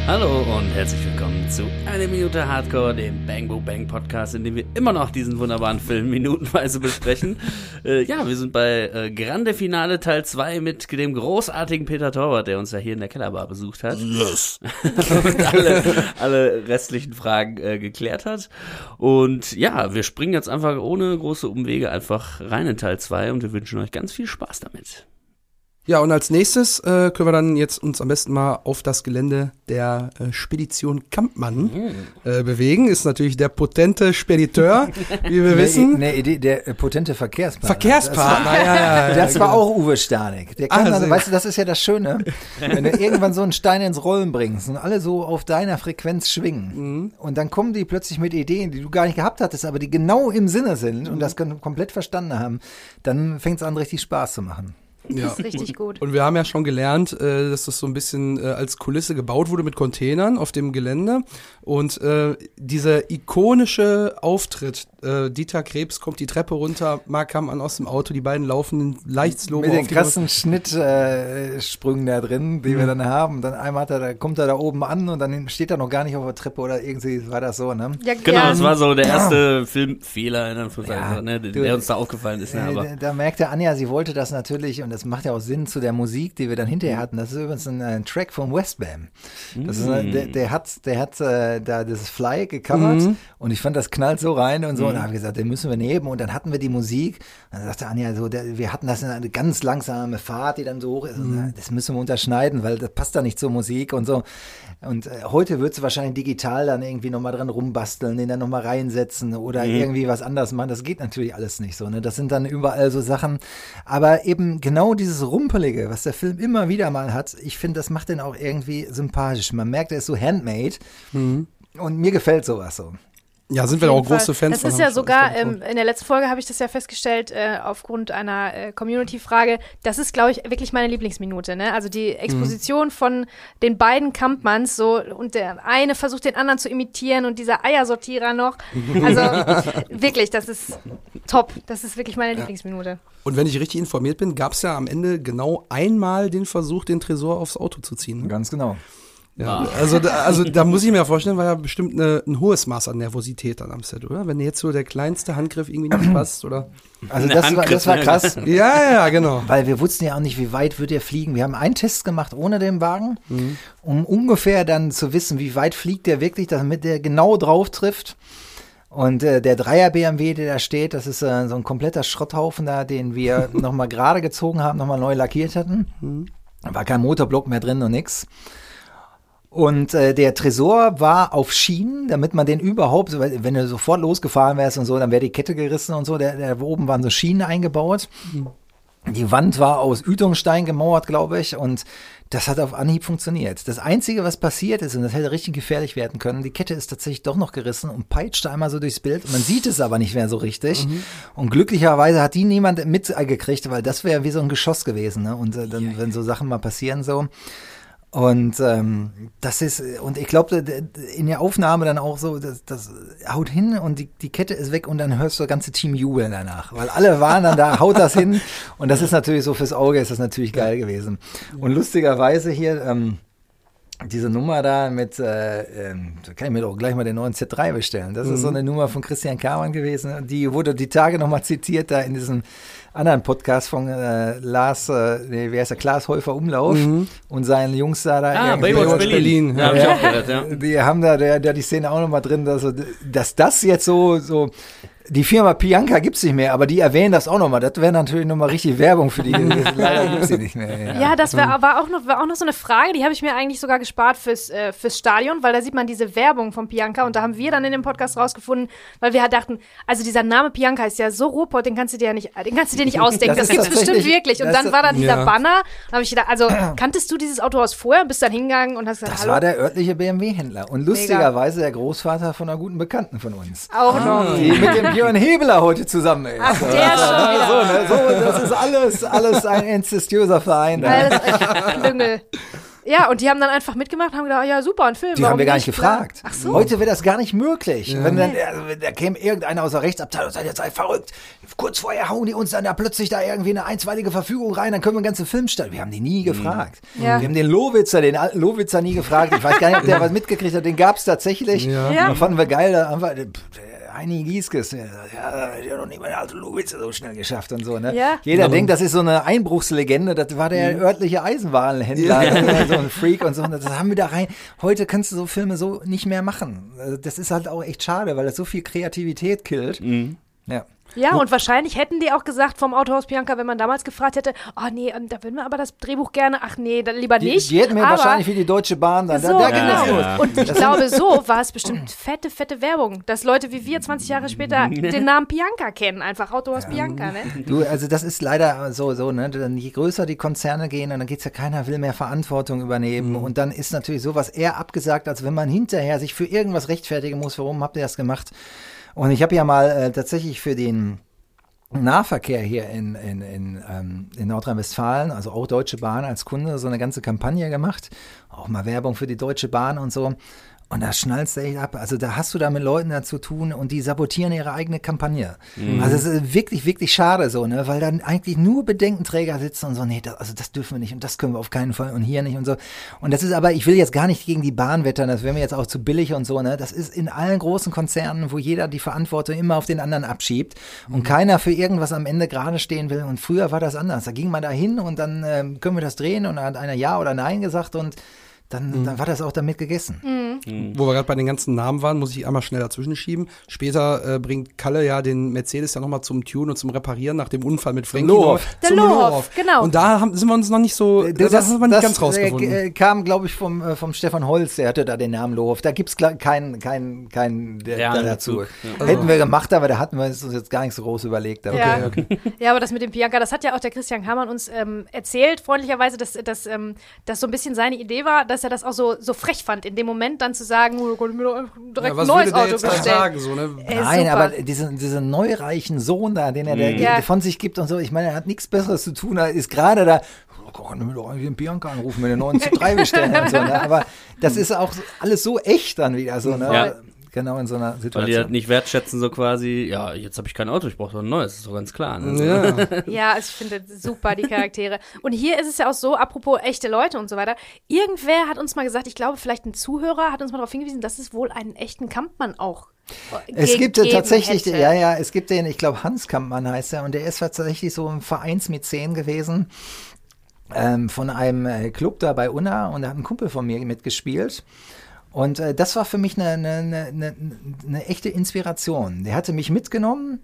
Hallo und herzlich willkommen zu Eine Minute Hardcore, dem Bang Boom Bang Podcast, in dem wir immer noch diesen wunderbaren Film minutenweise besprechen. Wir sind bei Grande Finale Teil 2 mit dem großartigen Peter Torwart, der uns ja hier in der Kellerbar besucht hat. Yes. Und alle restlichen Fragen geklärt hat. Und ja, wir springen jetzt einfach ohne große Umwege einfach rein in Teil 2 und wir wünschen euch ganz viel Spaß damit. Ja, und als nächstes können wir dann jetzt uns am besten mal auf das Gelände der Spedition Kampmann bewegen. Ist natürlich der potente Spediteur, wie wir wissen. Der potente Verkehrspartner. Verkehrspartner, Das war auch Uwe Stanek. Der kann dann, weißt du, das ist ja das Schöne, wenn du irgendwann so einen Stein ins Rollen bringst und alle so auf deiner Frequenz schwingen und dann kommen die plötzlich mit Ideen, die du gar nicht gehabt hattest, aber die genau im Sinne sind und das komplett verstanden haben, dann fängt es an, richtig Spaß zu machen. Das ist richtig gut. Und wir haben ja schon gelernt, dass das so ein bisschen als Kulisse gebaut wurde mit Containern auf dem Gelände. Und dieser ikonische Auftritt, Dieter Krebs kommt die Treppe runter, Mark Kampmann aus dem Auto, die beiden laufen leicht Logo mit den krassen Schnittsprüngen da drin, die wir dann haben. Dann einmal kommt er da oben an und dann steht er noch gar nicht auf der Treppe oder irgendwie war das so, ne? Ja, genau, das war so der erste Filmfehler, der uns da aufgefallen ist. Da merkte Anja, sie wollte das natürlich und das macht ja auch Sinn zu der Musik, die wir dann hinterher hatten. Das ist übrigens ein Track von Westbam. Das ist der hat da das Fly gecovert und ich fand, das knallt so rein und so. Und da haben wir gesagt, den müssen wir nehmen. Und dann hatten wir die Musik. Dann sagte Anja so, wir hatten das in eine ganz langsame Fahrt, die dann so hoch ist. Und das müssen wir unterschneiden, weil das passt da nicht zur Musik und so. Und heute würdest du wahrscheinlich digital dann irgendwie nochmal dran rumbasteln, den dann nochmal reinsetzen oder irgendwie was anderes machen. Das geht natürlich alles nicht so, ne? Das sind dann überall so Sachen. Aber eben genau dieses Rumpelige, was der Film immer wieder mal hat, ich finde, das macht den auch irgendwie sympathisch. Man merkt, er ist so handmade und mir gefällt sowas so. Ja, sind wir da auch große Fans von. Das ist ja sogar, in der letzten Folge habe ich das ja festgestellt, aufgrund einer Community-Frage, das ist, glaube ich, wirklich meine Lieblingsminute, ne? Also die Exposition von den beiden Kampmanns so und der eine versucht den anderen zu imitieren und dieser Eiersortierer noch. Also wirklich, das ist top. Das ist wirklich meine Lieblingsminute. Und wenn ich richtig informiert bin, gab es ja am Ende genau einmal den Versuch, den Tresor aufs Auto zu ziehen. Ne? Ganz genau. Ja, also da muss ich mir vorstellen, war ja bestimmt ein hohes Maß an Nervosität dann am Set, oder? Wenn jetzt so der kleinste Handgriff irgendwie nicht passt, oder? Also das war krass. Ja, genau. Weil wir wussten ja auch nicht, wie weit wird er fliegen. Wir haben einen Test gemacht ohne den Wagen, um ungefähr dann zu wissen, wie weit fliegt der wirklich, damit der genau drauf trifft. Und der Dreier BMW, der da steht, das ist so ein kompletter Schrotthaufen da, den wir nochmal gerade gezogen haben, nochmal neu lackiert hatten. Da war kein Motorblock mehr drin und nix. Und der Tresor war auf Schienen, damit man den überhaupt, wenn du sofort losgefahren wärst und so, dann wäre die Kette gerissen und so. Der oben waren so Schienen eingebaut. Die Wand war aus Ytongstein gemauert, glaube ich, und das hat auf Anhieb funktioniert. Das Einzige, was passiert ist, und das hätte richtig gefährlich werden können, die Kette ist tatsächlich doch noch gerissen und peitschte einmal so durchs Bild. Man sieht es aber nicht mehr so richtig. Und glücklicherweise hat die niemand mitgekriegt, weil das wäre wie so ein Geschoss gewesen, ne? Und dann, wenn so Sachen mal passieren so. Und das ist, und ich glaube, in der Aufnahme dann auch so, das haut hin und die Kette ist weg und dann hörst du das ganze Team jubeln danach. Weil alle waren dann da, haut das hin und das ist natürlich so fürs Auge, ist das natürlich geil gewesen. Und lustigerweise hier, diese Nummer da mit, da kann ich mir doch gleich mal den neuen Z3 bestellen. Das ist so eine Nummer von Christian Kamann gewesen. Die wurde die Tage nochmal zitiert da in diesem anderen Podcast von Klaas Häufer Umlauf und seinen Jungs da Baywatch Berlin. Ja, hab ich auch gehört, ja. Die haben da die Szene auch nochmal drin, dass das jetzt so die Firma Pianka gibt's nicht mehr, aber die erwähnen das auch nochmal. Das wäre natürlich nochmal richtig Werbung für die. Leider gibt's die nicht mehr. Ja, das war auch noch so eine Frage, die habe ich mir eigentlich sogar gespart fürs Stadion, weil da sieht man diese Werbung von Pianka und da haben wir dann in dem Podcast rausgefunden, weil wir halt dachten, also dieser Name Pianka ist ja so Ruhrpott, den kannst du dir nicht ausdenken. Das gibt's bestimmt wirklich. Und dann war da dieser Banner. Da habe ich gedacht, also kanntest du dieses Auto aus vorher? Bist dann hingegangen und hast gesagt, das hallo? war der örtliche BMW-Händler und lustigerweise der Großvater von einer guten Bekannten von uns. Auch noch. Die mit dem Björn Hebeler heute zusammen ist. Ach, der schon wieder. Das ist alles ein inzestiöser Verein. Alles echt Klüngel. Ja, und die haben dann einfach mitgemacht, haben gedacht, ja super, ein Film. Die haben wir gar nicht gefragt. Ach so. Heute wäre das gar nicht möglich. Wenn dann, da käme irgendeiner aus der Rechtsabteilung und sagt, ihr seid verrückt. Kurz vorher hauen die uns dann da plötzlich da irgendwie eine einstweilige Verfügung rein, dann können wir einen ganzen Film starten. Wir haben die nie gefragt. Ja. Wir haben den alten Lowitzer nie gefragt. Ich weiß gar nicht, ob der was mitgekriegt hat. Den gab es tatsächlich. Ja. Ja. Da fanden wir geil. Da haben wir Heini Gieskes, der hat noch nie meine alte Lowitzer so schnell geschafft und so. Ne? Ja. Jeder denkt, das ist so eine Einbruchslegende. Das war der örtliche Eisenwarenhändler, so ein Freak und so. Und das haben wir da rein. Heute kannst du so Filme so nicht mehr machen. Das ist halt auch echt schade, weil das so viel Kreativität killt. Ja. Ja, und wahrscheinlich hätten die auch gesagt vom Autohaus Bianca, wenn man damals gefragt hätte, nee, da würden wir aber das Drehbuch gerne, ach nee, dann lieber nicht. Die hätten wir aber wahrscheinlich wie die Deutsche Bahn dann. So, Da ging das genau. los. Und ich glaube, so war es bestimmt fette Werbung, dass Leute wie wir 20 Jahre später den Namen Bianca kennen, einfach Autohaus Bianca, ne? Du, also das ist leider so, ne? Dann je größer die Konzerne gehen, und dann geht's ja, keiner will mehr Verantwortung übernehmen. Und dann ist natürlich sowas eher abgesagt, als wenn man hinterher sich für irgendwas rechtfertigen muss. Warum habt ihr das gemacht? Und ich habe ja mal tatsächlich für den Nahverkehr hier in Nordrhein-Westfalen, also auch Deutsche Bahn als Kunde, so eine ganze Kampagne gemacht. Auch mal Werbung für die Deutsche Bahn und so. Und da schnallst du echt ab. Also da hast du da mit Leuten da zu tun und die sabotieren ihre eigene Kampagne. Also es ist wirklich, wirklich schade so, ne, weil dann eigentlich nur Bedenkenträger sitzen und so, nee, das dürfen wir nicht und das können wir auf keinen Fall und hier nicht und so. Und das ist aber, ich will jetzt gar nicht gegen die Bahn wettern, das wäre mir jetzt auch zu billig und so, ne. Das ist in allen großen Konzernen, wo jeder die Verantwortung immer auf den anderen abschiebt und keiner für irgendwas am Ende gerade stehen will. Und früher war das anders. Da ging man da hin und dann können wir das drehen und dann hat einer Ja oder Nein gesagt und dann war das auch damit gegessen. Wo wir gerade bei den ganzen Namen waren, muss ich einmal schnell dazwischen schieben. Später bringt Kalle ja den Mercedes ja nochmal zum Tune und zum Reparieren nach dem Unfall mit Frankie. Der Lohoff, genau. Und da sind wir uns noch nicht so, das haben wir nicht ganz rausgefunden. Kam, glaube ich, vom Stefan Holz, der hatte da den Namen Lohoff. Da gibt's keinen der dazu. Ja. Hätten wir gemacht, aber da hatten wir uns jetzt gar nicht so groß überlegt. Aber Ja. Okay. Ja, aber das mit dem Bianca, das hat ja auch der Christian Kamann uns erzählt, freundlicherweise, dass so ein bisschen seine Idee war, dass er das auch so frech fand, in dem Moment dann zu sagen, oh, ich mir doch direkt ein neues Auto bestellen. Sagen, so, ne? Nein, super. aber dieser neureichen Sohn da, den er von sich gibt und so, ich meine, er hat nichts Besseres zu tun, er ist gerade da, können wir doch den Bianca anrufen, wenn wir einen 9:3 bestellen und so, ne? Aber das ist auch alles so echt dann wieder so, ne? Ja. Genau in so einer Situation. Weil die halt nicht wertschätzen, so quasi, ja, jetzt habe ich kein Auto, ich brauche doch ein neues, ist doch ganz klar. Ne? Ja. Ja, also ich finde super die Charaktere. Und hier ist es ja auch so, apropos echte Leute und so weiter, irgendwer hat uns mal gesagt, ich glaube vielleicht ein Zuhörer hat uns mal darauf hingewiesen, dass es wohl einen echten Kampmann auch es gibt tatsächlich, hätte. es gibt den, ich glaube Hans Kampmann heißt er und der ist tatsächlich so ein Vereinsmäzen gewesen von einem Club da bei Unna und da hat ein Kumpel von mir mitgespielt. Und das war für mich eine echte Inspiration. Der hatte mich mitgenommen,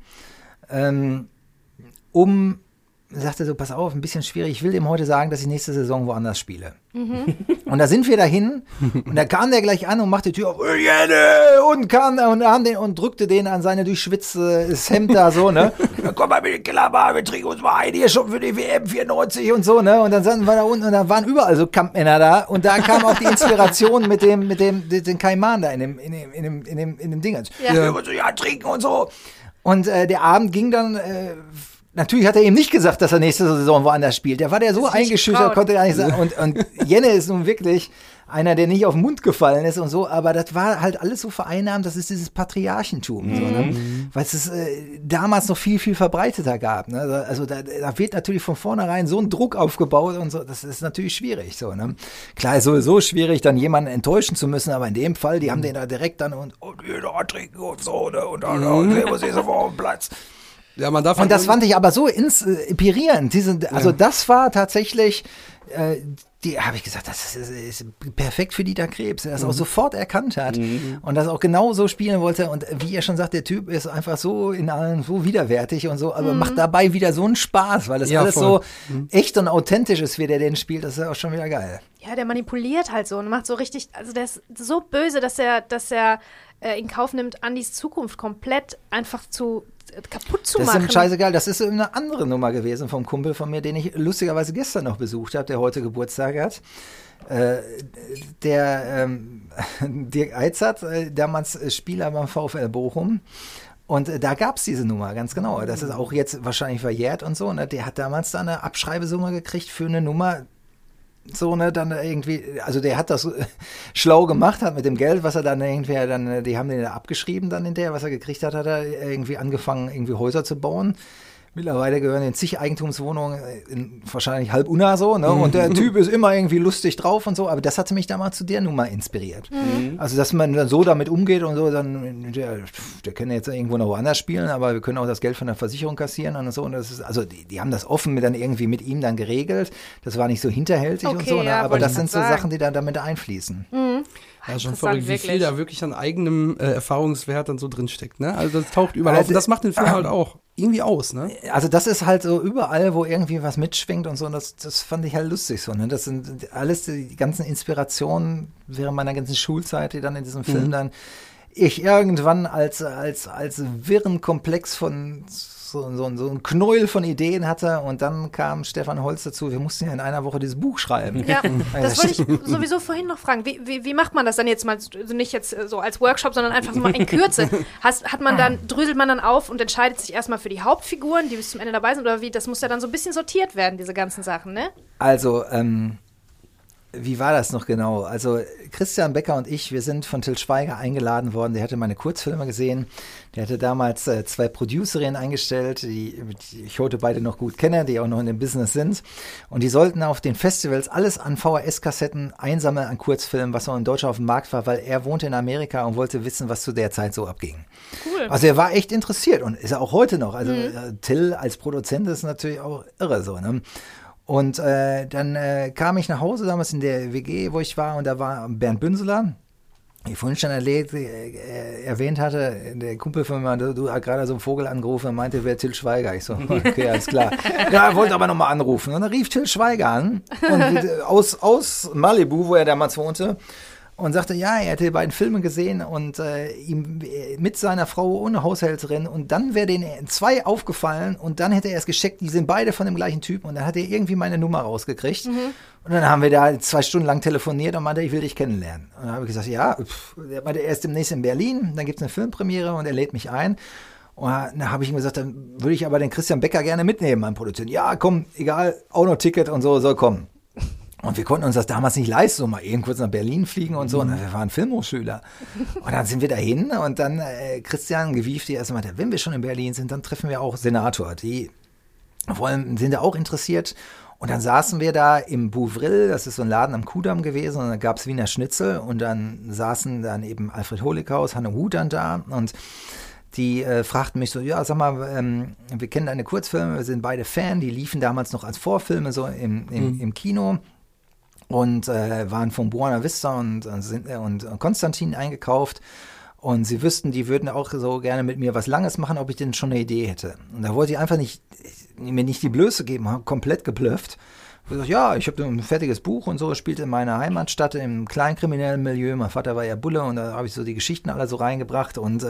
sagte so, pass auf, ein bisschen schwierig, ich will dem heute sagen, dass ich nächste Saison woanders spiele. Und da sind wir dahin und da kam der gleich an und machte die Tür auf und kam und drückte den an seine durchschwitztes Hemd da so, ne? Komm mal mit den Killerbar, wir trinken uns mal ein, hier schon für die WM 94 und so, ne? Und dann saßen wir da unten und da waren überall so Kampfmänner da und da kam auch die Inspiration mit dem Kaiman da in dem Ding. Ja, trinken und so. Und der Abend ging dann natürlich hat er ihm nicht gesagt, dass er nächste Saison woanders spielt. Der war so eingeschüchtert, konnte gar nicht sagen. Und Jenne ist nun wirklich einer, der nicht auf den Mund gefallen ist und so, aber das war halt alles so vereinnahmt, das ist dieses Patriarchentum, so, ne? Weil es damals noch viel, viel verbreiteter gab. Ne? Also da wird natürlich von vornherein so ein Druck aufgebaut und so, das ist natürlich schwierig. So, ne? Klar, ist sowieso schwierig, dann jemanden enttäuschen zu müssen, aber in dem Fall, die haben den da direkt dann und jeder trinken und so, ne? Und dann muss ich so auf den Platz. Ja, man darf und das fand ich aber so inspirierend. Das war tatsächlich, habe ich gesagt, das ist perfekt für Dieter Krebs, der das auch sofort erkannt hat und das auch genau so spielen wollte. Und wie ihr schon sagt, der Typ ist einfach so in allem so widerwärtig und so, aber macht dabei wieder so einen Spaß, weil das alles voll. So echt und authentisch ist, wie der den spielt. Das ist ja auch schon wieder geil. Ja, der manipuliert halt so und macht so richtig, also der ist so böse, dass er in Kauf nimmt, Andys Zukunft komplett einfach kaputt zu machen. Das ist scheißegal. Das ist eine andere Nummer gewesen vom Kumpel von mir, den ich lustigerweise gestern noch besucht habe, der heute Geburtstag hat. Der Dirk Eitzert, damals Spieler beim VfL Bochum. Und da gab es diese Nummer, ganz genau. Das ist auch jetzt wahrscheinlich verjährt und so. Ne? Der hat damals da eine Abschreibesumme gekriegt für eine Nummer, so, ne, dann irgendwie, also der hat das schlau gemacht, hat mit dem Geld, was er dann irgendwie, die haben den da abgeschrieben dann hinterher, was er gekriegt hat, hat er irgendwie angefangen, irgendwie Häuser zu bauen. Mittlerweile gehören in zig Eigentumswohnungen wahrscheinlich halb Unna so, ne? Und der Typ ist immer irgendwie lustig drauf und so, aber das hatte mich damals zu der Nummer inspiriert. Also, dass man dann so damit umgeht und so, dann, der kann jetzt irgendwo noch woanders spielen, aber wir können auch das Geld von der Versicherung kassieren und so. Und das ist, also, die haben das offen dann irgendwie mit ihm dann geregelt. Das war nicht so hinterhältig und so, ne? Ja, Aber das sind so Sachen, die dann damit einfließen. Ja, schon verrückt, wie viel da wirklich an eigenem Erfahrungswert dann so drinsteckt, ne? Also das taucht überall auf und das macht den Film halt auch irgendwie aus, ne? Also das ist halt so überall, wo irgendwie was mitschwingt und so, und das fand ich halt lustig so, ne? Das sind alles die ganzen Inspirationen während meiner ganzen Schulzeit, die dann in diesem Film dann ich irgendwann als wirren Komplex von so ein Knäuel von Ideen hatte und dann kam Stefan Holz dazu, wir mussten ja in einer Woche dieses Buch schreiben. Ja, das wollte ich sowieso vorhin noch fragen. Wie macht man das dann jetzt mal, also nicht jetzt so als Workshop, sondern einfach so mal in Kürze? Dröselt man dann auf und entscheidet sich erstmal für die Hauptfiguren, die bis zum Ende dabei sind, oder wie? Das muss ja dann so ein bisschen sortiert werden, diese ganzen Sachen, ne? Also, wie war das noch genau? Also Christian Becker und ich, wir sind von Til Schweiger eingeladen worden. Der hatte meine Kurzfilme gesehen. Der hatte damals 2 Producerinnen eingestellt, die ich heute beide noch gut kenne, die auch noch in dem Business sind. Und die sollten auf den Festivals alles an VHS-Kassetten einsammeln an Kurzfilmen, was noch in Deutschland auf dem Markt war, weil er wohnte in Amerika und wollte wissen, was zu der Zeit so abging. Cool. Also er war echt interessiert und ist er auch heute noch. Also Till als Produzent ist natürlich auch irre so, ne? Und dann kam ich nach Hause damals in der WG, wo ich war, und da war Bernd Bünseler, wie ich vorhin schon erwähnt hatte, der Kumpel von mir, du hast gerade so einen Vogel angerufen und meinte, wer Til Schweiger? Ich so, okay, alles klar. Ja, er wollte aber nochmal anrufen. Und dann rief Til Schweiger an, und aus Malibu, wo er damals wohnte, und sagte, ja, er hätte die beiden Filme gesehen und ihm mit seiner Frau ohne Haushälterin, und dann wäre denen 2 aufgefallen und dann hätte er es gescheckt, die sind beide von dem gleichen Typen, und dann hat er irgendwie meine Nummer rausgekriegt und dann haben wir da 2 Stunden lang telefoniert und meinte, ich will dich kennenlernen. Und dann habe ich gesagt, ja, er meinte, er ist demnächst in Berlin, dann gibt es eine Filmpremiere und er lädt mich ein. Und dann habe ich ihm gesagt, dann würde ich aber den Christian Becker gerne mitnehmen, meinen Produzenten. Ja, komm, egal, auch noch Ticket und so, soll kommen. Und wir konnten uns das damals nicht leisten, so mal eben kurz nach Berlin fliegen und so. Und wir waren Filmhochschüler. Und dann sind wir dahin und dann Christian gewieft die erstmal, wenn wir schon in Berlin sind, dann treffen wir auch Senator. Die sind da auch interessiert. Und dann saßen wir da im Bouvrill, das ist so ein Laden am Kudamm gewesen, und dann gab es Wiener Schnitzel und dann saßen dann eben Alfred Holighaus, Hanne Hu dann da, und die fragten mich so, ja, sag mal, wir kennen deine Kurzfilme, wir sind beide Fan, die liefen damals noch als Vorfilme so im Kino. Und waren von Buena Vista und Konstantin eingekauft. Und sie wüssten, die würden auch so gerne mit mir was Langes machen, ob ich denn schon eine Idee hätte. Und da wollte ich einfach mir nicht die Blöße geben, habe komplett geblufft. Ich gesagt, ja, ich habe ein fertiges Buch und so, spielte in meiner Heimatstadt im kleinkriminellen Milieu. Mein Vater war ja Bulle und da habe ich so die Geschichten alle so reingebracht und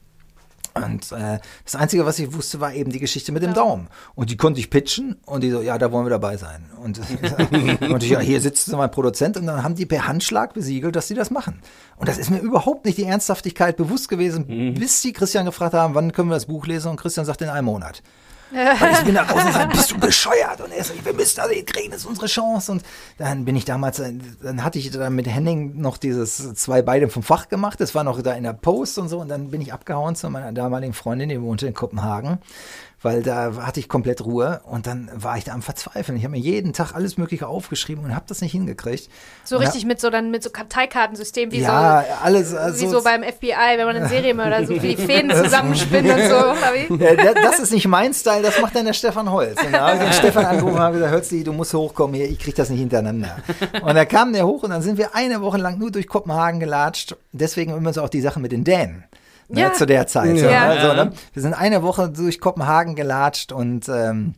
das Einzige, was ich wusste, war eben die Geschichte mit dem Daumen. Und die konnte ich pitchen und die so, ja, da wollen wir dabei sein. Und ich, ja, hier sitzt so mein Produzent, und dann haben die per Handschlag besiegelt, dass sie das machen. Und das ist mir überhaupt nicht die Ernsthaftigkeit bewusst gewesen, bis die Christian gefragt haben, wann können wir das Buch lesen? Und Christian sagt, in einem Monat. Weil ich bin da raus und sage, bist du bescheuert? Und er sagt, wir müssen das kriegen, das ist unsere Chance. Und dann bin ich damals, dann hatte ich dann mit Henning noch dieses 2 Beide vom Fach gemacht. Das war noch da in der Post und so. Und dann bin ich abgehauen zu meiner damaligen Freundin, die wohnte in Kopenhagen. Weil da hatte ich komplett Ruhe und dann war ich da am Verzweifeln. Ich habe mir jeden Tag alles Mögliche aufgeschrieben und habe das nicht hingekriegt. So und richtig mit so Karteikartensystem, wie ja, so, alles, wie so beim FBI, wenn man einen Serienmörder so die Fäden zusammenspinnt und so. Das ist nicht mein Style, das macht dann der Stefan Holz. Und da habe ich den Stefan angerufen und habe gesagt, Hölzli, du musst hochkommen hier, ich kriege das nicht hintereinander. Und da kam der hoch und dann sind wir eine Woche lang nur durch Kopenhagen gelatscht. Deswegen übrigens auch die Sache mit den Dänen. Ja. Ne, zu der Zeit. Ja. Ja. Also, ne? Wir sind eine Woche durch Kopenhagen gelatscht und dann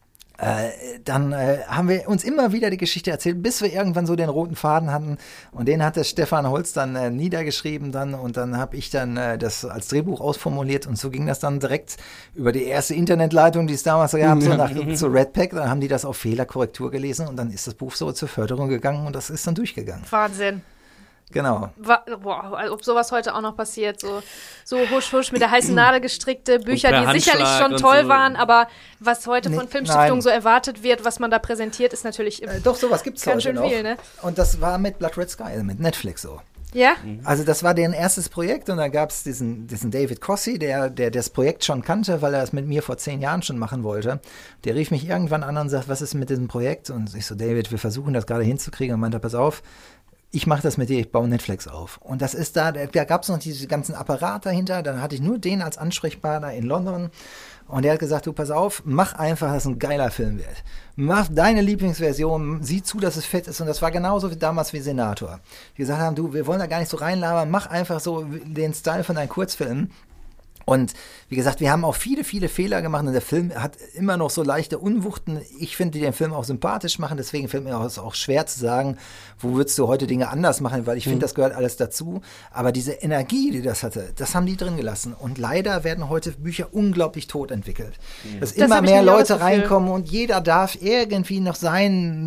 haben wir uns immer wieder die Geschichte erzählt, bis wir irgendwann so den roten Faden hatten, und den hat der Stefan Holz dann niedergeschrieben dann, und dann habe ich dann das als Drehbuch ausformuliert, und so ging das dann direkt über die erste Internetleitung, die es damals gab, so zu Redpack. Dann haben die das auf Fehlerkorrektur gelesen und dann ist das Buch so zur Förderung gegangen und das ist dann durchgegangen. Wahnsinn. Genau. Boah, als ob sowas heute auch noch passiert. So husch, husch mit der heißen Nadel gestrickte Bücher, per die sicherlich Handschlag schon und toll so. waren, aber was heute von Filmstiftungen nein. so erwartet wird, was man da präsentiert, ist natürlich Doch, sowas gibt's ganz heute schön noch. viel, ne? Und das war mit Blood Red Sky, mit Netflix so. Ja? Also das war deren erstes Projekt und da gab es diesen David Cossey, der das Projekt schon kannte, weil er es mit mir vor 10 Jahren schon machen wollte. Der rief mich irgendwann an und sagt, was ist mit diesem Projekt? Und ich so, David, wir versuchen das gerade hinzukriegen. Und meinte, pass auf, ich mache das mit dir, ich baue Netflix auf. Und das ist da gab es noch diese ganzen Apparate dahinter, dann hatte ich nur den als Ansprechpartner in London. Und der hat gesagt, du pass auf, mach einfach, dass es ein geiler Film wird. Mach deine Lieblingsversion, sieh zu, dass es fett ist. Und das war genauso wie damals wie Senator. Die gesagt haben, du, wir wollen da gar nicht so reinlabern, mach einfach so den Style von deinen Kurzfilmen. Und wie gesagt, wir haben auch viele, viele Fehler gemacht und der Film hat immer noch so leichte Unwuchten. Ich finde, die den Film auch sympathisch machen, deswegen fällt mir auch schwer zu sagen, wo würdest du heute Dinge anders machen, weil ich finde, das gehört alles dazu. Aber diese Energie, die das hatte, das haben die drin gelassen. Und leider werden heute Bücher unglaublich tot entwickelt. Dass immer hab ich mehr nämlich auch Leute das Gefühl. reinkommen und jeder darf irgendwie noch seine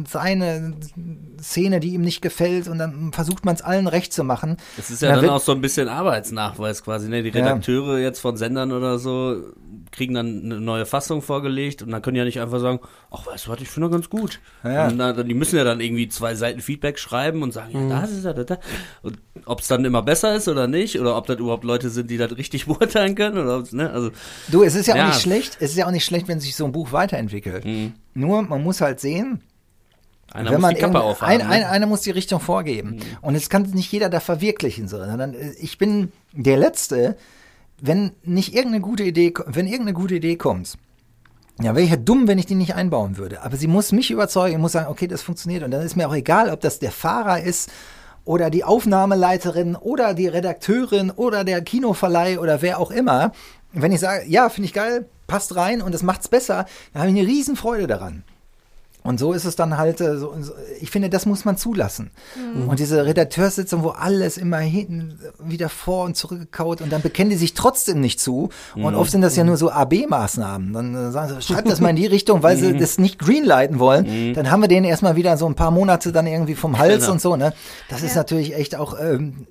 Szene, die ihm nicht gefällt und dann versucht man es allen recht zu machen. Das ist ja dann auch so ein bisschen Arbeitsnachweis quasi, ne? Die Redakteure jetzt von Sendern oder so kriegen dann eine neue Fassung vorgelegt und dann können die ja nicht einfach sagen, ach, weißt du was, ich finde das ganz gut. Ja. Und die müssen ja dann irgendwie 2 Seiten Feedback schreiben und sagen, ja, das ist ja das. Und ob es dann immer besser ist oder nicht, oder ob das überhaupt Leute sind, die das richtig beurteilen können, oder ob's, ne? Also, Du, es ist ja auch nicht schlecht, wenn sich so ein Buch weiterentwickelt. Nur, man muss halt sehen, einer wenn muss man die Kappe aufhaben. einer muss die Richtung vorgeben. Und es kann nicht jeder da verwirklichen, sondern ich bin der Letzte, wenn irgendeine gute Idee kommt, ja, wäre ich ja dumm, wenn ich die nicht einbauen würde. Aber sie muss mich überzeugen, ich muss sagen, okay, das funktioniert. Und dann ist mir auch egal, ob das der Fahrer ist oder die Aufnahmeleiterin oder die Redakteurin oder der Kinoverleih oder wer auch immer. Wenn ich sage, ja, finde ich geil, passt rein und das macht's besser, dann habe ich eine Riesenfreude daran. Und so ist es dann halt, ich finde, das muss man zulassen. Und diese Redakteurssitzung, wo alles immer hinten wieder vor und zurückgekaut und dann bekennen die sich trotzdem nicht zu. Und oft sind das ja nur so AB-Maßnahmen. Dann sagen sie, schreibt das mal in die Richtung, weil sie das nicht greenlighten wollen. Dann haben wir denen erstmal wieder so ein paar Monate dann irgendwie vom Hals und so. Ne? Das ist natürlich echt auch,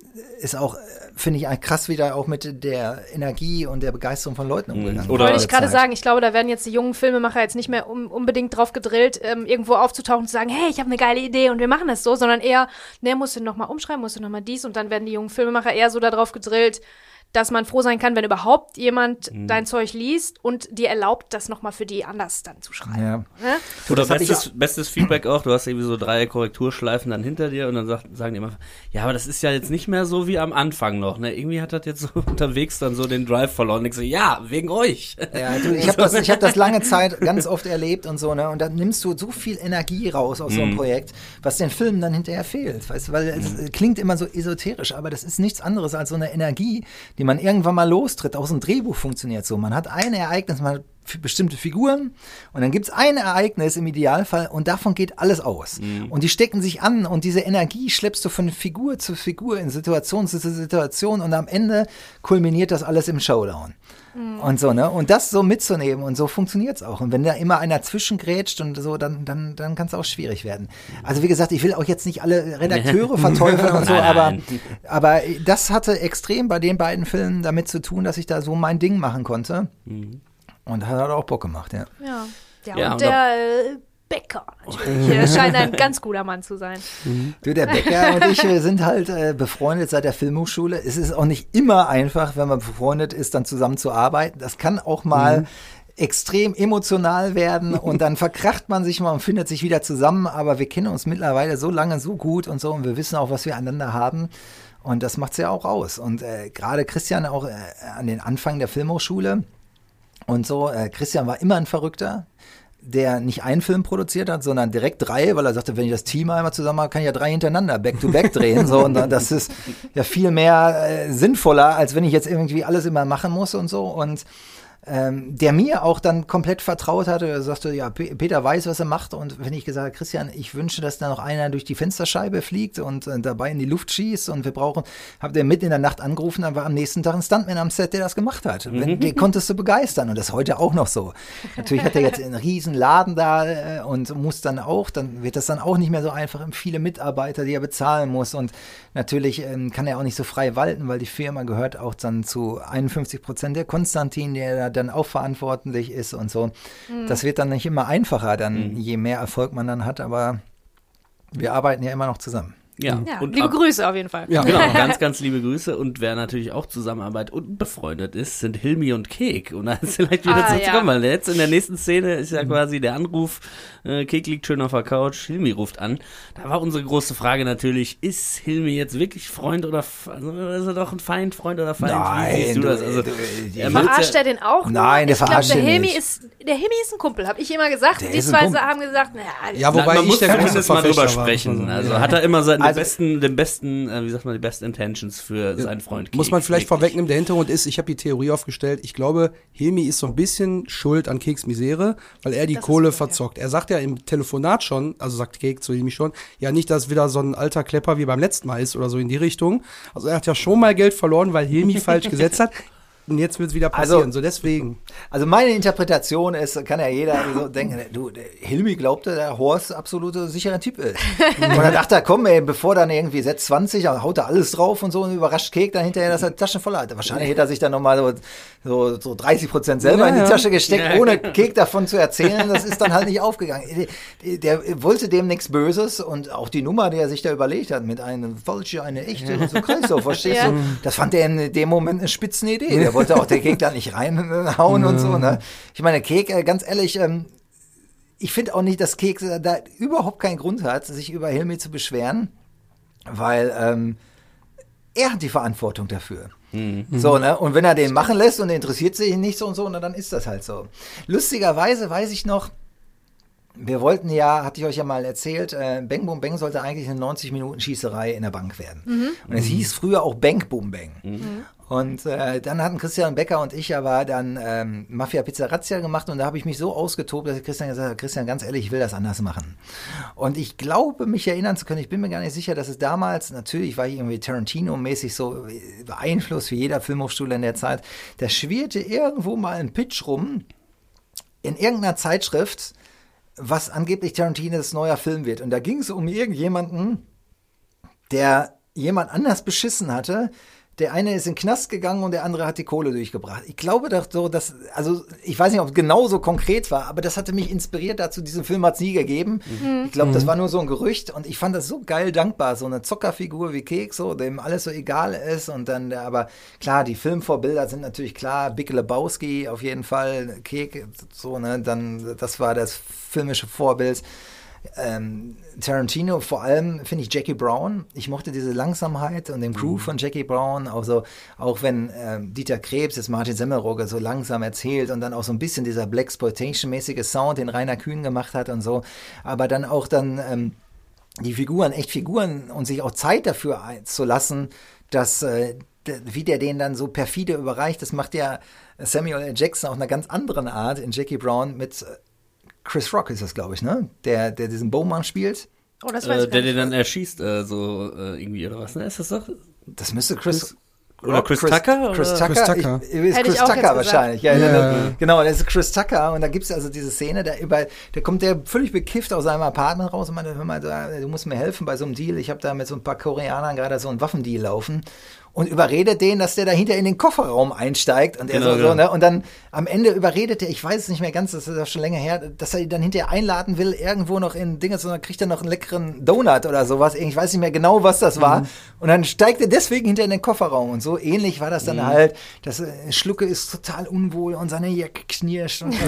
finde ich krass wieder auch mit der Energie und der Begeisterung von Leuten umgegangen. Oder Wollte ich gerade sagen, ich glaube, da werden jetzt die jungen Filmemacher jetzt nicht mehr unbedingt drauf gedrillt, irgendwo aufzutauchen und zu sagen, hey, ich habe eine geile Idee und wir machen das so, sondern eher, ne, musst du nochmal umschreiben, musst du nochmal dies und dann werden die jungen Filmemacher eher so darauf gedrillt, dass man froh sein kann, wenn überhaupt jemand dein Zeug liest und dir erlaubt, das nochmal für die anders dann zu schreiben. Ja. Ne? Oder das bestes Feedback auch, du hast irgendwie so 3 Korrekturschleifen dann hinter dir und dann sagen die immer, ja, aber das ist ja jetzt nicht mehr so wie am Anfang noch, ne? Irgendwie hat das jetzt so unterwegs dann so den Drive verloren. Und ich so, ja, wegen euch. Ja, du, ich hab das lange Zeit ganz oft erlebt und so, ne? Und dann nimmst du so viel Energie raus aus so einem Projekt, was den Filmen dann hinterher fehlt. Weißt du, weil es klingt immer so esoterisch, aber das ist nichts anderes als so eine Energie, die man irgendwann mal lostritt. Auch so ein Drehbuch funktioniert so. Man hat ein Ereignis, man hat bestimmte Figuren und dann gibt's ein Ereignis im Idealfall und davon geht alles aus. Und die stecken sich an und diese Energie schleppst du von Figur zu Figur, in Situation zu Situation und am Ende kulminiert das alles im Showdown. Und so, ne? Und das so mitzunehmen und so funktioniert's auch. Und wenn da immer einer zwischengrätscht und so, dann kann es auch schwierig werden. Also wie gesagt, ich will auch jetzt nicht alle Redakteure verteufeln und so, Nein. aber das hatte extrem bei den beiden Filmen damit zu tun, dass ich da so mein Ding machen konnte. Und hat auch Bock gemacht, ja. Ja, und der Bäcker natürlich. Scheint ein ganz guter Mann zu sein. Du, der Bäcker und ich sind halt befreundet seit der Filmhochschule. Es ist auch nicht immer einfach, wenn man befreundet ist, dann zusammen zu arbeiten. Das kann auch mal extrem emotional werden und dann verkracht man sich mal und findet sich wieder zusammen. Aber wir kennen uns mittlerweile so lange, so gut und so und wir wissen auch, was wir aneinander haben. Und das macht's ja auch aus. Und gerade Christian auch an den Anfang der Filmhochschule und so. Christian war immer ein Verrückter, der nicht einen Film produziert hat, sondern direkt 3, weil er sagte, wenn ich das Team einmal zusammen habe, kann ich ja 3 hintereinander back-to-back drehen. So, und das ist ja viel mehr sinnvoller, als wenn ich jetzt irgendwie alles immer machen muss und so. Und der mir auch dann komplett vertraut hatte. Er sagte, ja, Peter weiß, was er macht. Und wenn ich gesagt habe, Christian, ich wünsche, dass da noch einer durch die Fensterscheibe fliegt und dabei in die Luft schießt und wir brauchen, habt ihr mitten in der Nacht angerufen, dann war am nächsten Tag ein Stuntman am Set, der das gemacht hat. Den konntest du begeistern und das ist heute auch noch so. Natürlich hat er jetzt einen riesen Laden da und muss dann wird das dann auch nicht mehr so einfach, viele Mitarbeiter, die er bezahlen muss und natürlich kann er auch nicht so frei walten, weil die Firma gehört auch dann zu 51% der Konstantin, der dann auch verantwortlich ist und so. Das wird dann nicht immer einfacher, dann je mehr Erfolg man dann hat, aber wir arbeiten ja immer noch zusammen. Ja, und liebe Grüße auf jeden Fall. Ja. Genau, ganz, ganz liebe Grüße. Und wer natürlich auch zusammenarbeitet und befreundet ist, sind Hilmi und Kek. Und da ist vielleicht wieder zu kommen, weil jetzt in der nächsten Szene ist ja quasi der Anruf, Kek liegt schön auf der Couch, Hilmi ruft an. Da war unsere große Frage natürlich, ist Hilmi jetzt wirklich Freund oder, also ist er doch ein Feind, Freund oder Feind? Nein, wie siehst du das? Also, verarscht er den auch? Nein, der verarscht den nicht. Der Hilmi ist ein Kumpel, habe ich immer gesagt. Die zwei haben gesagt, ja, wobei man muss der zumindest mal drüber Verfechter sprechen. war. Also hat er immer den besten, wie sagt man, die best intentions für seinen Freund. Muss man vielleicht vorwegnehmen, der Hintergrund ist, ich habe die Theorie aufgestellt, ich glaube, Hilmi ist so ein bisschen schuld an Keks Misere, weil er die Kohle verzockt. Er sagt ja im Telefonat schon, also sagt Kek zu Hilmi schon, ja nicht, dass wieder so ein alter Klepper wie beim letzten Mal ist oder so in die Richtung. Also er hat ja schon mal Geld verloren, weil Hilmi falsch gesetzt hat. Und jetzt wird es wieder passieren, so deswegen. Also meine Interpretation ist, kann ja jeder so denken, der Hilmi glaubte, der Horst absolute sicherer Typ ist. Und dann dachte er, komm ey, bevor dann irgendwie setzt 20, dann haut er alles drauf und so und überrascht Kek dann hinterher, dass er Taschen voll hat. Wahrscheinlich hätte er sich dann nochmal so 30% selber in die Tasche gesteckt, ohne Kek davon zu erzählen. Das ist dann halt nicht aufgegangen. Der wollte dem nichts Böses und auch die Nummer, die er sich da überlegt hat, mit einem falsche, eine echte und so Kreislauf, verstehst du? Das fand er in dem Moment eine Spitzenidee. Der wollte auch der Kek da nicht reinhauen und so, ne? Ich meine, Kek, ganz ehrlich, ich finde auch nicht, dass Kek da überhaupt keinen Grund hat, sich über Hilmi zu beschweren, weil er hat die Verantwortung dafür. So, ne? Und wenn er den machen lässt und er interessiert sich nicht so und so, dann ist das halt so. Lustigerweise weiß ich noch, wir wollten ja, hatte ich euch ja mal erzählt, Bang Boom Bang sollte eigentlich eine 90-Minuten-Schießerei in der Bank werden. Und es hieß früher auch Bang Boom Bang. Und dann hatten Christian Becker und ich aber dann Mafia Pizza Razzia gemacht und da habe ich mich so ausgetobt, dass ich Christian gesagt habe, Christian, ganz ehrlich, ich will das anders machen. Und ich glaube, mich erinnern zu können, ich bin mir gar nicht sicher, dass es damals, natürlich war ich irgendwie Tarantino-mäßig so beeinflusst wie jeder Filmhochschule in der Zeit, da schwirrte irgendwo mal ein Pitch rum in irgendeiner Zeitschrift, was angeblich Tarantinos neuer Film wird. Und da ging es um irgendjemanden, der jemand anders beschissen hatte. Der eine ist in den Knast gegangen und der andere hat die Kohle durchgebracht. Ich glaube doch so, dass, also ich weiß nicht, ob es genau so konkret war, aber das hatte mich inspiriert dazu. Diesen Film hat es nie gegeben. Ich glaube, das war nur so ein Gerücht und ich fand das so geil dankbar. So eine Zockerfigur wie Kek, so, dem alles so egal ist und dann, aber klar, die Filmvorbilder sind natürlich klar. Big Lebowski auf jeden Fall, Kek, so, ne, dann, das war das filmische Vorbild. Tarantino, vor allem finde ich Jackie Brown. Ich mochte diese Langsamkeit und den Groove von Jackie Brown, auch wenn Dieter Krebs, jetzt Martin Semmelrogge, so langsam erzählt und dann auch so ein bisschen dieser Blaxploitation-mäßige Sound, den Rainer Kühn gemacht hat und so, aber dann auch die Figuren, echt Figuren und sich auch Zeit dafür einzulassen, dass wie der den dann so perfide überreicht, das macht ja Samuel L. Jackson auf einer ganz anderen Art in Jackie Brown mit Chris Rock ist das, glaube ich, ne? Der diesen Bowman spielt. Oh, das weiß ich der den dann erschießt, irgendwie, oder was, ne? Ist das doch? Das müsste Chris Tucker? Chris Tucker? Chris Tucker. Ist Chris Tucker wahrscheinlich. Ja. Genau, das ist Chris Tucker und da gibt es also diese Szene, da kommt der völlig bekifft aus seinem Apartment raus und meinte, hör mal, du musst mir helfen bei so einem Deal. Ich habe da mit so ein paar Koreanern gerade so einen Waffendeal laufen. Und überredet den, dass der dahinter in den Kofferraum einsteigt und er so, ne? Und dann am Ende überredet er, ich weiß es nicht mehr ganz, das ist auch schon länger her, dass er ihn dann hinterher einladen will, irgendwo noch in Dinge, sondern kriegt er noch einen leckeren Donut oder sowas. Ich weiß nicht mehr genau, was das war. Und dann steigt er deswegen hinter in den Kofferraum. Und so ähnlich war das dann halt, dass Schlucke ist total unwohl und seine Jacke knirscht und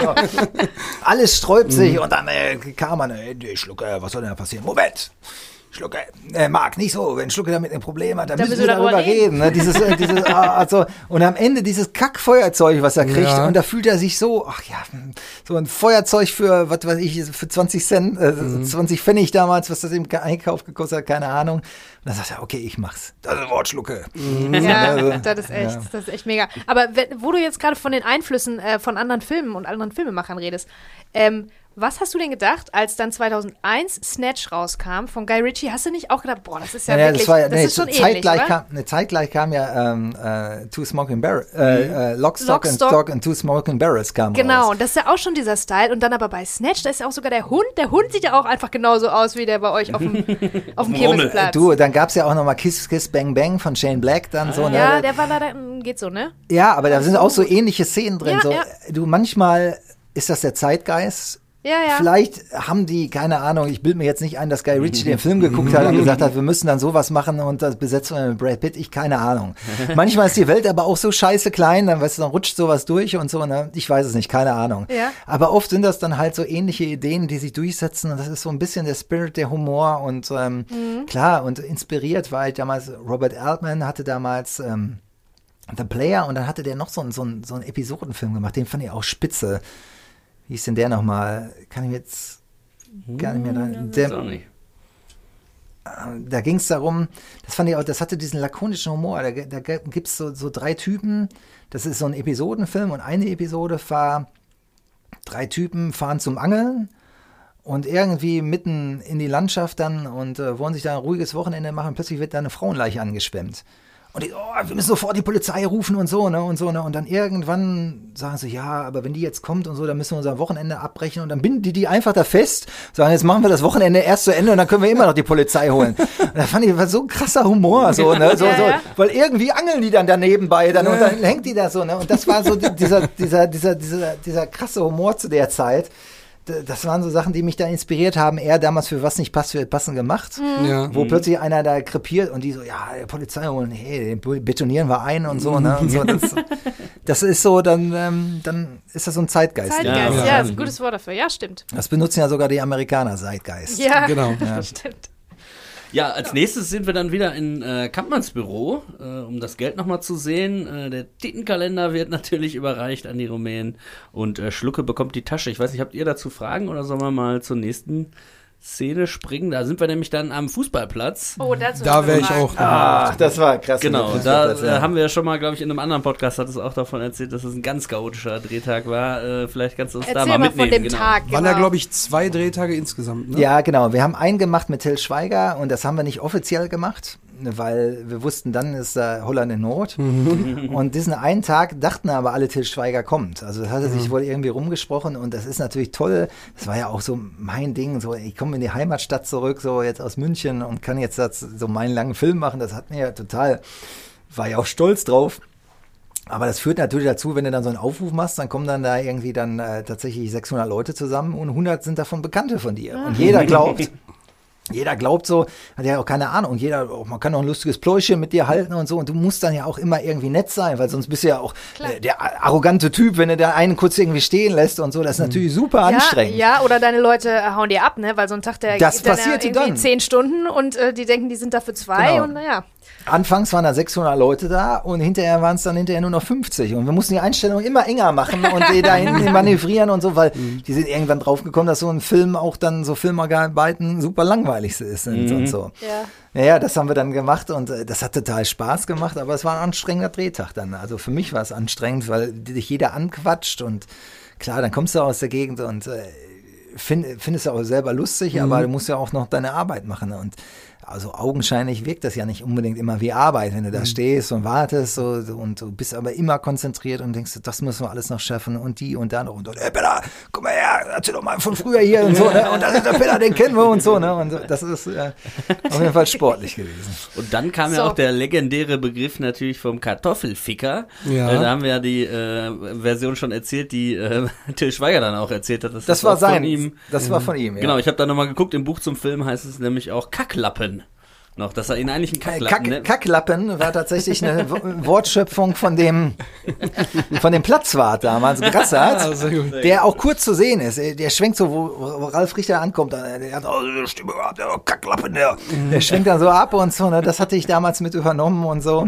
alles sträubt sich und dann kam man, Schlucke, was soll denn da passieren? Moment! Schlucke, Marc, nicht so, wenn Schlucke damit ein Problem hat, dann müssen wir darüber reden. Ne? Also, und am Ende dieses Kackfeuerzeug, was er kriegt, und da fühlt er sich so, so ein Feuerzeug für, was weiß ich, für 20 Cent, 20 Pfennig damals, was das im Einkauf gekostet hat, keine Ahnung. Und dann sagt er, okay, ich mach's. Das ist ein Wort, Schlucke. Ja, das ist echt mega. Aber wo du jetzt gerade von den Einflüssen von anderen Filmen und anderen Filmemachern redest, was hast du denn gedacht, als dann 2001 Snatch rauskam von Guy Ritchie? Hast du nicht auch gedacht, boah, das ist ja wirklich, das ist schon ähnlich, oder? Zeitgleich kam ja Two Smoking Barrels, Lock, Stock and Two Smoking Barrels kam Genau, raus. und das ist ja auch schon dieser Style. Und dann aber bei Snatch, da ist ja auch sogar der Hund. Der Hund sieht ja auch einfach genauso aus, wie der bei euch auf dem Kirmesplatz. Du, dann gab's ja auch nochmal Kiss, Kiss, Bang, Bang von Shane Black dann so. Ja, ne? der war leider, geht so, ne? Ja, aber da sind auch so ähnliche Szenen drin. Ja, so. ja. Du, manchmal ist das der Zeitgeist. Ja. Vielleicht haben die, keine Ahnung, ich bilde mir jetzt nicht ein, dass Guy Ritchie den Film geguckt hat und gesagt hat, wir müssen dann sowas machen und das besetzen wir mit Brad Pitt, keine Ahnung. Manchmal ist die Welt aber auch so scheiße klein, dann rutscht sowas durch und so, ne? Ich weiß es nicht, keine Ahnung. Ja. Aber oft sind das dann halt so ähnliche Ideen, die sich durchsetzen und das ist so ein bisschen der Spirit, der Humor und klar, und inspiriert war ich damals, Robert Altman hatte damals The Player und dann hatte der noch so einen Episodenfilm gemacht, den fand ich auch spitze. Wie ist denn der nochmal? Kann ich jetzt gar nicht mehr dran. Da ging es darum, das fand ich auch, das hatte diesen lakonischen Humor. Da gibt es so 3 Typen, das ist so ein Episodenfilm und eine Episode war, 3 Typen fahren zum Angeln und irgendwie mitten in die Landschaft dann und wollen sich da ein ruhiges Wochenende machen. Plötzlich wird da eine Frauenleiche angeschwemmt. Und wir müssen sofort die Polizei rufen und so, ne? Und dann irgendwann sagen sie, ja, aber wenn die jetzt kommt und so, dann müssen wir unser Wochenende abbrechen und dann binden die einfach da fest, sagen, jetzt machen wir das Wochenende erst zu Ende und dann können wir immer noch die Polizei holen. Und da fand ich, das war so ein krasser Humor, so, ne? So, weil irgendwie angeln die dann daneben bei, dann, und dann hängt die da so, ne? Und das war so dieser krasse Humor zu der Zeit. Das waren so Sachen, die mich da inspiriert haben. Er damals für was nicht passt, wird passend gemacht. Ja. Wo plötzlich einer da krepiert und die so, ja, der Polizei holen, hey, den betonieren wir ein und so, ne? Und so, das ist so, dann ist das so ein Zeitgeist. Zeitgeist, ja, ist ein gutes Wort dafür. Ja, stimmt. Das benutzen ja sogar die Amerikaner, Zeitgeist. Ja, genau. Ja. Stimmt. Ja, als nächstes sind wir dann wieder in Kampmanns Büro, um das Geld nochmal zu sehen. Der Titenkalender wird natürlich überreicht an die Rumänen und Schlucke bekommt die Tasche. Ich weiß nicht, habt ihr dazu Fragen oder sollen wir mal zur nächsten Szene springen? Da sind wir nämlich dann am Fußballplatz. Oh, da wäre ich auch. Ach, das war krass. Genau, da haben wir ja schon mal, glaube ich, in einem anderen Podcast hat es auch davon erzählt, dass es ein ganz chaotischer Drehtag war. Vielleicht kannst du uns da mal mitnehmen. Von dem Tag, Waren da, glaube ich, 2 Drehtage insgesamt, ne? Ja, genau. Wir haben einen gemacht mit Till Schweiger und das haben wir nicht offiziell gemacht, weil wir wussten, dann ist Holland in Not. Und diesen einen Tag dachten aber alle, Till Schweiger kommt. Also das hatte sich wohl irgendwie rumgesprochen und das ist natürlich toll. Das war ja auch so mein Ding, so ich komme in die Heimatstadt zurück, so jetzt aus München und kann jetzt so meinen langen Film machen. Das hat mir ja war ja auch stolz drauf. Aber das führt natürlich dazu, wenn du dann so einen Aufruf machst, dann kommen dann da irgendwie tatsächlich 600 Leute zusammen und 100 sind davon Bekannte von dir. Und jeder glaubt so, hat ja auch keine Ahnung. Und man kann auch ein lustiges Pläuschchen mit dir halten und so. Und du musst dann ja auch immer irgendwie nett sein, weil sonst bist du ja auch der arrogante Typ, wenn du da einen kurz irgendwie stehen lässt und so. Das ist natürlich super anstrengend. Ja, oder deine Leute hauen dir ab, ne? Weil so ein Tag, der das geht dann passiert irgendwie dann 10 Stunden und die denken, die sind dafür 2 Genau. und naja. Anfangs waren da 600 Leute da und hinterher waren es dann nur noch 50. Und wir mussten die Einstellung immer enger machen und die da hinten manövrieren und so, weil die sind irgendwann draufgekommen, dass so ein Film auch dann so Filmarbeiten super langweilig ist und so. Ja. Naja, das haben wir dann gemacht und das hat total Spaß gemacht, aber es war ein anstrengender Drehtag dann. Also für mich war es anstrengend, weil dich jeder anquatscht und klar, dann kommst du aus der Gegend und findest du auch selber lustig, aber du musst ja auch noch deine Arbeit machen und also augenscheinlich wirkt das ja nicht unbedingt immer wie Arbeit, wenn du da stehst und wartest und du bist aber immer konzentriert und denkst, das müssen wir alles noch schaffen und die und da noch und hey Peter, komm mal her, erzähl doch mal von früher hier und so, ne? Und das ist der Peter, den kennen wir und so, ne? Und das ist auf jeden Fall sportlich gewesen. Und dann kam ja auch der legendäre Begriff natürlich vom Kartoffelficker. Ja. Da haben wir ja die Version schon erzählt, die Till Schweiger dann auch erzählt hat. Das war von ihm. Das war von ihm, ja. Genau, ich habe da nochmal geguckt, im Buch zum Film heißt es nämlich auch Kacklappen. noch, dass er ihn eigentlich einen Kacklappen nennt. Kacklappen war tatsächlich eine Wortschöpfung von dem Platzwart damals, Grassert, der auch kurz zu sehen ist. Der schwenkt so, wo Ralf Richter ankommt, der hat eine Stimme gehabt, der Kacklappen, der schwenkt dann so ab und so, ne? Das hatte ich damals mit übernommen und so.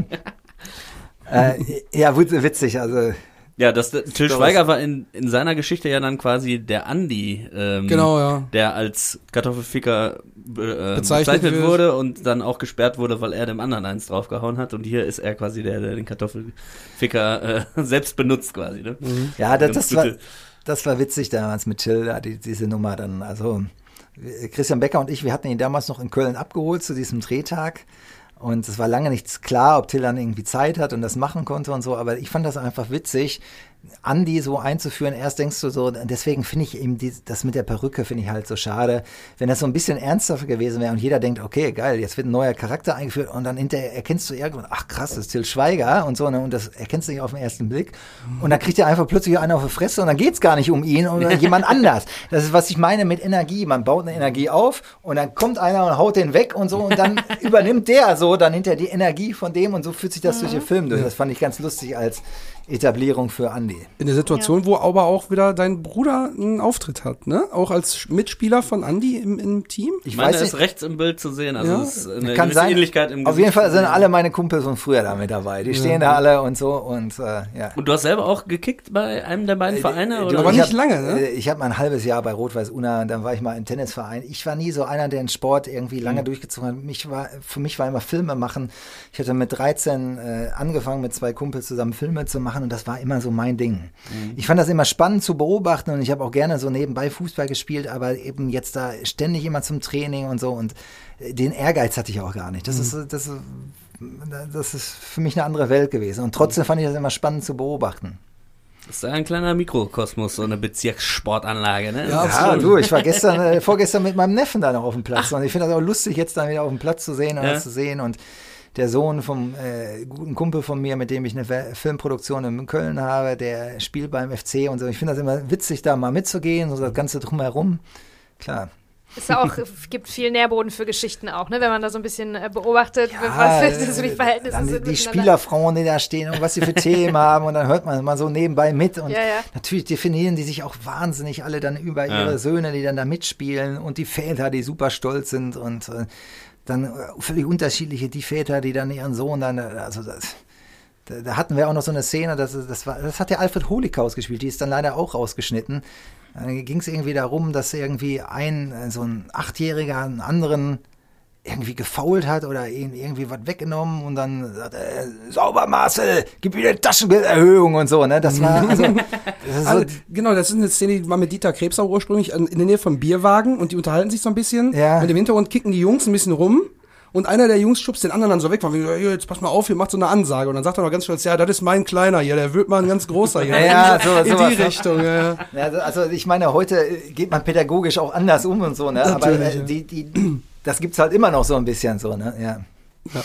Ja, witzig, also. Ja, Till Schweiger war in seiner Geschichte ja dann quasi der Andi, genau, ja. Der als Kartoffelficker bezeichnet wurde und dann auch gesperrt wurde, weil er dem anderen eins draufgehauen hat. Und hier ist er quasi der den Kartoffelficker selbst benutzt quasi. Ne? Ja, das war witzig damals mit Till, diese Nummer dann. Also Christian Becker und ich, wir hatten ihn damals noch in Köln abgeholt zu diesem Drehtag. Und es war lange nicht klar, ob Till dann irgendwie Zeit hat und das machen konnte und so. Aber ich fand das einfach witzig, Andi so einzuführen. Erst denkst du so, deswegen finde ich eben das mit der Perücke finde ich halt so schade. Wenn das so ein bisschen ernster gewesen wäre und jeder denkt, okay, geil, jetzt wird ein neuer Charakter eingeführt und dann hinterher erkennst du irgendwann, ach krass, das ist Till Schweiger und so, ne, und das erkennst du nicht auf den ersten Blick. Und dann kriegt er einfach plötzlich einen auf die Fresse und dann geht's gar nicht um ihn oder jemand anders. Das ist, was ich meine mit Energie. Man baut eine Energie auf und dann kommt einer und haut den weg und so und dann übernimmt der so dann hinterher die Energie von dem und so führt sich das durch den Film durch. Das fand ich ganz lustig als Etablierung für Andi. In der Situation, wo aber auch wieder dein Bruder einen Auftritt hat, ne? Auch als Mitspieler von Andi im Team? Ich meine, er ist rechts im Bild zu sehen, also es ist eine kann gewisse sein. Ähnlichkeit im Gesicht. Auf jeden Fall sind alle meine Kumpels von früher da mit dabei. Die stehen da alle und so und ja. Und du hast selber auch gekickt bei einem der beiden Vereine? Oder? Aber nicht lange, ne? Ich habe mal ein halbes Jahr bei Rot-Weiß Unna und dann war ich mal im Tennisverein. Ich war nie so einer, der den Sport irgendwie lange durchgezogen hat. Für mich war immer Filme machen. Ich hatte mit 13 angefangen, mit 2 Kumpels zusammen Filme zu machen und das war immer so mein Ding. Ich fand das immer spannend zu beobachten und ich habe auch gerne so nebenbei Fußball gespielt, aber eben jetzt da ständig immer zum Training und so und den Ehrgeiz hatte ich auch gar nicht. Das ist für mich eine andere Welt gewesen und trotzdem fand ich das immer spannend zu beobachten. Das ist ein kleiner Mikrokosmos, so eine Bezirkssportanlage, ne? Ja, du, ich war vorgestern mit meinem Neffen da noch auf dem Platz und ich finde das auch lustig, jetzt dann wieder auf dem Platz zu sehen und das zu sehen und der Sohn vom guten Kumpel von mir, mit dem ich eine Filmproduktion in Köln habe, der spielt beim FC und so. Ich finde das immer witzig, da mal mitzugehen, so das Ganze drumherum. Klar. Gibt viel Nährboden für Geschichten auch, ne? Wenn man da so ein bisschen beobachtet, ja, was so die Verhältnisse sind. Die Spielerfrauen, die da stehen und was sie für Themen haben und dann hört man mal so nebenbei mit und natürlich definieren die sich auch wahnsinnig alle dann über ihre Söhne, die dann da mitspielen und die Väter, die super stolz sind und dann völlig unterschiedliche, die Väter, die dann ihren Sohn dann, also da hatten wir auch noch so eine Szene, das hat der Alfred Holikaus gespielt, die ist dann leider auch rausgeschnitten. Dann ging es irgendwie darum, dass irgendwie so ein 8-Jähriger einen anderen irgendwie gefoult hat oder ihn irgendwie was weggenommen und dann sagt er, sauber Marcel, gib wieder Taschengelderhöhung und so, ne? Das war, genau, das ist eine Szene, die war mit Dieter Krebs auch ursprünglich in der Nähe vom Bierwagen und die unterhalten sich so ein bisschen. Ja. Und im Hintergrund kicken die Jungs ein bisschen rum und einer der Jungs schubst den anderen dann so weg, weil jetzt pass mal auf, hier macht so eine Ansage und dann sagt er noch ganz stolz, ja, das ist mein Kleiner hier, der wird mal ein ganz großer hier. Ja, in die Richtung. Ja. Also ich meine, heute geht man pädagogisch auch anders um und so, ne? Aber das gibt's halt immer noch so ein bisschen so, ne? Ja.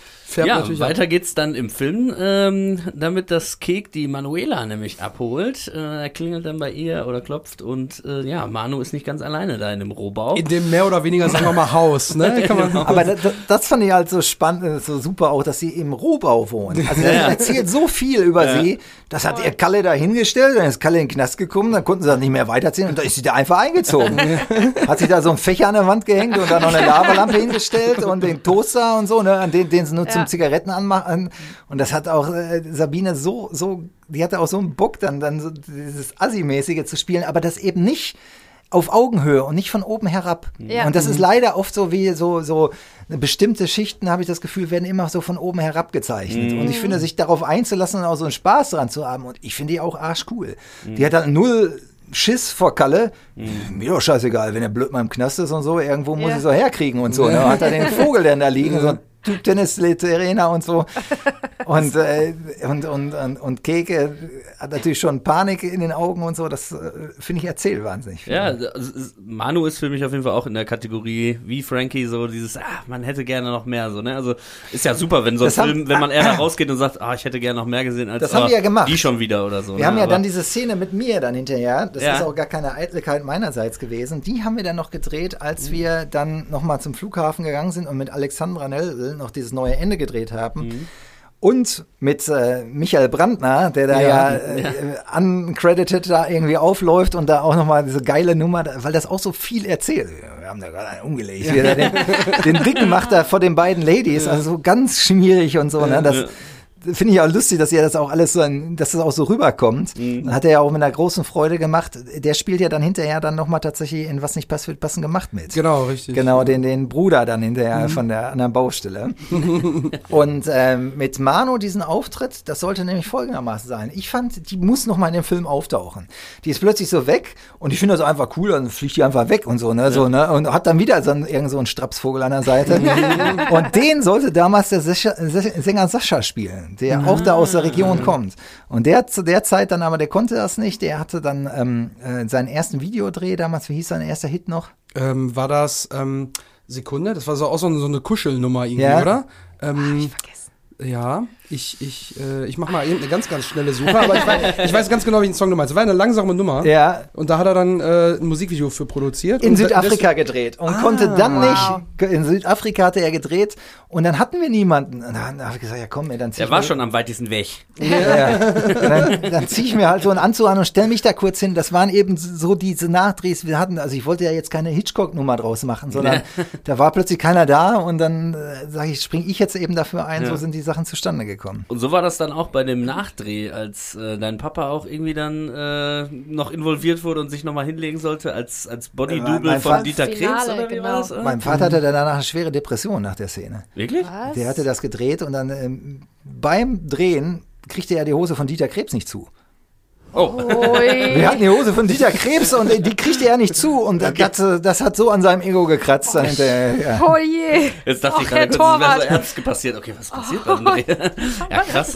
Weiter geht's dann im Film, damit das Kek die Manuela nämlich abholt. Er klingelt dann bei ihr oder klopft und Manu ist nicht ganz alleine da in dem Rohbau. In dem mehr oder weniger, sagen wir mal, Haus, ne? Aber das fand ich halt so spannend, so super auch, dass sie im Rohbau wohnt. Also das erzählt so viel über sie. Das hat ihr Kalle da hingestellt, dann ist Kalle in den Knast gekommen, dann konnten sie das nicht mehr weiterziehen und da ist sie da einfach eingezogen. Hat sich da so ein Fächer an der Wand gehängt und dann noch eine Lavalampe hingestellt und den Toaster und so, ne, an den sie nur zum Zigaretten anmachen. Und das hat auch Sabine die hatte auch so einen Bock, dann so dieses Assi-mäßige zu spielen, aber das eben nicht auf Augenhöhe und nicht von oben herab. Ja. Und das ist leider oft so wie so bestimmte Schichten, habe ich das Gefühl, werden immer so von oben herab gezeichnet. Und ich finde, sich darauf einzulassen und auch so einen Spaß dran zu haben, und ich finde die auch arschcool. Die hat halt null Schiss vor Kalle. Mir doch scheißegal, wenn er blöd mal im Knast ist und so, irgendwo muss ich so herkriegen und so. Ne? Hat er den Vogel denn da liegen, so ein Typ Tennis-Trainer und so. Und Keke hat natürlich schon Panik in den Augen und so. Das finde ich erzählt wahnsinnig viel. Ja, Manu ist für mich auf jeden Fall auch in der Kategorie wie Frankie, so dieses, man hätte gerne noch mehr, so, ne? Also ist ja super, wenn so ein Film, wenn man eher da rausgeht und sagt, ich hätte gerne noch mehr gesehen als das haben wir ja gemacht. Die schon wieder oder so. Wir haben ja dann diese Szene mit mir dann hinterher, das Ja. ist auch gar keine Eitelkeit meinerseits gewesen, die haben wir dann noch gedreht, als wir dann nochmal zum Flughafen gegangen sind und mit Alexandra Nell noch dieses neue Ende gedreht haben. Und mit Michael Brandner, der da uncredited da irgendwie aufläuft und da auch nochmal diese geile Nummer, weil das auch so viel erzählt. Wir haben da gerade einen umgelegt. Wie er den Dicken macht da vor den beiden Ladies, also so ganz schmierig und so. Ne? Das finde ich auch lustig, dass das auch alles so, dass das auch so rüberkommt. Hat er ja auch mit einer großen Freude gemacht. Der spielt ja dann hinterher dann nochmal tatsächlich in Was nicht passt, wird passen gemacht mit. Genau, richtig. Genau, den Bruder dann hinterher von der anderen Baustelle. Und mit Manu diesen Auftritt, das sollte nämlich folgendermaßen sein. Ich fand, die muss nochmal in dem Film auftauchen. Die ist plötzlich so weg und ich finde das einfach cool, dann fliegt die einfach weg und so, ne? So, ne? Und hat dann wieder irgend so einen Strapsvogel an der Seite. Und den sollte damals der Sänger Sascha spielen, der auch da aus der Region kommt. Und der zu der Zeit dann aber, der konnte das nicht, der hatte dann seinen ersten Videodreh damals, wie hieß sein erster Hit noch? War das, Sekunde, das war so auch so eine Kuschelnummer irgendwie, oder? Ich vergessen. Ja, ich mach mal eben eine ganz, ganz schnelle Suche, aber ich weiß ganz genau, welchen Song du meinst. Es war eine langsame Nummer. Ja. Und da hat er dann ein Musikvideo für produziert. In Südafrika gedreht und konnte dann nicht, in Südafrika hatte er gedreht und dann hatten wir niemanden. Und dann habe ich gesagt, ja komm, dann zieh ich Der war schon am weitesten weg. Dann ziehe ich mir halt so einen Anzug an und stelle mich da kurz hin. Das waren eben so diese Nachdrehs, wir hatten, also ich wollte ja jetzt keine Hitchcock-Nummer draus machen, sondern da war plötzlich keiner da und dann sage ich, springe ich jetzt eben dafür ein, so sind die Sachen zustande gekommen. Und so war das dann auch bei dem Nachdreh, als dein Papa auch irgendwie dann noch involviert wurde und sich nochmal hinlegen sollte als Body-Double von Dieter Krebs, Finale, oder wie war das? Mein Vater hatte danach eine schwere Depression nach der Szene. Wirklich? Was? Der hatte das gedreht und dann beim Drehen kriegte er die Hose von Dieter Krebs nicht zu. Wir hatten die Hose von Dieter Krebs und die kriegte er nicht zu und das hat so an seinem Ego gekratzt. Dann hinterher, Oh je. Jetzt dachte ich gerade, das wäre so ernst passiert. Okay, was passiert beim Dreh? Ja, krass.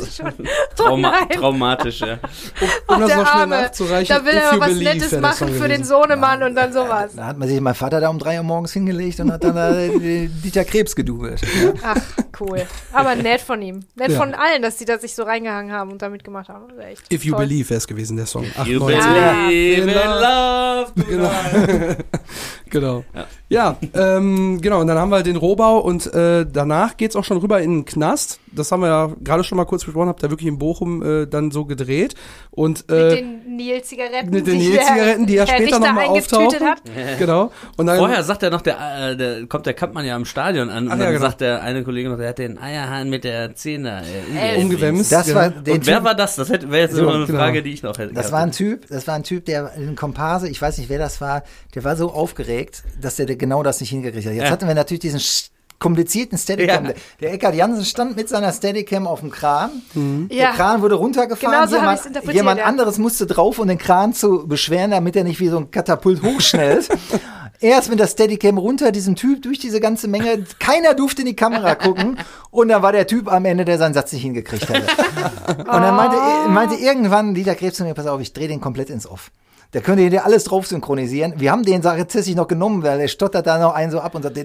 Traumatisch, ja. Um das der noch schnell Arme. nachzureichen. Da will er was Nettes machen für den Sohnemann und dann sowas. Da hat man sich mein Vater da um 3 Uhr morgens hingelegt und hat dann da Dieter Krebs gedoubelt. Ja. Ach, cool. Aber nett von ihm. Nett von allen, dass die da sich so reingehangen haben und da mitgemacht haben. Das ist echt If You toll. Believe wäre es gewesen, der Song. You 98. believe in love tonight. Genau. Ja, genau. Und dann haben wir halt den Rohbau und danach geht's auch schon rüber in den Knast. Das haben wir ja gerade schon mal kurz besprochen, habt ihr wirklich in Bochum dann so gedreht. Und, mit den Nil-Zigaretten. Mit den Nil-Zigaretten, die ja später nochmal auftauchen. Hat. Genau. Und dann, Vorher sagt er noch, kommt der Kampmann ja im Stadion an und dann genau. sagt der eine Kollege noch, der hat den Eierhahn mit der Zehner umgewämst. Das war Und wer war das? Das wäre jetzt So, noch eine genau. Frage, die ich noch hätte. Das war ein Typ, der ein Komparse, ich weiß nicht, wer das war, der war so aufgeregt, dass der genau das nicht hingekriegt hat. Jetzt hatten wir natürlich diesen komplizierten Steadicam. Ja. Der Eckhard Jansen stand mit seiner Steadicam auf dem Kran. Der Ja. Kran wurde runtergefahren. Genau so habe ich's interpretiert, jemand ja. anderes musste drauf, um den Kran zu beschweren, damit er nicht wie so ein Katapult hochschnellt. Er ist mit der Steadicam runter, diesem Typ durch diese ganze Menge. Keiner durfte in die Kamera gucken. Und dann war der Typ am Ende, der seinen Satz nicht hingekriegt hatte. Und dann meinte irgendwann Dieter Krebs zu mir, pass auf, ich drehe den komplett ins Off. Da könnt ihr dir alles drauf synchronisieren. Wir haben den tatsächlich noch genommen, weil der stottert da noch einen so ab und sagt, den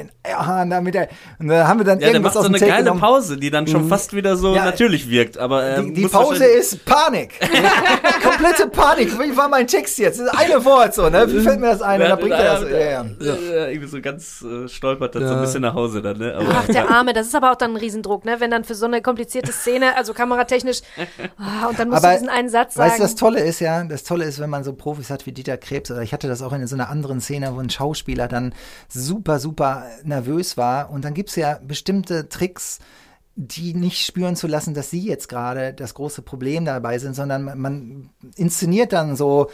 da mit der, und dann haben wir dann Ja, der irgendwas macht so aus dem eine Take geile genommen. Pause, die dann schon fast wieder so Ja, natürlich wirkt. Aber Die Pause ist Panik. Komplette Panik. Wie war mein Text jetzt? Das ist eine Wort so, ne? Wie fällt mir das ein? Und dann bringt er das. Irgendwie so ganz stolpert dann so ein bisschen nach Hause dann, ne? Aber, Ach, der Arme, das ist aber auch dann ein Riesendruck, ne? Wenn dann für so eine komplizierte Szene, also kameratechnisch, und dann musst du diesen einen Satz sagen. Weißt du, das Tolle ist, wenn man so Profis hat wie Dieter Krebs, oder ich hatte das auch in so einer anderen Szene, wo ein Schauspieler dann super, super nervös war. Und dann gibt's ja bestimmte Tricks, die nicht spüren zu lassen, dass sie jetzt gerade das große Problem dabei sind, sondern man inszeniert dann so,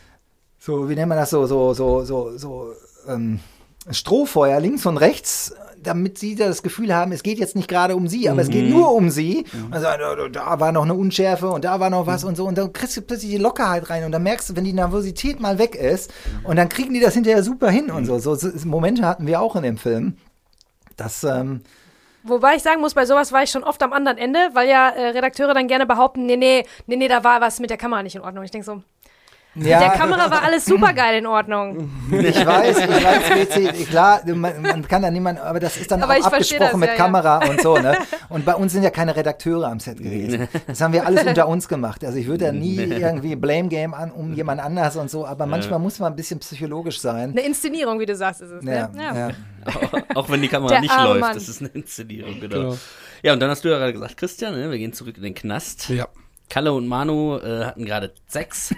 wie nennt man das, Strohfeuer links und rechts, damit sie das Gefühl haben, es geht jetzt nicht gerade um sie, aber es geht nur um sie. Also, da war noch eine Unschärfe und da war noch was und so. Und dann kriegst du plötzlich die Lockerheit rein und dann merkst du, wenn die Nervosität mal weg ist und dann kriegen die das hinterher super hin und so. So Momente hatten wir auch in dem Film. Das Wobei ich sagen muss, bei sowas war ich schon oft am anderen Ende, weil ja Redakteure dann gerne behaupten, nee, da war was mit der Kamera nicht in Ordnung. Ich denke so, mit der Kamera war alles super geil in Ordnung. Ich weiß, WC, klar, man kann da niemand, aber das ist dann aber auch abgesprochen mit Kamera und so, ne? Und bei uns sind ja keine Redakteure am Set gewesen. Das haben wir alles unter uns gemacht. Also ich würde da nie irgendwie Blame Game um jemand anders und so, aber manchmal muss man ein bisschen psychologisch sein. Eine Inszenierung, wie du sagst, ist es, ne? Ja. Auch wenn die Kamera nicht läuft, Mann. das ist eine Inszenierung, genau. Ja, und dann hast du ja gerade gesagt, Christian, ne, wir gehen zurück in den Knast. Ja. Kalle und Manu hatten gerade Sex.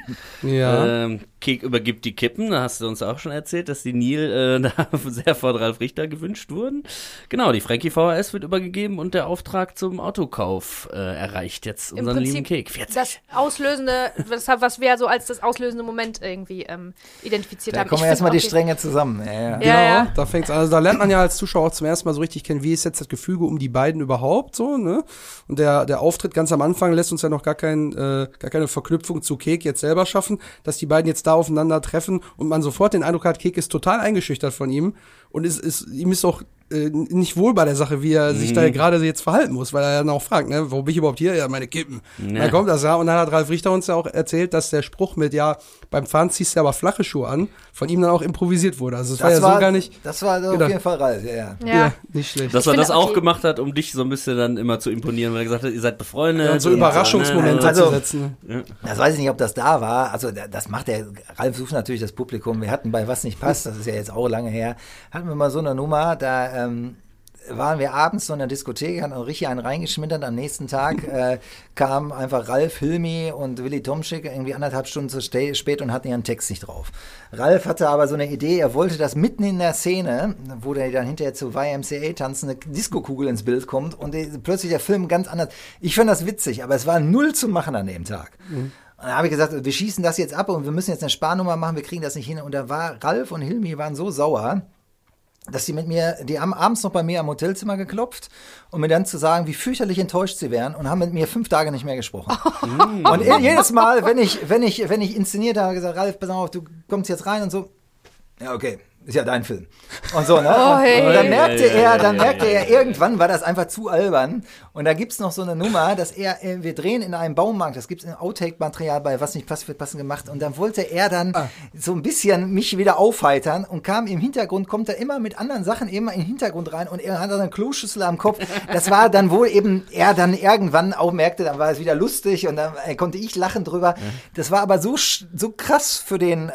Ja. Kek übergibt die Kippen. Da hast du uns auch schon erzählt, dass die Nil da sehr von Ralf Richter gewünscht wurden. Genau, die Frankie VHS wird übergegeben und der Auftrag zum Autokauf erreicht jetzt unseren lieben Kek. 40. Das Auslösende, was wir so als das auslösende Moment irgendwie identifiziert haben. Da kommen erstmal die Stränge zusammen. Genau, da fängt's an. Also da lernt man ja als Zuschauer auch zum ersten Mal so richtig kennen, wie ist jetzt das Gefüge um die beiden überhaupt so, ne? Und der Auftritt ganz am Anfang lässt uns ja noch gar keine Verknüpfung zu Kek jetzt selber schaffen, dass die beiden jetzt da aufeinander treffen und man sofort den Eindruck hat, Kek ist total eingeschüchtert von ihm und ihm ist auch nicht wohl bei der Sache, wie er sich da gerade jetzt verhalten muss, weil er dann auch fragt, ne, warum bin ich überhaupt hier? Ja, meine Kippen. Ja. Dann kommt das ja und dann hat Ralf Richter uns ja auch erzählt, dass der Spruch mit, ja, beim Fahren ziehst du aber flache Schuhe an, von ihm dann auch improvisiert wurde. Also das war so gar nicht. Das war auf jeden Fall Ralf, ja, nicht schlecht. Dass er das auch gemacht hat, um dich so ein bisschen dann immer zu imponieren, weil er gesagt hat, ihr seid befreundet. Ja, und so Überraschungsmomente zu setzen. Das weiß ich nicht, ob das da war. Also das macht Ralf sucht natürlich das Publikum. Wir hatten bei Was nicht passt, das ist ja jetzt auch lange her, hatten wir mal so eine Nummer, da waren wir abends so in der Diskothek, hatten auch richtig einen reingeschmittert. Am nächsten Tag kamen einfach Ralf, Hilmi und Willi Tomschick irgendwie 1,5 Stunden zu spät und hatten ihren Text nicht drauf. Ralf hatte aber so eine Idee, er wollte, dass mitten in der Szene, wo der dann hinterher zu YMCA tanzen, eine Diskokugel ins Bild kommt und plötzlich der Film ganz anders. Ich fand das witzig, aber es war null zu machen an dem Tag. Und dann habe ich gesagt, wir schießen das jetzt ab und wir müssen jetzt eine Sparnummer machen, wir kriegen das nicht hin. Und da war Ralf und Hilmi waren so sauer, dass die haben abends noch bei mir am Hotelzimmer geklopft, um mir dann zu sagen, wie fürchterlich enttäuscht sie wären und haben mit mir 5 Tage nicht mehr gesprochen. Und jedes Mal, wenn ich inszeniert habe, gesagt, Ralf, pass auf, du kommst jetzt rein und so, ja, okay. Ist ja dein Film. Und so, ne? Und dann merkte er, irgendwann war das einfach zu albern. Und da gibt's noch so eine Nummer, dass wir drehen in einem Baumarkt, das gibt's in Outtake-Material bei Was nicht passt, wird passend gemacht. Und dann wollte er dann so ein bisschen mich wieder aufheitern und kommt er immer mit anderen Sachen immer in den Hintergrund rein und er hat dann eine Kloschüssel am Kopf. Das war dann wohl eben, er dann irgendwann auch merkte, dann war es wieder lustig und dann konnte ich lachen drüber. Das war aber so krass für den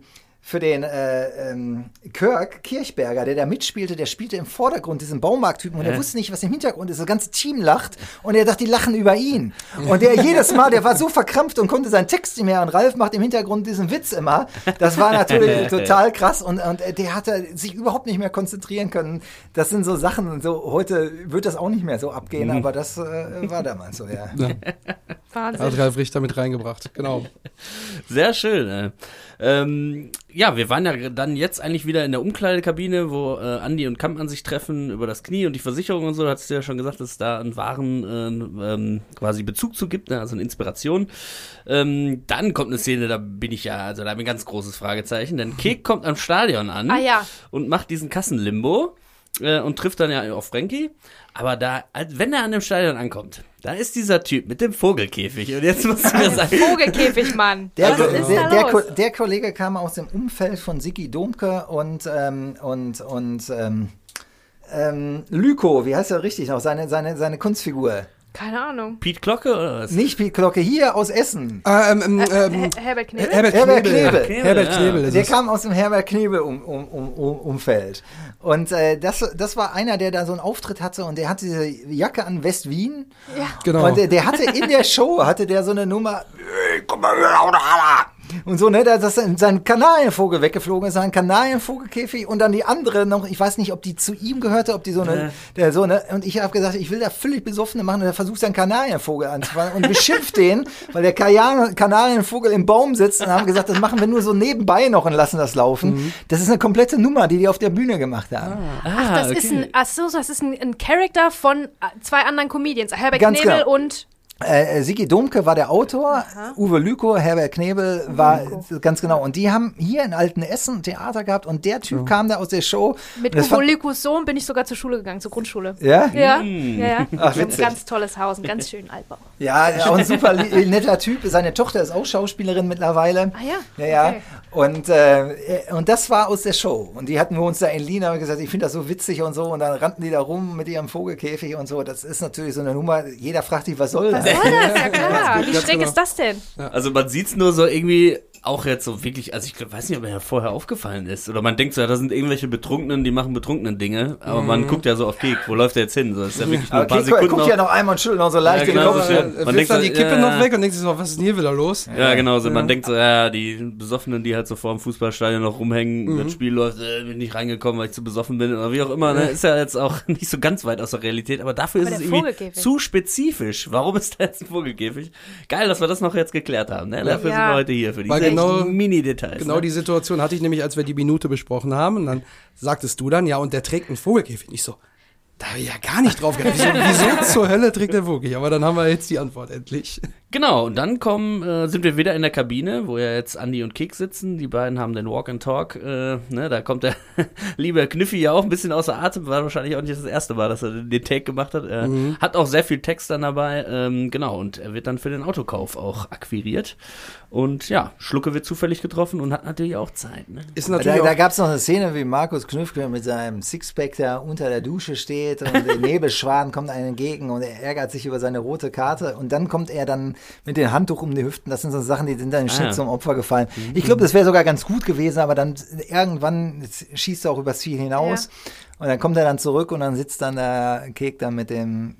Kirk Kirchberger, der da mitspielte, der spielte im Vordergrund diesen Baumarkttypen und er wusste nicht, was im Hintergrund ist. Das ganze Team lacht und er dachte, die lachen über ihn. Und der jedes Mal, der war so verkrampft und konnte seinen Text nicht mehr und Ralf macht im Hintergrund diesen Witz immer. Das war natürlich total krass und der hatte sich überhaupt nicht mehr konzentrieren können. Das sind so Sachen, so heute wird das auch nicht mehr so abgehen, aber das war damals so, ja. Wahnsinn. Hat Ralf Richter mit reingebracht, genau. Sehr schön. Ja, wir waren ja dann jetzt eigentlich wieder in der Umkleidekabine, wo Andi und Kampmann sich treffen über das Knie und die Versicherung und so. Da hattest du ja schon gesagt, dass es da einen wahren quasi Bezug zu gibt, ne? Also eine Inspiration. Dann kommt eine Szene, da habe ich ein ganz großes Fragezeichen, denn Kek kommt am Stadion an und macht diesen Kassenlimbo und trifft dann ja auf Frankie. Aber wenn er an dem Stadion ankommt, da ist dieser Typ mit dem Vogelkäfig. Und jetzt muss ich mir sagen. Vogelkäfig, Mann. Der Kollege kam aus dem Umfeld von Sigi Domke und Lyko, wie heißt er richtig noch? Seine Kunstfigur. Keine Ahnung. Piet Glocke oder was? Nicht Piet Glocke, hier aus Essen. Herbert Knebel? Herbert Knebel. Herbert Knebel. Der kam aus dem Herbert Knebel Umfeld. Und das war einer, der da so einen Auftritt hatte und der hatte diese Jacke an West-Wien. Ja. Genau. Und der hatte in der Show, so eine Nummer, komm mal her, und so, ne, dass sein Kanarienvogel weggeflogen ist, sein Kanarienvogelkäfig und dann die andere noch, ich weiß nicht, ob die zu ihm gehörte, ob die so eine, und ich habe gesagt, ich will da völlig Besoffene machen und er versucht seinen Kanarienvogel anzufangen und beschimpft den, weil der Kanarienvogel im Baum sitzt und haben gesagt, das machen wir nur so nebenbei noch und lassen das laufen. Das ist eine komplette Nummer, die auf der Bühne gemacht haben. Das ist ein Charakter von 2 anderen Comedians, Herbert Ganz Knebel genau. und Sigi Domke war der Autor, Uwe Lükow, Herbert Knebel war ganz genau. Und die haben hier in Altenessen ein Theater gehabt und der Typ kam da aus der Show. Mit Uwe Lükows Sohn bin ich sogar zur Schule gegangen, zur Grundschule. Ja? Ja. Ach, Ein ganz tolles Haus, einen ganz schönen Altbau. Ja, auch ein super netter Typ. Seine Tochter ist auch Schauspielerin mittlerweile. Ah ja? Ja. Okay. Und das war aus der Show. Und die hatten wir uns da in Lina und gesagt, ich finde das so witzig und so. Und dann rannten die da rum mit ihrem Vogelkäfig und so. Das ist natürlich so eine Nummer. Jeder fragt sich, was soll das? Was soll das? Ja klar. Wie schräg ist das denn? Also man sieht's nur so irgendwie auch jetzt so wirklich, also ich weiß nicht, ob mir ja vorher aufgefallen ist. Oder man denkt so, ja, da sind irgendwelche Betrunkenen, die machen betrunkenen Dinge. Aber man guckt ja so auf Kek, wo läuft der jetzt hin? So, das ist ja wirklich nur ein paar Sekunden. Guckt ja noch einmal und schüttelt noch so leicht. Ja, genau, den Kopf. man Man denkt dann so, die Kippe noch weg und denkt sich so, was ist denn hier wieder los? Ja, genau, so man denkt so, ja, die Besoffenen, die halt so vor dem Fußballstadion noch rumhängen, das Spiel läuft, bin nicht reingekommen, weil ich zu besoffen bin oder wie auch immer, ne? Ist ja jetzt auch nicht so ganz weit aus der Realität, aber dafür ist es irgendwie zu spezifisch. Warum ist da jetzt ein Vogelkäfig? Geil, dass wir das noch jetzt geklärt haben, ne? Dafür sind wir heute hier, für diese Mini-Details. Genau die Situation hatte ich nämlich, als wir die Minute besprochen haben und dann sagtest du dann, ja, und der trägt einen Vogelkäfig. Nicht so, da habe ich ja gar nicht drauf gedacht. Wieso zur Hölle trägt der Vogelkäfig? Aber dann haben wir jetzt die Antwort endlich. Genau, und dann sind wir wieder in der Kabine, wo ja jetzt Andi und Kek sitzen. Die beiden haben den Walk and Talk. Da kommt der liebe Knüffi ja auch ein bisschen außer Atem. War wahrscheinlich auch nicht das erste Mal, dass er den Take gemacht hat. Er hat auch sehr viel Text dann dabei. Genau, und er wird dann für den Autokauf auch akquiriert. Und ja, Schlucke wird zufällig getroffen und hat natürlich auch Zeit. Ne? Ist natürlich da gab es noch eine Szene, wie Markus Knüffke mit seinem Sixpack da unter der Dusche steht und der Nebelschwaden kommt einem entgegen und er ärgert sich über seine rote Karte und dann kommt er dann mit dem Handtuch um die Hüften. Das sind so Sachen, die sind dann im Schnitt zum Opfer gefallen. Ich glaube, das wäre sogar ganz gut gewesen, aber dann irgendwann schießt er auch übers Ziel hinaus. Ja. Und dann kommt er dann zurück und dann sitzt dann der Kek da mit dem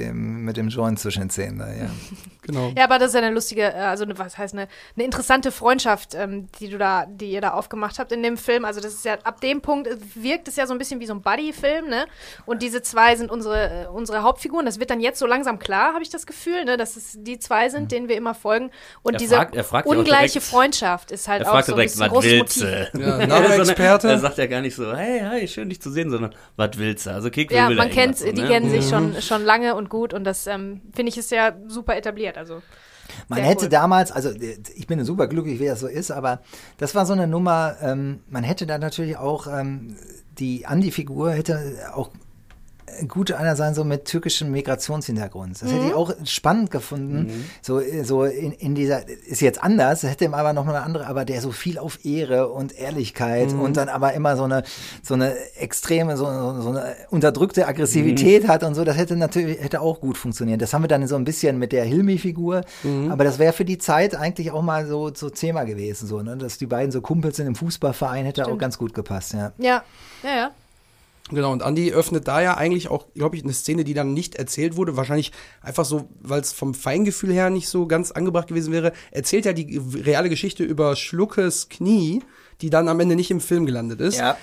Joint zwischen den Zähnen da, ja. Genau. Ja, aber das ist ja eine lustige, eine interessante Freundschaft, die ihr da aufgemacht habt in dem Film. Also das ist ja, ab dem Punkt wirkt es ja so ein bisschen wie so ein Buddy-Film, ne? Und diese zwei sind unsere Hauptfiguren. Das wird dann jetzt so langsam klar, habe ich das Gefühl, ne? Dass es die zwei sind, denen wir immer folgen. Und er fragt ungleiche Freundschaft ist halt auch so ein bisschen großes Motiv. Ja, Name-Experte. Er sagt ja gar nicht so, hey, schön dich zu sehen, sondern was willst du? Also Kek will ja, wieder man kennt, die ne? kennen sich schon lange und gut und das finde ich ist ja super etabliert. Also man hätte damals, also ich bin super glücklich, wie das so ist, aber das war so eine Nummer, man hätte da natürlich auch, die Andi-Figur hätte auch gut einer sein, so mit türkischem Migrationshintergrund. Das hätte ich auch spannend gefunden. So in dieser, ist jetzt anders, hätte ihm aber noch mal eine andere, aber der so viel auf Ehre und Ehrlichkeit und dann aber immer so eine extreme, so eine unterdrückte Aggressivität hat und so, das hätte auch gut funktioniert. Das haben wir dann so ein bisschen mit der Hilmi-Figur, aber das wäre für die Zeit eigentlich auch mal so Thema gewesen, so, ne? Dass die beiden so Kumpels sind im Fußballverein, hätte auch ganz gut gepasst, ja. Ja. Genau, und Andi öffnet da ja eigentlich auch, glaube ich, eine Szene, die dann nicht erzählt wurde, wahrscheinlich einfach so, weil es vom Feingefühl her nicht so ganz angebracht gewesen wäre, erzählt ja die reale Geschichte über Schluckes Knie, die dann am Ende nicht im Film gelandet ist. Ja.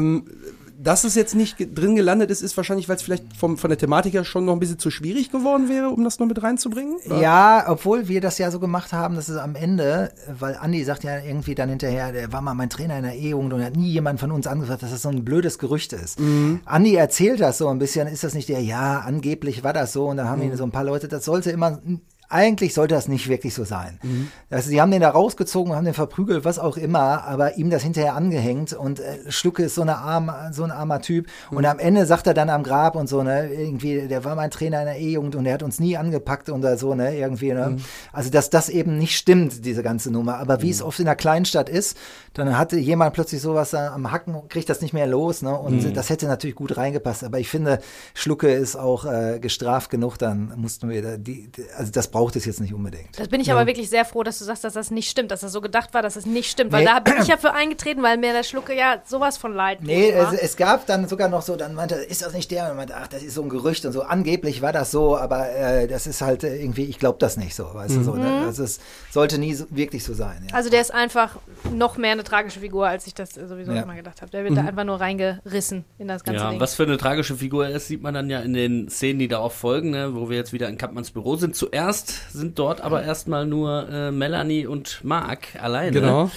Dass es jetzt nicht drin gelandet ist wahrscheinlich, weil es vielleicht von der Thematik her schon noch ein bisschen zu schwierig geworden wäre, um das noch mit reinzubringen? Oder? Ja, obwohl wir das ja so gemacht haben, dass es am Ende, weil Andi sagt ja irgendwie dann hinterher, der war mal mein Trainer in der E-Jugend und hat nie jemand von uns angefragt, dass das so ein blödes Gerücht ist. Andi erzählt das so ein bisschen, ist das nicht ja, angeblich war das so und dann haben ihn so ein paar Leute, das sollte immer... Eigentlich sollte das nicht wirklich so sein. Also sie haben den da rausgezogen, haben den verprügelt, was auch immer, aber ihm das hinterher angehängt und Schlucke ist so ein armer Typ und am Ende sagt er dann am Grab und so, ne, irgendwie, der war mein Trainer in der E-Jugend und der hat uns nie angepackt und so, ne, irgendwie, ne. Also, dass das eben nicht stimmt, diese ganze Nummer, aber wie es oft in einer Kleinstadt ist, dann hatte jemand plötzlich sowas am Hacken, kriegt das nicht mehr los, ne, und das hätte natürlich gut reingepasst, aber ich finde, Schlucke ist auch gestraft genug, dann mussten wir also das braucht es jetzt nicht unbedingt. Das bin ich aber wirklich sehr froh, dass du sagst, dass das nicht stimmt, dass das so gedacht war, dass es nicht stimmt, weil da bin ich ja für eingetreten, weil mir der Schlucke ja sowas von leid tut. Nee, es gab dann sogar noch so, dann meinte er, ist das nicht der? Und man meinte, ach, das ist so ein Gerücht und so, angeblich war das so, aber das ist halt irgendwie, ich glaube das nicht so, weißt du, so. Also es sollte nie wirklich so sein. Ja. Also der ist einfach noch mehr eine tragische Figur, als ich das sowieso immer gedacht habe. Der wird da einfach nur reingerissen in das ganze Ding. Was für eine tragische Figur er ist, sieht man dann ja in den Szenen, die darauf folgen, ne, wo wir jetzt wieder in Kampmanns Büro sind. Zuerst sind dort aber erstmal nur Melanie und Marc alleine. Genau.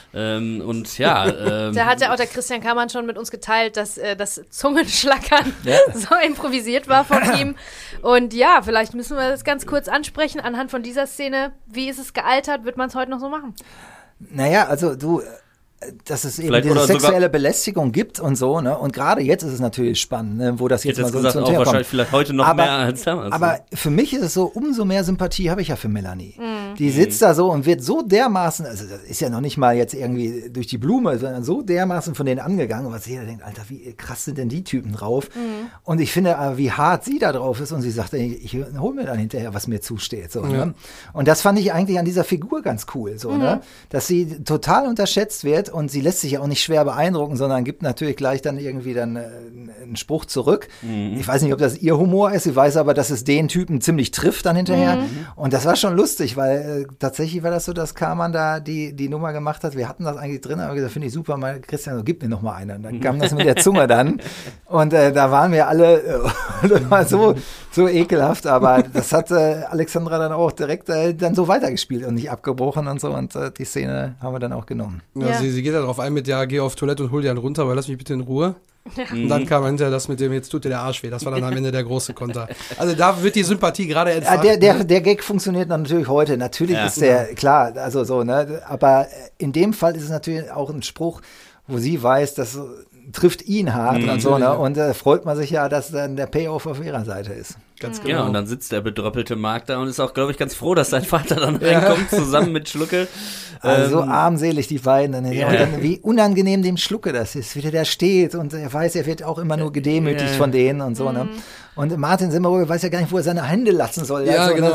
Und ja. Da hat ja auch der Christian Kammann schon mit uns geteilt, dass das Zungenschlackern so improvisiert war von ihm. Und ja, vielleicht müssen wir das ganz kurz ansprechen anhand von dieser Szene. Wie ist es gealtert? Wird man es heute noch so machen? Naja, also dass es eben diese sexuelle Belästigung gibt und so, ne? Und gerade jetzt ist es natürlich spannend, ne? Wo das jetzt mal so zum Thema kommt. Wahrscheinlich vielleicht heute noch mehr als damals. Aber für mich ist es so, umso mehr Sympathie habe ich ja für Melanie. Die sitzt da so und wird so dermaßen, also das ist ja noch nicht mal jetzt irgendwie durch die Blume, sondern so dermaßen von denen angegangen, was jeder denkt, Alter, wie krass sind denn die Typen drauf? Und ich finde, wie hart sie da drauf ist und sie sagt, ich hol mir dann hinterher, was mir zusteht. So, ne? Und das fand ich eigentlich an dieser Figur ganz cool, so, ne? Dass sie total unterschätzt wird. Und sie lässt sich ja auch nicht schwer beeindrucken, sondern gibt natürlich gleich dann irgendwie einen Spruch zurück. Ich weiß nicht, ob das ihr Humor ist, sie weiß aber, dass es den Typen ziemlich trifft dann hinterher. Und das war schon lustig, weil tatsächlich war das so, dass Karmann da die Nummer gemacht hat. Wir hatten das eigentlich drin, aber gesagt, finde ich super, mal Christian, gib mir noch mal eine. Und dann kam das mit der Zunge dann. Und da waren wir alle das war so ekelhaft, aber das hat Alexandra dann auch direkt dann so weitergespielt und nicht abgebrochen und so. Und die Szene haben wir dann auch genommen. Ja. Sie geht ja darauf ein mit, geh auf Toilette und hol dir einen runter, aber lass mich bitte in Ruhe. Und dann kam hinterher das mit dem, jetzt tut dir der Arsch weh. Das war dann am Ende der große Konter. Also da wird die Sympathie gerade entfacht. Der Gag funktioniert natürlich heute. Natürlich ist der, klar, also so, ne? Aber in dem Fall ist es natürlich auch ein Spruch, wo sie weiß, das trifft ihn hart und so, ne? Und freut man sich ja, dass dann der Payoff auf ihrer Seite ist. Ganz genau. Ja, und dann sitzt der bedröppelte Marc da und ist auch, glaube ich, ganz froh, dass sein Vater dann reinkommt, zusammen mit Schlucke. Also so armselig, die beiden. Und dann, wie unangenehm dem Schlucke das ist, wie der steht. Und er weiß, er wird auch immer nur gedemütigt von denen und so, ne? Und Martin Semmelrogge weiß ja gar nicht, wo er seine Hände lassen soll. Ja, so, genau.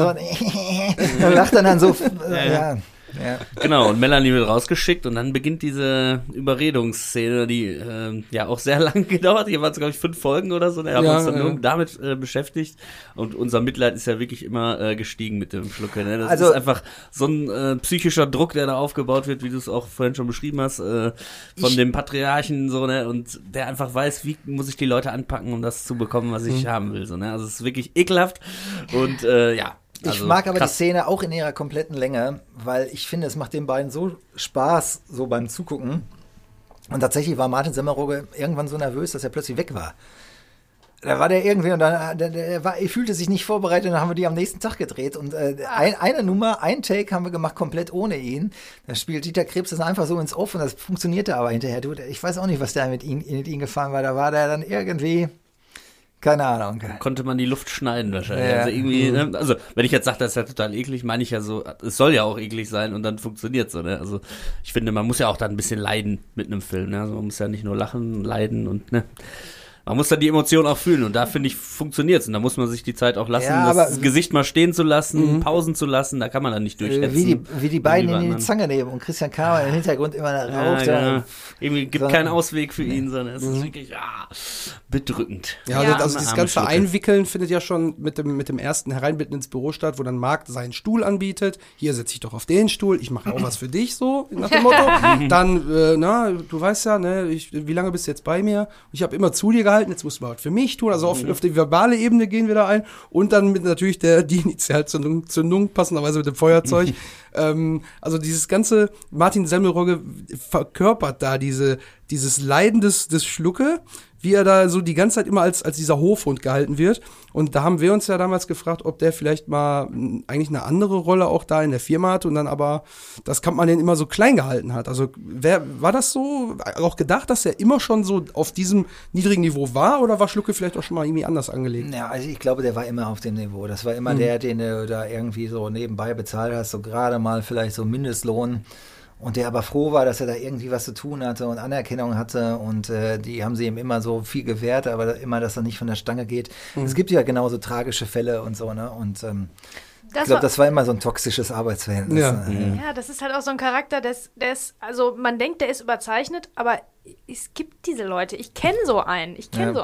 So, lacht dann so, Ja. Genau, und Melanie wird rausgeschickt und dann beginnt diese Überredungsszene, die auch sehr lang gedauert. Hier waren es, glaube ich, 5 Folgen oder so. Wir haben uns dann nur damit beschäftigt. Und unser Mitleid ist ja wirklich immer gestiegen mit dem Schlucke. Ne? Das ist einfach so ein psychischer Druck, der da aufgebaut wird, wie du es auch vorhin schon beschrieben hast, von dem Patriarchen, so, ne? Und der einfach weiß, wie muss ich die Leute anpacken, um das zu bekommen, was ich haben will. So, ne? Also es ist wirklich ekelhaft. Und ich mag aber die Szene auch in ihrer kompletten Länge, weil ich finde, es macht den beiden so Spaß, so beim Zugucken. Und tatsächlich war Martin Semmelrogge irgendwann so nervös, dass er plötzlich weg war. Da war der irgendwie und dann er fühlte sich nicht vorbereitet und dann haben wir die am nächsten Tag gedreht und eine Nummer, ein Take haben wir gemacht komplett ohne ihn. Da spielt Dieter Krebs das einfach so ins Off und das funktionierte aber hinterher. Ich weiß auch nicht, was da mit ihm gefahren war. Da war der dann irgendwie... Keine Ahnung. Konnte man die Luft schneiden wahrscheinlich. Ja. Also irgendwie, ne? Also wenn ich jetzt sage, das ist ja total eklig, meine ich ja so, es soll ja auch eklig sein und dann funktioniert so, ne? Also ich finde, man muss ja auch dann ein bisschen leiden mit einem Film, ne? Also man muss ja nicht nur lachen, leiden und, ne? Man muss dann die Emotionen auch fühlen und da, finde ich, funktioniert's und da muss man sich die Zeit auch lassen, das Gesicht mal stehen zu lassen, Pausen zu lassen, da kann man dann nicht durchhetzen. Wie die beiden in die Zange nehmen und Christian Kammann im Hintergrund immer raucht. Ja. Irgendwie gibt keinen Ausweg für ihn, sondern es ist wirklich bedrückend. Ja, also das ganze Einwickeln findet ja schon mit dem ersten Hereinbitten ins Büro statt, wo dann Marc seinen Stuhl anbietet. Hier setze ich doch auf den Stuhl, ich mache auch was für dich, so nach dem Motto. Dann, du weißt ja, ne, wie lange bist du jetzt bei mir? Ich habe immer zu dir gehalten, jetzt musst du mal was für mich tun. Also auf die verbale Ebene gehen wir da ein. Und dann mit natürlich die Initialzündung, passenderweise mit dem Feuerzeug. Also dieses ganze, Martin Semmelrogge verkörpert da dieses Leiden des Schlucke, wie er da so die ganze Zeit immer als dieser Hofhund gehalten wird. Und da haben wir uns ja damals gefragt, ob der vielleicht mal eigentlich eine andere Rolle auch da in der Firma hat und dann aber das Kampmann den immer so klein gehalten hat. Also war das so auch gedacht, dass er immer schon so auf diesem niedrigen Niveau war oder war Schlucke vielleicht auch schon mal irgendwie anders angelegt? Ja, also ich glaube, der war immer auf dem Niveau. Das war immer der, den du da irgendwie so nebenbei bezahlt hast, so gerade mal vielleicht so Mindestlohn. Und der aber froh war, dass er da irgendwie was zu tun hatte und Anerkennung hatte und die haben sie ihm immer so viel gewährt, aber immer, dass er nicht von der Stange geht. Es gibt ja genauso tragische Fälle und so, ne? Und ich glaube, das war immer so ein toxisches Arbeitsverhältnis. Ja, das ist halt auch so ein Charakter, der ist, also man denkt, der ist überzeichnet, aber es gibt diese Leute. Ich kenne so einen.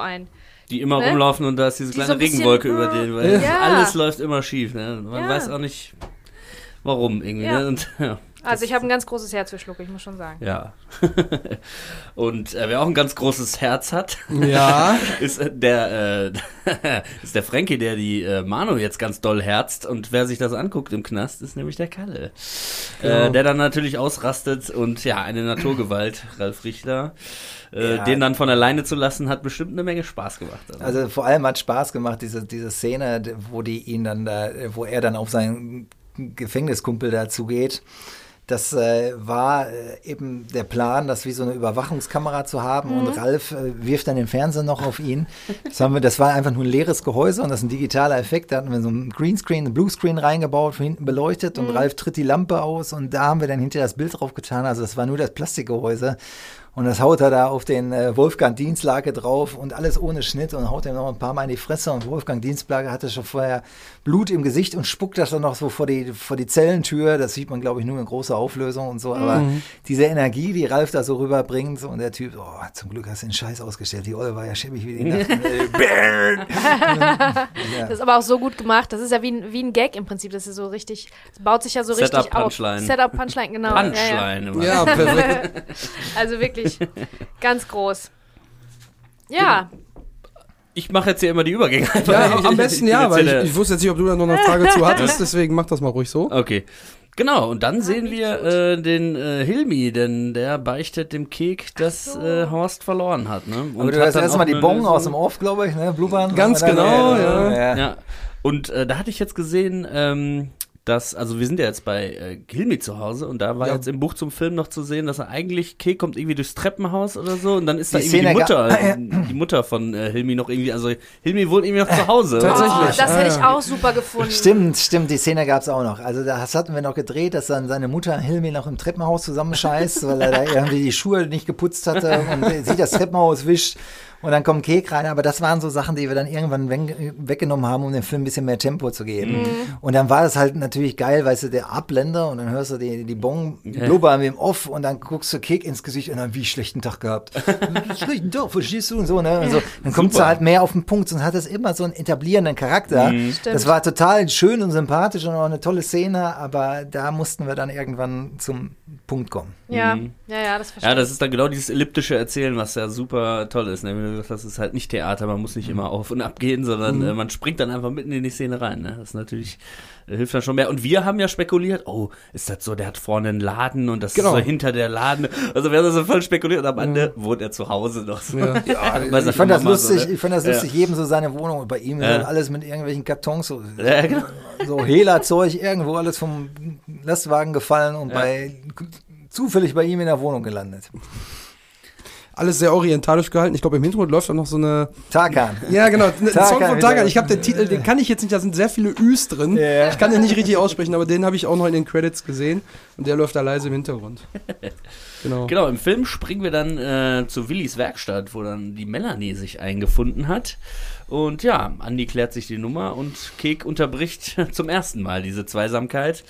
Die immer rumlaufen und da ist diese kleine so Regenwolke über denen, weil alles läuft immer schief. Ne? Man weiß auch nicht, warum irgendwie. Ja. Ne? Und, Also ich habe ein ganz großes Herz für Schlucke, ich muss schon sagen. Ja. Und wer auch ein ganz großes Herz hat, Ja. ist der Frankie, der die Manu jetzt ganz doll herzt. Und wer sich das anguckt im Knast, ist nämlich der Kalle. Genau. Der dann natürlich ausrastet und ja, eine Naturgewalt, Ralf Richter. Den dann von alleine zu lassen, hat bestimmt eine Menge Spaß gemacht. Also vor allem hat Spaß gemacht, diese Szene, wo wo er dann auf seinen Gefängniskumpel dazu geht. Das war eben der Plan, das wie so eine Überwachungskamera zu haben und Ralf wirft dann den Fernseher noch auf ihn. Das war einfach nur ein leeres Gehäuse und das ist ein digitaler Effekt. Da hatten wir so einen Greenscreen, einen Bluescreen reingebaut, von hinten beleuchtet und Ralf tritt die Lampe aus und da haben wir dann hinterher das Bild drauf getan. Also das war nur das Plastikgehäuse. Und das haut er da auf den Wolfgang Dienstlager drauf und alles ohne Schnitt und haut ihm noch ein paar Mal in die Fresse. Und Wolfgang Dienstlager hatte schon vorher Blut im Gesicht und spuckt das dann noch so vor die Zellentür. Das sieht man, glaube ich, nur in großer Auflösung und so. Aber diese Energie, die Ralf da so rüberbringt und der Typ, zum Glück hast du den Scheiß ausgestellt. Die Olle war ja schäbig wie die Nacht. Das ist aber auch so gut gemacht. Das ist ja wie ein Gag im Prinzip. Das ist so richtig, das baut sich ja so Setup, richtig auf. Punchline. Setup, Punchline, genau. Punchline. Ja, perfekt. Also wirklich ganz groß. Ja. Ich mache jetzt hier immer die Übergänge. Ja, am besten ja, weil ich wusste jetzt nicht, ob du da noch eine Frage zu hattest, deswegen mach das mal ruhig so. Okay. Genau, und dann sehen wir den Hilmi, denn der beichtet dem Kek, dass Horst verloren hat. Ne? Und aber du hast erstmal die Bong aus dem Off, glaube ich, ne? Blubbern. Ganz genau, ja. Ja. Und da hatte ich jetzt gesehen, also wir sind ja jetzt bei Hilmi zu Hause und da war jetzt im Buch zum Film noch zu sehen, dass er eigentlich, Kek kommt irgendwie durchs Treppenhaus oder so und dann ist da irgendwie die Mutter von Hilmi noch irgendwie, also Hilmi wohnt irgendwie noch zu Hause. Tatsächlich. Das hätte ich auch super gefunden. Stimmt, die Szene gab es auch noch. Also das hatten wir noch gedreht, dass dann seine Mutter Hilmi noch im Treppenhaus zusammenscheißt, weil er da irgendwie die Schuhe nicht geputzt hatte und sie das Treppenhaus wischt. Und dann kommt Kek rein, aber das waren so Sachen, die wir dann irgendwann weggenommen haben, um dem Film ein bisschen mehr Tempo zu geben. Und dann war das halt natürlich geil, weißt du, der Abblender und dann hörst du die Bong blubbern im Off und dann guckst du Kek ins Gesicht und dann, wie schlechten Tag gehabt. Schlechten Tag, verstehst du? Und so, ne? Und so. Dann kommt sie halt mehr auf den Punkt und hat das immer so einen etablierenden Charakter. Das war total schön und sympathisch und auch eine tolle Szene, aber da mussten wir dann irgendwann zum Punkt kommen. Ja, das verstehe ich. Ja, das ist dann genau dieses elliptische Erzählen, was ja super toll ist. Ne? Das ist halt nicht Theater, man muss nicht immer auf und ab gehen, sondern man springt dann einfach mitten in die Szene rein. Ne? Das ist natürlich, hilft dann schon mehr. Und wir haben ja spekuliert, ist das so, der hat vorne einen Laden und das ist so hinter der Laden. Also wir haben das so voll spekuliert und am Ende wohnt er zu Hause noch. So. Ja. Ich fand das lustig, jedem so seine Wohnung und bei ihm alles mit irgendwelchen Kartons, so Hela-Zeug, irgendwo alles vom Lastwagen gefallen und zufällig bei ihm in der Wohnung gelandet. Alles sehr orientalisch gehalten. Ich glaube, im Hintergrund läuft auch noch so eine... Tarkan. Ja, genau. Ein Song von Tarkan. Ich habe den Titel, den kann ich jetzt nicht, da sind sehr viele Üs drin. Yeah. Ich kann den nicht richtig aussprechen, aber den habe ich auch noch in den Credits gesehen. Und der läuft da leise im Hintergrund. Genau, im Film springen wir dann zu Willis Werkstatt, wo dann die Melanie sich eingefunden hat. Und ja, Andi klärt sich die Nummer und Kek unterbricht zum ersten Mal diese Zweisamkeit.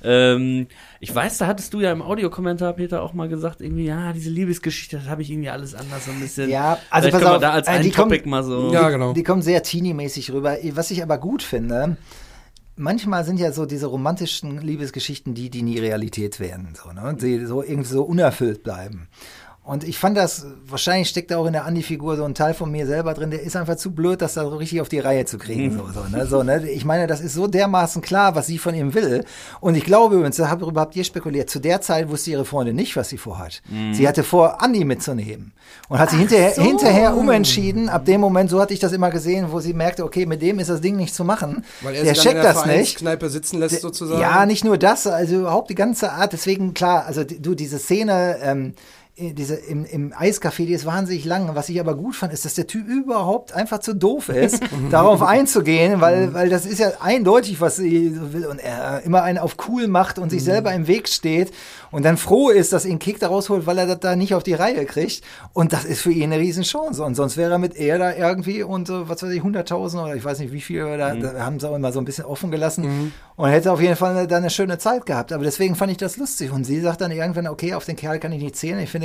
Ich weiß, da hattest du ja im Audiokommentar, Peter, auch mal gesagt, irgendwie, diese Liebesgeschichte, das habe ich irgendwie alles anders so ein bisschen. Ja, also pass auf, da als ein Topic mal so. Ja, genau. Die kommen sehr teenie-mäßig rüber. Was ich aber gut finde, manchmal sind ja so diese romantischen Liebesgeschichten, die nie Realität werden, so, ne? Und die so irgendwie so unerfüllt bleiben. Und ich fand das, wahrscheinlich steckt da auch in der Andi-Figur so ein Teil von mir selber drin, der ist einfach zu blöd, das da so richtig auf die Reihe zu kriegen. Ne? Ich meine, das ist so dermaßen klar, was sie von ihm will. Und ich glaube übrigens, darüber habt ihr spekuliert, zu der Zeit wusste ihre Freundin nicht, was sie vorhat. Sie hatte vor, Andi mitzunehmen. Und hat sich hinterher umentschieden. Ab dem Moment, so hatte ich das immer gesehen, wo sie merkte, okay, mit dem ist das Ding nicht zu machen. Weil er der sich checkt dann in der das nicht. Kneipe sitzen lässt sozusagen. Ja, nicht nur das, also überhaupt die ganze Art. Deswegen, klar, also diese Szene, im Eiscafé, die ist wahnsinnig lang. Was ich aber gut fand, ist, dass der Typ überhaupt einfach zu doof ist, darauf einzugehen, weil das ist ja eindeutig, was sie will und er immer einen auf cool macht und sich selber im Weg steht und dann froh ist, dass ihn Kick da rausholt, weil er das da nicht auf die Reihe kriegt und das ist für ihn eine Riesenchance und sonst wäre er mit da irgendwie und was weiß ich, 100.000 oder ich weiß nicht wie viel, da haben sie auch immer so ein bisschen offen gelassen und hätte auf jeden Fall da eine schöne Zeit gehabt, aber deswegen fand ich das lustig und sie sagt dann irgendwann, okay, auf den Kerl kann ich nicht zählen, ich finde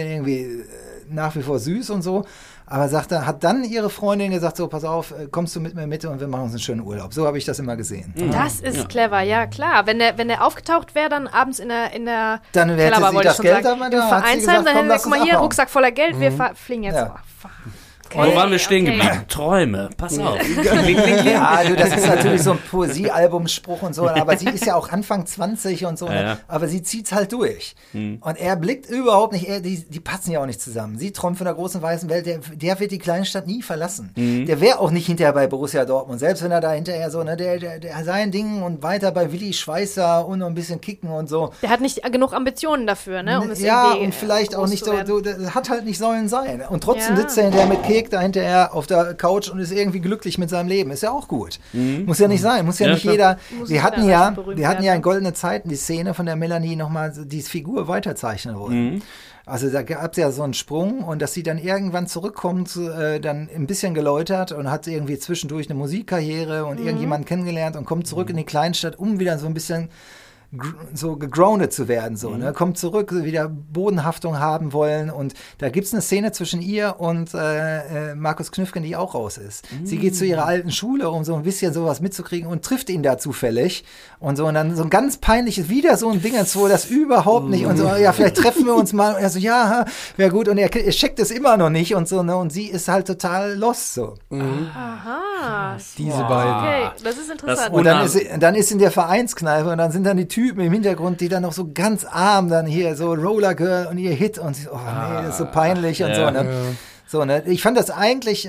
den irgendwie nach wie vor süß und so. Aber hat dann ihre Freundin gesagt, so, pass auf, kommst du mit mir mit und wir machen uns einen schönen Urlaub. So habe ich das immer gesehen. Das ist clever, ja klar. Wenn der aufgetaucht wäre, dann abends in der dann hätte sie das Geld im Vereinsheim, dann hätte sie, guck mal hier, Rucksack voller Geld, wir fliegen jetzt. Ja. Wo waren wir stehen geblieben? Träume, pass auf. Ja, du, das ist natürlich so ein Poesiealbumspruch und so, aber sie ist ja auch Anfang 20 und so, Ja. aber sie zieht's halt durch. Und er blickt überhaupt nicht, die passen ja auch nicht zusammen. Sie träumt von der großen weißen Welt, der wird die kleine Stadt nie verlassen. Der wäre auch nicht hinterher bei Borussia Dortmund, selbst wenn er da hinterher so, ne, der sein Ding und weiter bei Willi Schweißer und noch ein bisschen kicken und so. Der hat nicht genug Ambitionen dafür, ne? Um es Ja, irgendwie, und vielleicht auch nicht so, das hat halt nicht sollen sein. Und trotzdem Ja. sitzt er hinterher mit Kek da hinterher auf der Couch und ist irgendwie glücklich mit seinem Leben. Ist ja auch gut. Muss ja nicht sein. Muss ja nicht klar. jeder. Muss Wir jeder hatten berühmt ja werden. in Goldene Zeiten die Szene von der Melanie nochmal, die Figur weiterzeichnen wollen. Also da gab es ja so einen Sprung und dass sie dann irgendwann zurückkommt, dann ein bisschen geläutert und hat irgendwie zwischendurch eine Musikkarriere und irgendjemanden kennengelernt und kommt zurück in die Kleinstadt, um wieder so ein bisschen so gegroundet zu werden, so, ne? Kommt zurück, wieder Bodenhaftung haben wollen und da gibt's eine Szene zwischen ihr und Markus Knüffgen, die auch raus ist. Sie geht zu ihrer alten Schule, um so ein bisschen sowas mitzukriegen und trifft ihn da zufällig und so und dann so ein ganz peinliches, wieder so ein Ding, wo das überhaupt nicht und so, ja, vielleicht treffen wir uns mal und er so, ja, wäre gut und er checkt es immer noch nicht und so, ne? Und sie ist halt total lost, so. Aha. Diese beiden. Okay, das ist interessant. Und dann ist in der Vereinskneipe und dann sind dann die Typen im Hintergrund, die dann noch so ganz arm dann hier so Roller Girl und ihr Hit und oh nee, das ist so peinlich und so, ne? So, ne? Ich fand das eigentlich,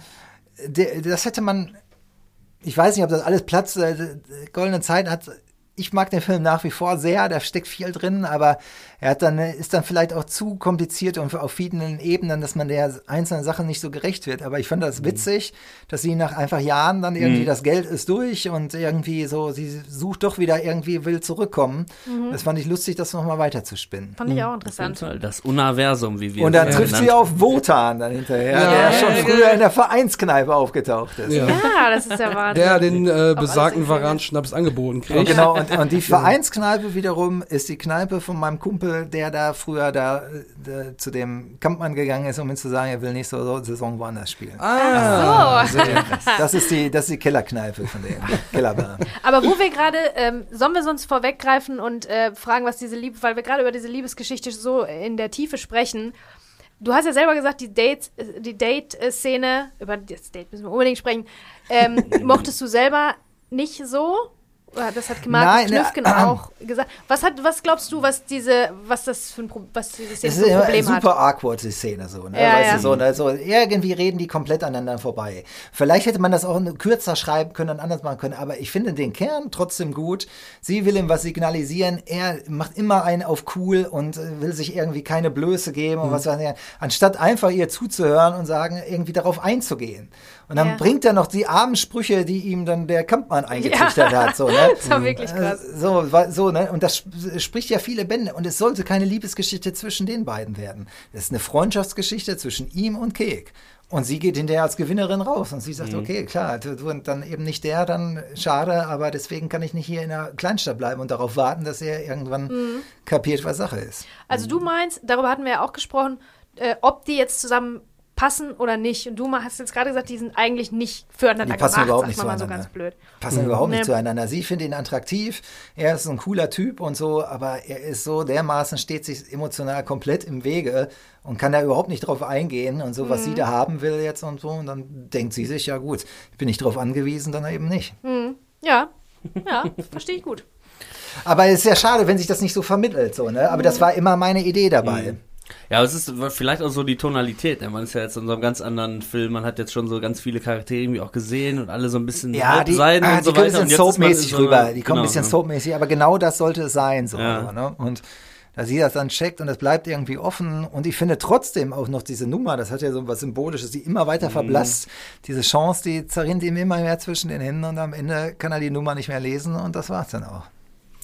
das hätte man, ich weiß nicht, ob das alles Platz, Goldene Zeiten hat, ich mag den Film nach wie vor sehr, da steckt viel drin, aber ist dann vielleicht auch zu kompliziert und auf vielen Ebenen, dass man der einzelnen Sachen nicht so gerecht wird. Aber ich fand das witzig, dass sie nach einfach Jahren dann irgendwie das Geld ist durch und irgendwie so, sie sucht doch wieder irgendwie, will zurückkommen. Das fand ich lustig, das nochmal weiterzuspinnen. Fand ich auch interessant. Das Universum, wie wir Und dann es trifft sie auf Wotan dann hinterher, der schon früher in der Vereinskneipe aufgetaucht ist. Ja. Ja, das ist ja Wahnsinn. Der den besagten alles Varan-Schnaps angeboten Ja, kriegt. genau, und die Vereinskneipe wiederum ist die Kneipe von meinem Kumpel, der da früher zu dem Kampmann gegangen ist, um ihm zu sagen, er will nächste Saison woanders spielen. Ah, So. Das ist die Kellerkneipe von dem Kellerbar. Aber wo wir gerade, sollen wir sonst vorweggreifen und fragen, was diese Liebe, weil wir gerade über diese Liebesgeschichte so in der Tiefe sprechen. Du hast ja selber gesagt, die Date-Szene, über das Date müssen wir unbedingt sprechen, mochtest du selber nicht so? Oder das hat Markus Knüffgen auch gesagt. Was glaubst du, was diese Szene Es für ein Problem ist eine hat? super awkward, die Szene so, ne? Ja, weißt ja. du, so, ne? So, irgendwie reden die komplett aneinander vorbei. Vielleicht hätte man das auch kürzer schreiben können und anders machen können, aber ich finde den Kern trotzdem gut. Sie will ihm was signalisieren, er macht immer einen auf cool und will sich irgendwie keine Blöße geben und was weiß ich, anstatt einfach ihr zuzuhören und sagen, irgendwie darauf einzugehen. Und dann bringt er noch die armen Sprüche, die ihm dann der Kampmann eingetrichtert hat, so, ne? Das war wirklich krass. So, ne? Und das spricht ja viele Bände. Und es sollte keine Liebesgeschichte zwischen den beiden werden. Es ist eine Freundschaftsgeschichte zwischen ihm und Kek. Und sie geht hinterher als Gewinnerin raus. Und sie sagt, okay, klar, du und dann eben nicht der, dann schade, aber deswegen kann ich nicht hier in der Kleinstadt bleiben und darauf warten, dass er irgendwann kapiert, was Sache ist. Also du meinst, darüber hatten wir ja auch gesprochen, ob die jetzt zusammen passen oder nicht. Und du hast jetzt gerade gesagt, die sind eigentlich nicht füreinander Die passen gemacht, überhaupt sagt nicht man mal so zueinander. ganz blöd. Passen überhaupt nicht Nee. zueinander. Sie findet ihn attraktiv, er ist ein cooler Typ und so, aber er ist so dermaßen, steht sich emotional komplett im Wege und kann da überhaupt nicht drauf eingehen und so, was sie da haben will jetzt und so. Und dann denkt sie sich, ja gut, ich bin nicht drauf angewiesen, dann eben nicht. Ja, verstehe ich gut. Aber es ist ja schade, wenn sich das nicht so vermittelt, so, ne? Aber das war immer meine Idee dabei. Ja, aber es ist vielleicht auch so die Tonalität. Ne? Man ist ja jetzt in so einem ganz anderen Film. Man hat jetzt schon so ganz viele Charaktere irgendwie auch gesehen und alle so ein bisschen Halbseiden und so kommen ein weiter. bisschen Und jetzt ist man in soapmäßig so einer- rüber. Die kommen ein genau, bisschen ja. soapmäßig, aber genau das sollte es sein, so, Ja. ne? Und da sie das dann checkt und es bleibt irgendwie offen. Und ich finde trotzdem auch noch diese Nummer, das hat ja so was Symbolisches, die immer weiter verblasst. Diese Chance, die zerrinnt ihm immer mehr zwischen den Händen und am Ende kann er die Nummer nicht mehr lesen und das war's dann auch.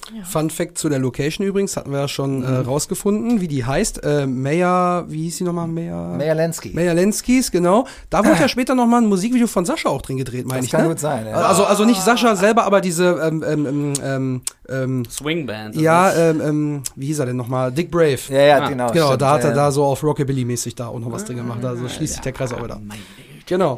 Fun Fact zu der Location übrigens, hatten wir ja schon rausgefunden, wie die heißt. Meyer, wie hieß sie nochmal? Meyer Lansky. Meyer Lanskys, genau. Da wurde ja später nochmal ein Musikvideo von Sascha auch drin gedreht, meine ich. Das kann ne? gut sein, ja. Also nicht Sascha selber, aber diese Swingband. wie hieß er denn nochmal? Dick Brave. Ja, genau. Genau, stimmt, da hat er ja. da so auf Rockabilly-mäßig da auch noch was drin gemacht. Also schließt sich der Kreis auch wieder. Genau.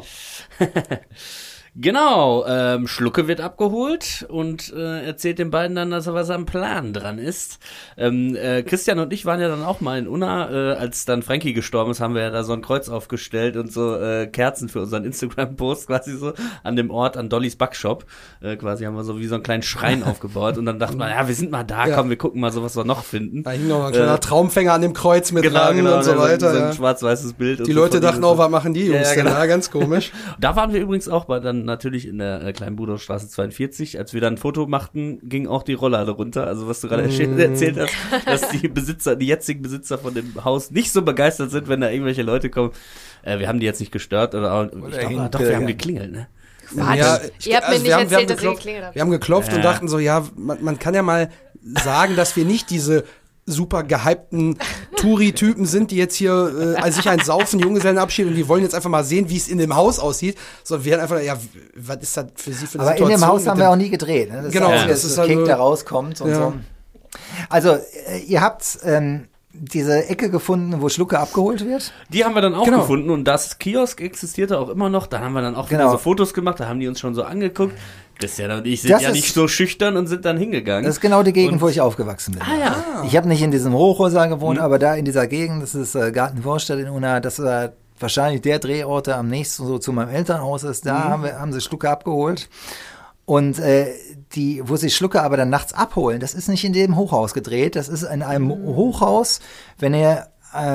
Genau, Schlucke wird abgeholt und erzählt den beiden dann, dass er was am Plan dran ist. Christian und ich waren ja dann auch mal in Unna, als dann Frankie gestorben ist, haben wir ja da so ein Kreuz aufgestellt und so Kerzen für unseren Instagram-Post quasi so an dem Ort, an Dollys Backshop. Quasi haben wir so wie so einen kleinen Schrein aufgebaut und dann dachten wir, ja, wir sind mal da, komm, wir gucken mal so, was wir noch finden. Da hing noch ein kleiner Traumfänger an dem Kreuz mit dran und so weiter. So ein schwarz-weißes Bild. Die Leute dachten auch, was machen die Jungs denn da? Ganz komisch. Da waren wir übrigens auch dann natürlich in der kleinen Budowstraße 42. Als wir dann ein Foto machten, ging auch die Rolllade runter. Also was du gerade erzählt hast, dass die jetzigen Besitzer von dem Haus nicht so begeistert sind, wenn da irgendwelche Leute kommen. Wir haben die jetzt nicht gestört. Ich glaube, doch, wir haben geklingelt, ne? Ja, Ihr habt mir nicht erzählt, dass ihr geklingelt habt. Wir haben geklopft und dachten so, ja, man kann ja mal sagen, dass wir nicht diese super gehypten Touri-Typen sind, die jetzt hier sich ein Saufen Junggesellenabschied und die wollen jetzt einfach mal sehen, wie es in dem Haus aussieht. Sondern wir haben einfach, ja, was ist das für sie für eine Aber Situation? in dem Haus haben wir auch nie gedreht. Ne? Das Genau, ist das ist halt Kick, nur- der rauskommt und so. Also, ihr habt diese Ecke gefunden, wo Schlucke abgeholt wird. Die haben wir dann auch Genau. gefunden und das Kiosk existierte auch immer noch. Da haben wir dann auch wieder Genau. so Fotos gemacht, da haben die uns schon so angeguckt. Christian und ich sind Das ja ist- nicht so schüchtern und sind dann hingegangen. Das ist genau die Gegend, wo ich aufgewachsen bin. Ich habe nicht in diesem Hochhäuser gewohnt, aber da in dieser Gegend, das ist Gartenvorstadt in Unna, das war wahrscheinlich der Drehort, der am nächsten so zu meinem Elternhaus ist. Da haben sie Schlucke abgeholt. Und wo sie Schlucke aber dann nachts abholen, das ist nicht in dem Hochhaus gedreht, das ist in einem Hochhaus, wenn ihr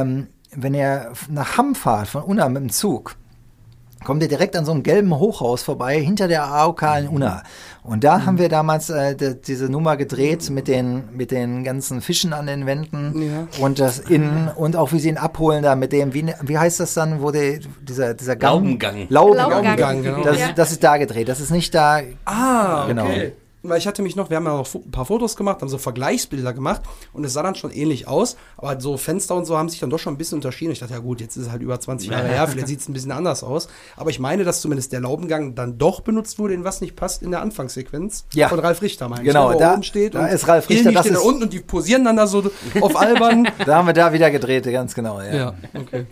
nach Hamm fahrt, von Unna mit dem Zug, kommt ihr direkt an so einem gelben Hochhaus vorbei, hinter der AOK in Unna. Und da haben wir damals diese Nummer gedreht mit den ganzen Fischen an den Wänden und das Innen und auch wie sie ihn abholen da mit dem, wie heißt das dann, wo dieser Gang? Laubengang, genau. Das ist da gedreht, das ist nicht da. Genau. Okay. Weil ich hatte mich noch, wir haben ja noch ein paar Fotos gemacht, haben so Vergleichsbilder gemacht und es sah dann schon ähnlich aus, aber so Fenster und so haben sich dann doch schon ein bisschen unterschieden. Ich dachte, ja gut, jetzt ist es halt über 20 Jahre her, vielleicht sieht es ein bisschen anders aus. Aber ich meine, dass zumindest der Laubengang dann doch benutzt wurde, in was nicht passt in der Anfangssequenz von Ralf Richter, meine ich. Genau, wo da oben steht da und ist Ralf Richter, Ilmi das steht ist- da unten und die posieren dann da so auf albern. Da haben wir da wieder gedreht, ganz genau. Ja, okay.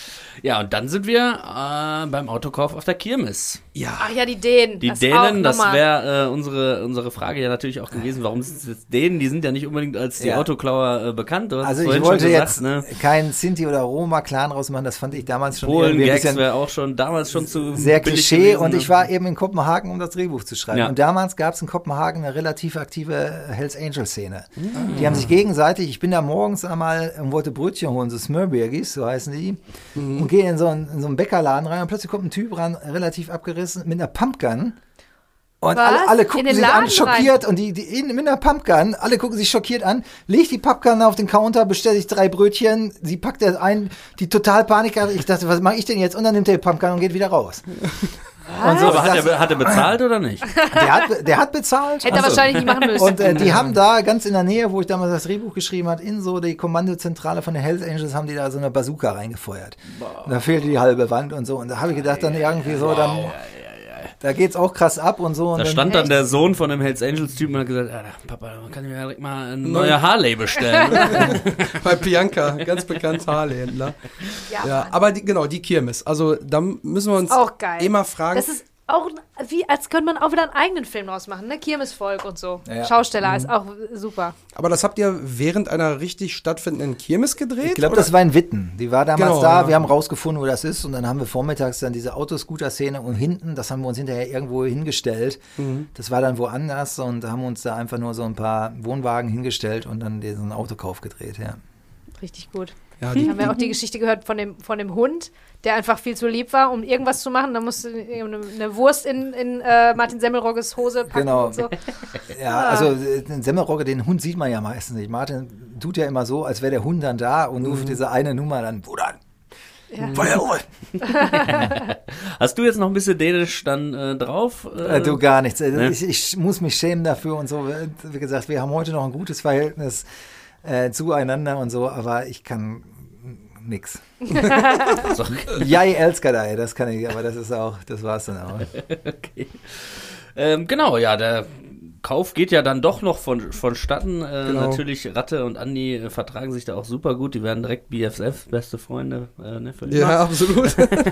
Ja, und dann sind wir beim Autokauf auf der Kirmes. Ja. Ach ja, die Dänen. Die Dänen, das wäre unsere Frage ja natürlich auch gewesen, warum sind es jetzt Dänen? Die sind ja nicht unbedingt als die Ja. Autoklauer bekannt. Du hast Also es ich vorhin wollte schon gesagt, jetzt ne? keinen Sinti- oder Roma-Clan rausmachen, das fand ich damals schon irgendwie ein Polen-Gags bisschen wäre auch schon damals schon zu sehr billig Klischee gewesen, und ne? ich war eben in Kopenhagen, um das Drehbuch zu schreiben. Ja. Und damals gab es in Kopenhagen eine relativ aktive Hells Angels-Szene. Die haben sich gegenseitig, ich bin da morgens einmal und wollte Brötchen holen, so Smørbergis, so heißen die, und gehe in so einen Bäckerladen rein und plötzlich kommt ein Typ ran, relativ abgerissen, mit einer Pumpgun. Und Was? alle In gucken den sich an, Laden schockiert und mit einer Pumpgun, alle gucken sich schockiert an, legt die Pumpgun auf den Counter, bestellt sich 3 Brötchen, sie packt das ein, die total Panik hat, ich dachte, was mache ich denn jetzt? Und dann nimmt er die Pumpgun und geht wieder raus. Und so, Aber hat er bezahlt oder nicht? der hat bezahlt. Hätte er wahrscheinlich nicht machen müssen. Und die haben da ganz in der Nähe, wo ich damals das Drehbuch geschrieben habe, in so die Kommandozentrale von den Hells Angels, haben die da so eine Bazooka reingefeuert. Und da fehlte die halbe Wand und so. Und da habe ich gedacht, dann irgendwie so, dann da geht's auch krass ab und so. Und Da dann, stand dann der Sohn von dem Hells Angels Typen und hat gesagt, Papa, man kann mir ja direkt mal eine neue Harley bestellen. Bei Bianca, ganz bekannt Haarländler. Ja, aber die Kirmes. Also da müssen wir uns Auch geil. immer fragen. Das ist auch wie, als könnte man auch wieder einen eigenen Film draus machen, ne? Kirmesvolk und so. Ja. Schausteller ist auch super. Aber das habt ihr während einer richtig stattfindenden Kirmes gedreht? ich glaube, oder? das war in Witten. Die war damals Genau, da, ja. wir haben rausgefunden, wo das ist und dann haben wir vormittags dann diese Autoscooter-Szene und hinten, das haben wir uns hinterher irgendwo hingestellt. Das war dann woanders und haben uns da einfach nur so ein paar Wohnwagen hingestellt und dann diesen Autokauf gedreht, ja. Richtig gut. Ja, Haben wir auch die Geschichte gehört von dem Hund, der einfach viel zu lieb war, um irgendwas zu machen. Da musste eine Wurst in Martin Semmelrogges Hose packen Genau. und so. Ja, also den Semmelrogge, den Hund sieht man ja meistens nicht. Martin tut ja immer so, als wäre der Hund dann da und nur für diese eine Nummer dann, Bruder, Feuer holen. Hast du jetzt noch ein bisschen Dänisch dann drauf? Du gar nichts. Ne? Ich muss mich schämen dafür und so. Wie gesagt, wir haben heute noch ein gutes Verhältnis zueinander und so, aber ich kann nix. Jai Elskadai, das kann ich, aber das war's dann auch. Okay. Genau, ja, der Kauf geht ja dann doch noch vonstatten. Genau. Natürlich, Ratte und Andi vertragen sich da auch super gut. Die werden direkt BFF, beste Freunde. Ne, für immer. Ja, absolut.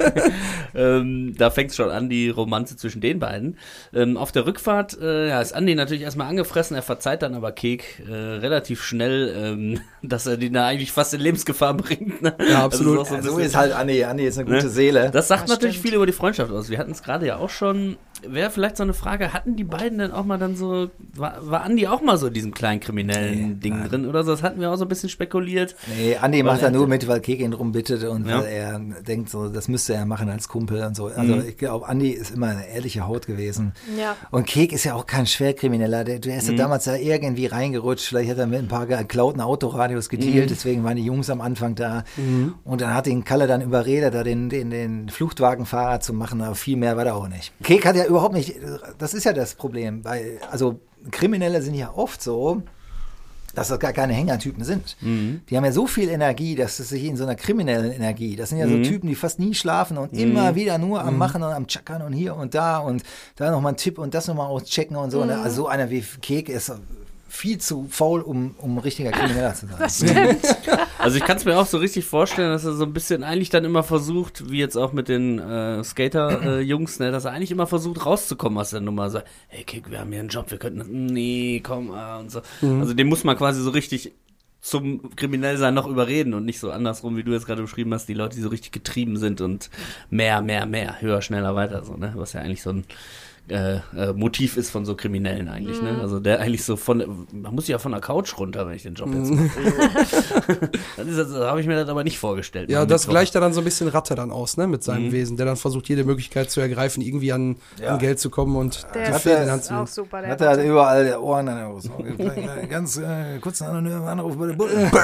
Da fängt es schon an, die Romanze zwischen den beiden. Auf der Rückfahrt ist Andi natürlich erstmal angefressen. Er verzeiht dann aber Kek relativ schnell, dass er den da eigentlich fast in Lebensgefahr bringt. Ne? Ja, absolut. Also So ist halt Andi. Andi ist eine gute Seele. Das sagt natürlich stimmt. viel über die Freundschaft aus. Wir hatten es gerade ja auch schon. Wäre vielleicht so eine Frage, hatten die beiden denn auch mal dann so, war Andi auch mal so in diesem kleinen kriminellen Ding drin oder so? Das hatten wir auch so ein bisschen spekuliert. Nee, Andi macht da er- nur mit, weil Kek ihn drum bittet und Ja. weil er denkt, so, das müsste er machen als Kumpel und so. Also ich glaube, Andi ist immer eine ehrliche Haut gewesen. Ja. Und Kek ist ja auch kein Schwerkrimineller. Der ist ja damals da irgendwie reingerutscht. Vielleicht hat er mit ein paar geklauten Autoradios gedealt. Deswegen waren die Jungs am Anfang da. Und dann hat ihn Kalle dann überredet, da den Fluchtwagenfahrer zu machen. Aber viel mehr war da auch nicht. Kek hat ja überhaupt nicht, das ist ja das Problem. Weil, also Kriminelle sind ja oft so, dass das gar keine Hängertypen sind. Die haben ja so viel Energie, dass es sich in so einer kriminellen Energie, das sind ja so Typen, die fast nie schlafen und immer wieder nur am Machen und am Chackern und hier und da nochmal ein Tipp und das nochmal auschecken und so. Also so einer wie Kek ist viel zu faul, um ein richtiger Krimineller zu sein. Das stimmt. Also ich kann es mir auch so richtig vorstellen, dass er so ein bisschen eigentlich dann immer versucht, wie jetzt auch mit den Skater-Jungs, ne, dass er eigentlich immer versucht rauszukommen aus der Nummer. So, hey Kek, wir haben hier einen Job, wir könnten, nee, komm, und so. Also den muss man quasi so richtig zum Kriminellsein noch überreden und nicht so andersrum, wie du jetzt gerade beschrieben hast, die Leute, die so richtig getrieben sind und mehr, höher, schneller, weiter, so, ne, was ja eigentlich so ein Motiv ist von so Kriminellen eigentlich, ne? Also der eigentlich so man muss ja von der Couch runter, wenn ich den Job jetzt mache. Das habe ich mir das aber nicht vorgestellt. Ja, Mal das Mittwoch. gleicht ja dann so ein bisschen Ratte dann aus, ne, mit seinem Wesen, der dann versucht, jede Möglichkeit zu ergreifen, irgendwie an Geld zu kommen und Der die Fäden in die ist Hand zu auch nehmen. super. Der Hat er halt überall die Ohren an der Hose. Ganz kurzen Anruf bei der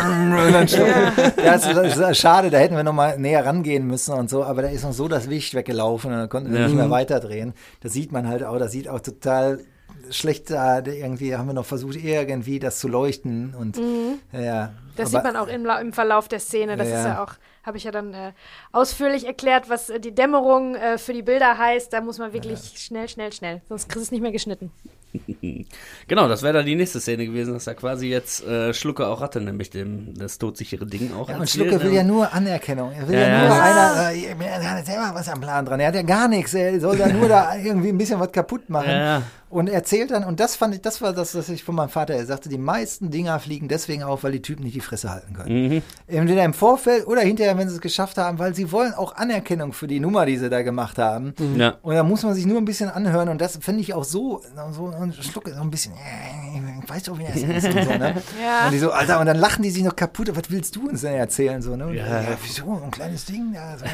Bullen. Ja, das ist schade, da hätten wir noch mal näher rangehen müssen und so, aber da ist noch so das Licht weggelaufen und da konnten wir nicht mehr weiterdrehen. Das sieht man halt auch, das sieht auch total schlecht da. Irgendwie haben wir noch versucht, irgendwie das zu leuchten und ja. Das aber, sieht man auch im Verlauf der Szene. Das Ja. ist ja auch, habe ich ja dann ausführlich erklärt, was die Dämmerung für die Bilder heißt. Da muss man wirklich schnell. Sonst kriegst du es nicht mehr geschnitten. Genau, das wäre dann die nächste Szene gewesen, dass er quasi jetzt Schlucke auch Ratte, nämlich das todsichere Ding auch Ja, und erzählt, Schlucke will ne? ja nur Anerkennung. Er will Ja, ja nur ja. einer, er hat selber was am Plan dran. Er hat ja gar nichts. Er soll da nur da irgendwie ein bisschen was kaputt machen. Ja. Und er erzählt dann, und das war das, was ich von meinem Vater, er sagte, die meisten Dinger fliegen deswegen auf, weil die Typen nicht die Fresse halten können. Entweder im Vorfeld oder hinterher, wenn sie es geschafft haben, weil sie wollen auch Anerkennung für die Nummer, die sie da gemacht haben. Ja. Und da muss man sich nur ein bisschen anhören und das finde ich auch so und Schlucke so ein bisschen, ich weiß doch, wie das ist und so, ne? Ja. Und die so, Alter, und dann lachen die sich noch kaputt, was willst du uns denn erzählen, so, ne? Ja. Wieso, ein kleines Ding, ja, so.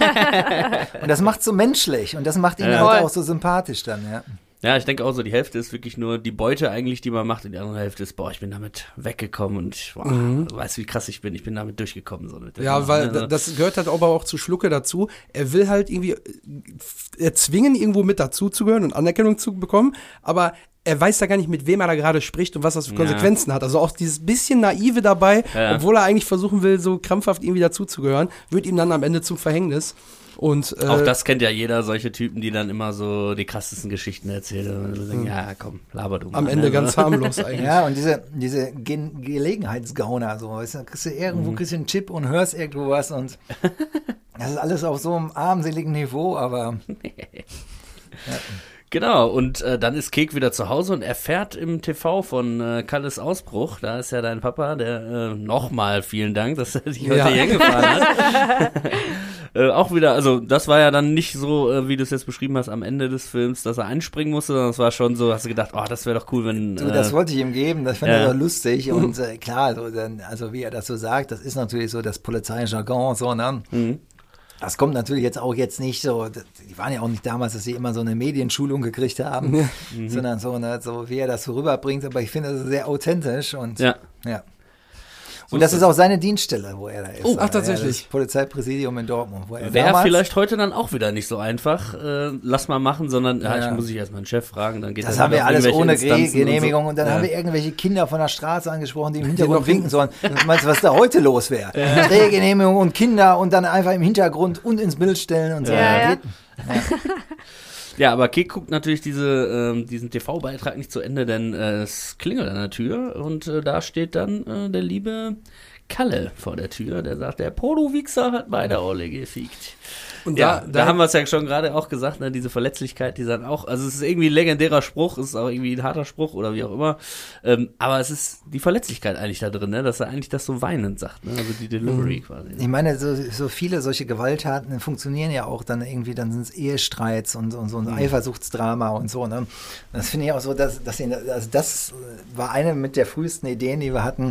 Und das macht so menschlich und das macht ihn Ja. halt auch so sympathisch dann, ja. Ja, ich denke auch so, die Hälfte ist wirklich nur die Beute eigentlich, die man macht, und die andere Hälfte ist, boah, ich bin damit weggekommen und ich weiß, wie krass ich bin damit durchgekommen. So mit der Ja, Nummer, weil ne? das gehört halt aber auch zu Schlucke dazu. Er will halt irgendwie erzwingen, irgendwo mit dazuzugehören und Anerkennung zu bekommen, aber er weiß da gar nicht, mit wem er da gerade spricht und was das für Konsequenzen hat. Also auch dieses bisschen Naive dabei, obwohl er eigentlich versuchen will, so krampfhaft irgendwie dazuzugehören, wird ihm dann am Ende zum Verhängnis. Und, Auch das kennt ja jeder, solche Typen, die dann immer so die krassesten Geschichten erzählen. Und sagen, ja, komm, laber du mal. am Ende ne? ganz harmlos eigentlich. Ja, und diese Gelegenheitsgauner, so, weißt du, kriegst du irgendwo kriegst du einen Chip und hörst irgendwo was und das ist alles auf so einem armseligen Niveau, aber Genau, und dann ist Kek wieder zu Hause und erfährt im TV von Kalles Ausbruch. Da ist ja dein Papa, der nochmal vielen Dank, dass er dich heute hier hingefahren hat. Auch wieder, also das war ja dann nicht so, wie du es jetzt beschrieben hast, am Ende des Films, dass er einspringen musste, sondern es war schon so, hast du gedacht, oh, das wäre doch cool, wenn... du, das wollte ich ihm geben, das fand ja. er doch lustig und klar, so, dann, also wie er das so sagt, das ist natürlich so das Polizeijargon, so, ne? Das kommt natürlich jetzt auch nicht so, die waren ja auch nicht damals, dass sie immer so eine Medienschulung gekriegt haben, sondern so, ne, so wie er das so rüberbringt, aber ich finde das sehr authentisch und ja. Und das ist auch seine Dienststelle, wo er da ist. Oh, ach, tatsächlich. Das Polizeipräsidium in Dortmund. Wo er Wäre damals, vielleicht heute dann auch wieder nicht so einfach, lass mal machen, sondern Ja. ich muss erst meinen Chef fragen, dann geht das er haben wir auf alles irgendwelche ohne Instanzen Genehmigung und dann Ja. haben wir irgendwelche Kinder von der Straße angesprochen, die im Hintergrund winken sollen. Meinst du, was da heute los wäre? Drehgenehmigung und Kinder und dann einfach im Hintergrund und ins Bild stellen und so. Ja. Geht- Ja, aber Kek guckt natürlich diesen TV-Beitrag nicht zu Ende, denn es klingelt an der Tür und da steht dann der liebe Kalle vor der Tür, der sagt, der Porno-Wichser hat meine Olle gefickt. Und Ja, da haben wir es ja schon gerade auch gesagt, ne, diese Verletzlichkeit, die dann auch, also es ist irgendwie ein legendärer Spruch, es ist auch irgendwie ein harter Spruch oder wie auch immer, aber es ist die Verletzlichkeit eigentlich da drin, ne, dass er eigentlich das so weinend sagt, ne, also die Delivery quasi. Ich meine, so viele solche Gewalttaten funktionieren ja auch dann irgendwie, dann sind es Ehestreits und so ein Eifersuchtsdrama und so. Ne? Das finde ich auch so, dass das war eine mit der frühesten Ideen, die wir hatten,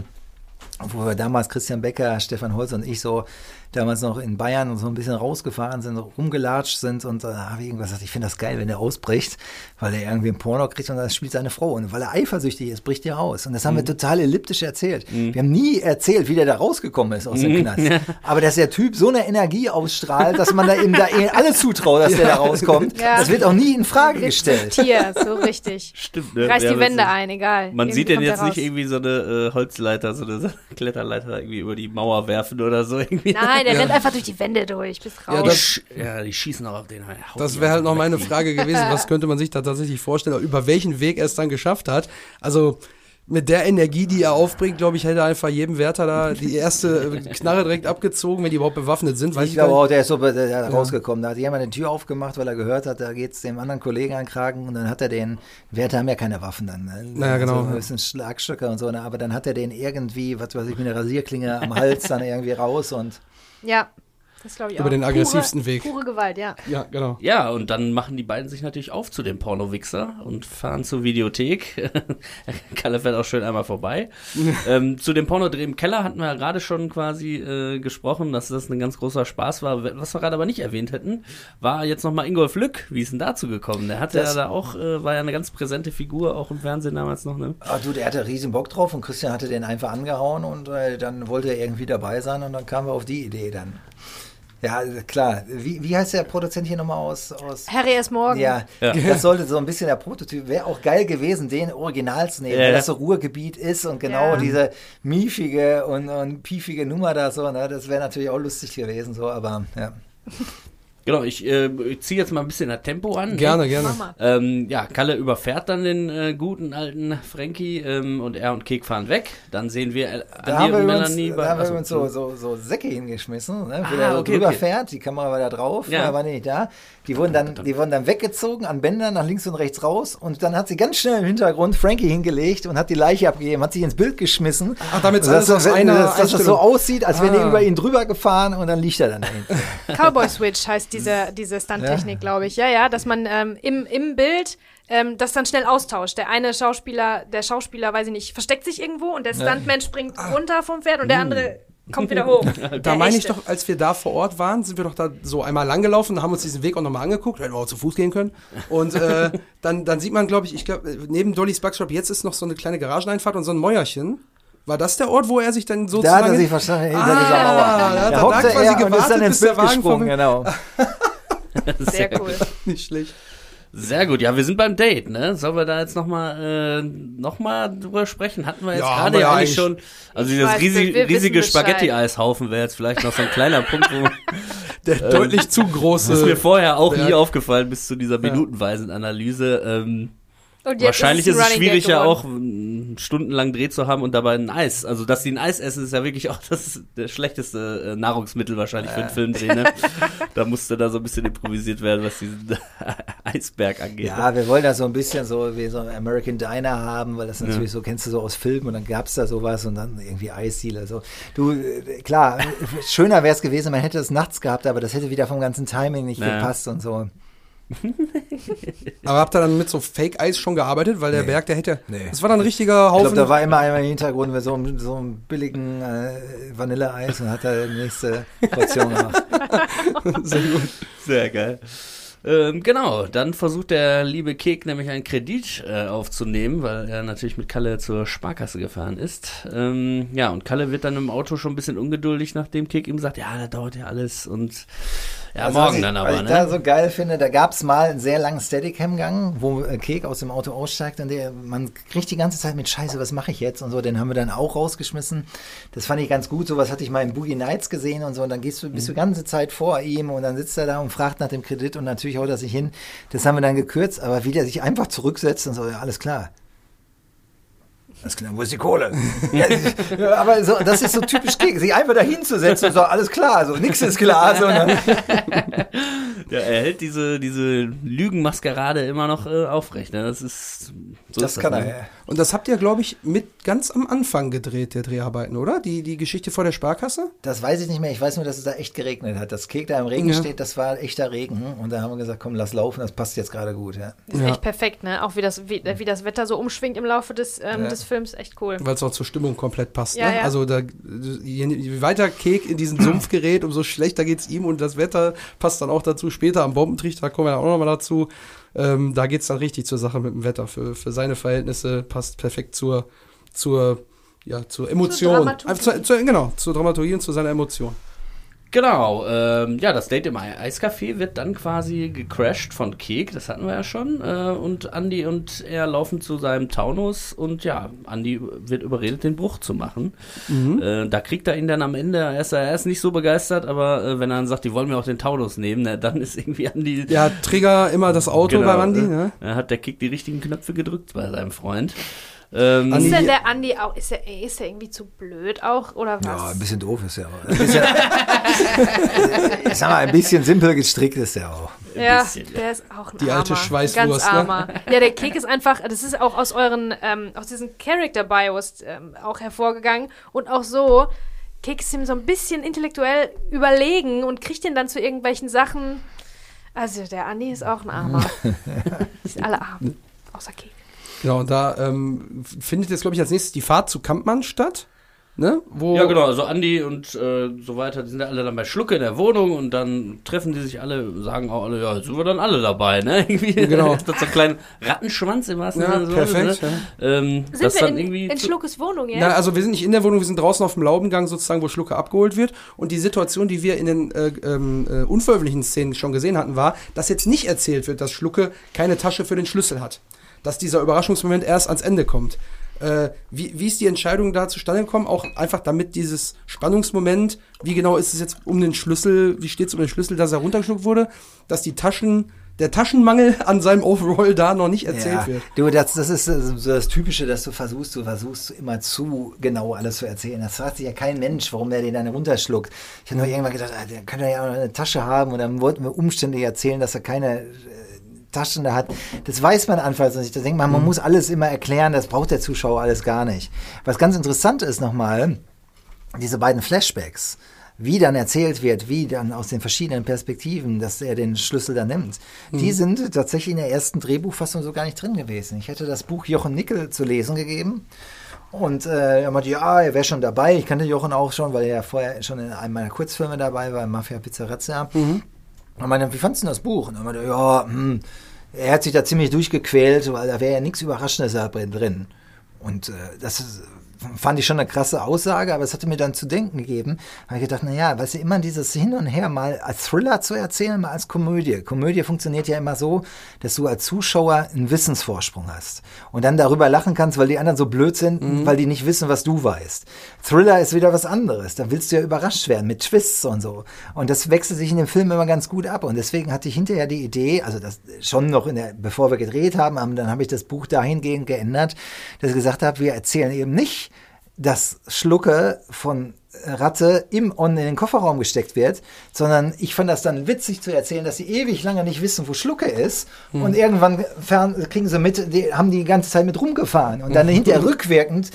wo wir damals Christian Becker, Stefan Holz und ich so damals noch in Bayern und so ein bisschen rausgefahren sind, rumgelatscht sind und da habe ich irgendwas gesagt, ich finde das geil, wenn der ausbricht, weil er irgendwie ein Porno kriegt und dann spielt seine Frau und weil er eifersüchtig ist, bricht er aus. Und das haben wir total elliptisch erzählt. Wir haben nie erzählt, wie der da rausgekommen ist aus dem Knast. Aber dass der Typ so eine Energie ausstrahlt, dass man da eben alle zutraut, dass der da rauskommt, Ja. das wird auch nie in Frage gestellt. Tier, so richtig. Stimmt, ne? Reißt Ja, die Wände das ist- ein, egal. Man Irgendwie sieht den kommt jetzt er nicht raus. irgendwie so eine Holzleiter, so eine Kletterleiter irgendwie über die Mauer werfen oder so irgendwie. Nein, der rennt einfach durch die Wände durch, bis Ja, raus. Die schießen auch auf den Haut. Das wäre halt noch meine Frage gewesen, was könnte man sich da tatsächlich vorstellen, über welchen Weg er es dann geschafft hat. Also mit der Energie, die er aufbringt, glaube ich, hätte einfach jedem Wärter da die erste Knarre direkt abgezogen, wenn die überhaupt bewaffnet sind. Weiß Ich gar glaube nicht. auch, der ist so rausgekommen. Da hat jemand eine Tür aufgemacht, weil er gehört hat, da geht es dem anderen Kollegen an den Kragen und dann hat er den, Wärter haben ja keine Waffen dann. Ne? Naja, genau. Also, das sind Schlagstöcke und so, ne? Aber dann hat er den irgendwie, was weiß ich, mit einer Rasierklinge am Hals dann irgendwie raus und Ja, das glaube ich auch. Über den aggressivsten Weg. Pure Gewalt, ja. Ja, genau. Ja, und dann machen die beiden sich natürlich auf zu dem Porno-Wichser und fahren zur Videothek. Kalle fährt auch schön einmal vorbei. Zu dem Pornodreh im Keller hatten wir ja gerade schon quasi gesprochen, dass das ein ganz großer Spaß war. Was wir gerade aber nicht erwähnt hätten, war jetzt nochmal Ingolf Lück. Wie ist denn dazu gekommen? Der hatte ja da auch, war ja eine ganz präsente Figur, auch im Fernsehen damals noch, ne? der hatte riesen Bock drauf und Christian hatte den einfach angehauen und dann wollte er irgendwie dabei sein und dann kamen wir auf die Idee dann. Ja, klar. Wie heißt der Produzent hier nochmal aus? Harry S. Morgan. Ja, das sollte so ein bisschen der Prototyp, wäre auch geil gewesen, den Original zu nehmen, weil das so Ruhrgebiet ist und genau diese miefige und piefige Nummer da so, ne, das wäre natürlich auch lustig gewesen, so, aber ja. Genau, ich ziehe jetzt mal ein bisschen das Tempo an. Gerne. Mach mal. Kalle überfährt dann den guten alten Frankie und er und Kek fahren weg. Dann sehen wir Da haben wir Melanie uns so Säcke hingeschmissen, ne, wo Ah, der so okay, drüber okay. fährt, die Kamera war da drauf, Ja. war nicht da. Die wurden dann weggezogen, an Bändern nach links und rechts raus und dann hat sie ganz schnell im Hintergrund Frankie hingelegt und hat die Leiche abgegeben, hat sich ins Bild geschmissen. Ach, damit Und alles aus einer dass das so Einstellung. aussieht, als wären die über ihn drüber gefahren und dann liegt er dann dahinter. Cowboy Switch heißt diese Stunt-Technik, glaube ich. Ja, dass man im Bild das dann schnell austauscht. Der Schauspieler, weiß ich nicht, versteckt sich irgendwo und der Stuntman springt runter vom Pferd und der andere kommt wieder hoch. Da Der meine ich echte. doch, als wir da vor Ort waren, sind wir doch da so einmal langgelaufen und haben uns diesen Weg auch nochmal angeguckt, hätten wir auch zu Fuß gehen können. Und dann sieht man, glaube ich, neben Dollys Backshop jetzt ist noch so eine kleine Garageneinfahrt und so ein Mäuerchen. War das der Ort, wo er sich dann so Da hat er sich wahrscheinlich hinter dieser Mauer. da hat er da hockte quasi er und ist gewartet, dann ins bis der Bild Wagen gesprungen, genau. Sehr cool. Nicht schlecht. Sehr gut, ja, wir sind beim Date, ne? Sollen wir da jetzt nochmal drüber sprechen? Hatten wir jetzt Ja, haben gerade wir ja eigentlich schon. Also Ich dieses weiß, wir wissen riesige Bescheid. Spaghetti-Eishaufen wäre jetzt vielleicht noch so ein kleiner Punkt, wo Der deutlich zu große. das ist mir vorher auch nie Berg. aufgefallen bis zu dieser minutenweisen Analyse. Und jetzt Wahrscheinlich ist es ein Running schwierig, Gag ja geworden. auch einen stundenlang Dreh zu haben und dabei ein Eis. Also, dass die ein Eis essen, ist ja wirklich auch das schlechteste Nahrungsmittel wahrscheinlich für einen Filmdreh. Ne? Da musste da so ein bisschen improvisiert werden, was diesen Eisberg angeht. Ja, wir wollen da so ein bisschen so wie so ein American Diner haben, weil das natürlich so, kennst du so aus Filmen und dann gab's da sowas und dann irgendwie Eisdiele. So. Du, klar, schöner wäre es gewesen, man hätte es nachts gehabt, aber das hätte wieder vom ganzen Timing nicht gepasst und so. Aber habt ihr dann mit so Fake-Eis schon gearbeitet? Weil der Berg, der hätte. Nee. Das war dann ein richtiger Ich Haufen. glaube, da war immer einer im Hintergrund mit so einem billigen Vanilleeis und hat da die nächste Portion gemacht. Sehr gut. Sehr geil. Genau, dann versucht der liebe Kek nämlich einen Kredit aufzunehmen, weil er natürlich mit Kalle zur Sparkasse gefahren ist. Ja, und Kalle wird dann im Auto schon ein bisschen ungeduldig, nachdem Kek ihm sagt, ja, das dauert ja alles und ja, also morgen dann aber, was ich da so geil finde, da gab es mal einen sehr langen Steadicam-Gang, wo Kek aus dem Auto aussteigt und man kriegt die ganze Zeit mit Scheiße, was mache ich jetzt und so, den haben wir dann auch rausgeschmissen. Das fand ich ganz gut, sowas hatte ich mal in Boogie Nights gesehen und so und dann bist du die ganze Zeit vor ihm und dann sitzt er da und fragt nach dem Kredit und natürlich haut er sich hin. Das haben wir dann gekürzt, aber wie der sich einfach zurücksetzt und so, ja, alles klar. Alles klar, wo ist die Kohle? Ja, aber so, das ist so typisch Kek, sich einfach da hinzusetzen und so, alles klar, so, nix ist klar. So, ne? Ja, er hält diese Lügenmaskerade immer noch aufrecht. Ne? Das ist so. Das ist kann das, er, ne? ja. Und das habt ihr, glaube ich, mit ganz am Anfang gedreht, der Dreharbeiten, oder? Die Geschichte vor der Sparkasse? Das weiß ich nicht mehr. Ich weiß nur, dass es da echt geregnet hat. Das Kek da im Regen steht, das war echter Regen. Und da haben wir gesagt, komm, lass laufen, das passt jetzt gerade gut. Ja. Das ist echt perfekt, ne? Auch wie das Wetter so umschwingt im Laufe des Films, echt cool. Weil es auch zur Stimmung komplett passt. Ja, ne? ja. Also je weiter Kek in diesen Sumpf gerät, umso schlechter geht's ihm und das Wetter passt dann auch dazu. Später am Bombentrichter kommen wir dann auch nochmal dazu. Da geht's dann richtig zur Sache mit dem Wetter. Für seine Verhältnisse passt perfekt zur Emotion. Zur Dramaturgie und zu seiner Emotion. Genau, ja, das Date im Eiscafé wird dann quasi gecrashed von Kek, das hatten wir ja schon, und Andi und er laufen zu seinem Taunus und ja, Andi wird überredet, den Bruch zu machen. Da kriegt er ihn dann am Ende, er ist nicht so begeistert, aber wenn er dann sagt, die wollen mir auch den Taunus nehmen, ne, dann ist irgendwie Andi... Ja, Trigger immer das Auto bei Andi, ne? Da hat der Kek die richtigen Knöpfe gedrückt bei seinem Freund. Ist denn der Andi auch, ist der irgendwie zu blöd auch, oder was? Ja, ein bisschen doof ist er auch. Ich sag mal, ein bisschen simpel gestrickt ist er auch. Ja, der ist auch ein Die Armer, alte Schweißwurst, ganz armer. Ne? Ja, der Kek ist einfach, das ist auch aus diesen Character-Bios auch hervorgegangen und auch so, Kek ist ihm so ein bisschen intellektuell überlegen und kriegt ihn dann zu irgendwelchen Sachen. Also der Andi ist auch ein Armer. Die sind alle arm, außer Kek. Genau, und da findet jetzt, glaube ich, als nächstes die Fahrt zu Kampmann statt. Ne? Ja, genau, also Andi und so weiter, die sind ja alle dann bei Schlucke in der Wohnung und dann treffen die sich alle, sagen auch alle, ja, jetzt sind wir dann alle dabei, ne? Genau. Das ist so ein kleiner Rattenschwanz im wahrsten Sinne. Perfekt. Ne? Sind das wir dann irgendwie in Schluckes Wohnung jetzt? Na, also wir sind nicht in der Wohnung, wir sind draußen auf dem Laubengang sozusagen, wo Schlucke abgeholt wird. Und die Situation, die wir in den unveröffentlichten Szenen schon gesehen hatten, war, dass jetzt nicht erzählt wird, dass Schlucke keine Tasche für den Schlüssel hat. Dass dieser Überraschungsmoment erst ans Ende kommt. Wie ist die Entscheidung da zustande gekommen? Auch einfach damit dieses Spannungsmoment, wie genau ist es jetzt um den Schlüssel, wie steht es um den Schlüssel, dass er runtergeschluckt wurde, dass der Taschenmangel an seinem Overall da noch nicht erzählt wird. Du, das ist so das Typische, dass du versuchst immer zu genau alles zu erzählen. Das fragt sich ja kein Mensch, warum der den dann runterschluckt. Ich habe nur irgendwann gedacht, der könnte ja auch eine Tasche haben und dann wollten wir umständlich erzählen, dass er keine Taschen da hat. Das weiß man anfangs nicht. Da denkt man, man muss alles immer erklären, das braucht der Zuschauer alles gar nicht. Was ganz interessant ist nochmal, diese beiden Flashbacks, wie dann erzählt wird, wie dann aus den verschiedenen Perspektiven, dass er den Schlüssel da nimmt, die sind tatsächlich in der ersten Drehbuchfassung so gar nicht drin gewesen. Ich hätte das Buch Jochen Nickel zu lesen gegeben und er meinte, ja, er wäre schon dabei. Ich kannte Jochen auch schon, weil er ja vorher schon in einem meiner Kurzfilme dabei war, Mafia Pizzeria. Und meinte, wie fandst du das Buch? Und er meinte, ja, er hat sich da ziemlich durchgequält, weil da wäre ja nichts Überraschendes drin. Und das fand ich schon eine krasse Aussage, aber es hatte mir dann zu denken gegeben. Da habe ich gedacht, naja, weißt du, immer dieses Hin und Her mal als Thriller zu erzählen, mal als Komödie. Komödie funktioniert ja immer so, dass du als Zuschauer einen Wissensvorsprung hast und dann darüber lachen kannst, weil die anderen so blöd sind, weil die nicht wissen, was du weißt. Thriller ist wieder was anderes. Da willst du ja überrascht werden mit Twists und so. Und das wechselt sich in dem Film immer ganz gut ab. Und deswegen hatte ich hinterher die Idee, also das schon noch bevor wir gedreht haben, dann habe ich das Buch dahingehend geändert, dass ich gesagt habe, wir erzählen eben nicht, dass Schlucke von Ratte in den Kofferraum gesteckt wird, sondern ich fand das dann witzig zu erzählen, dass sie ewig lange nicht wissen, wo Schlucke ist und irgendwann kriegen sie mit, haben die ganze Zeit mit rumgefahren und dann hinterher rückwirkend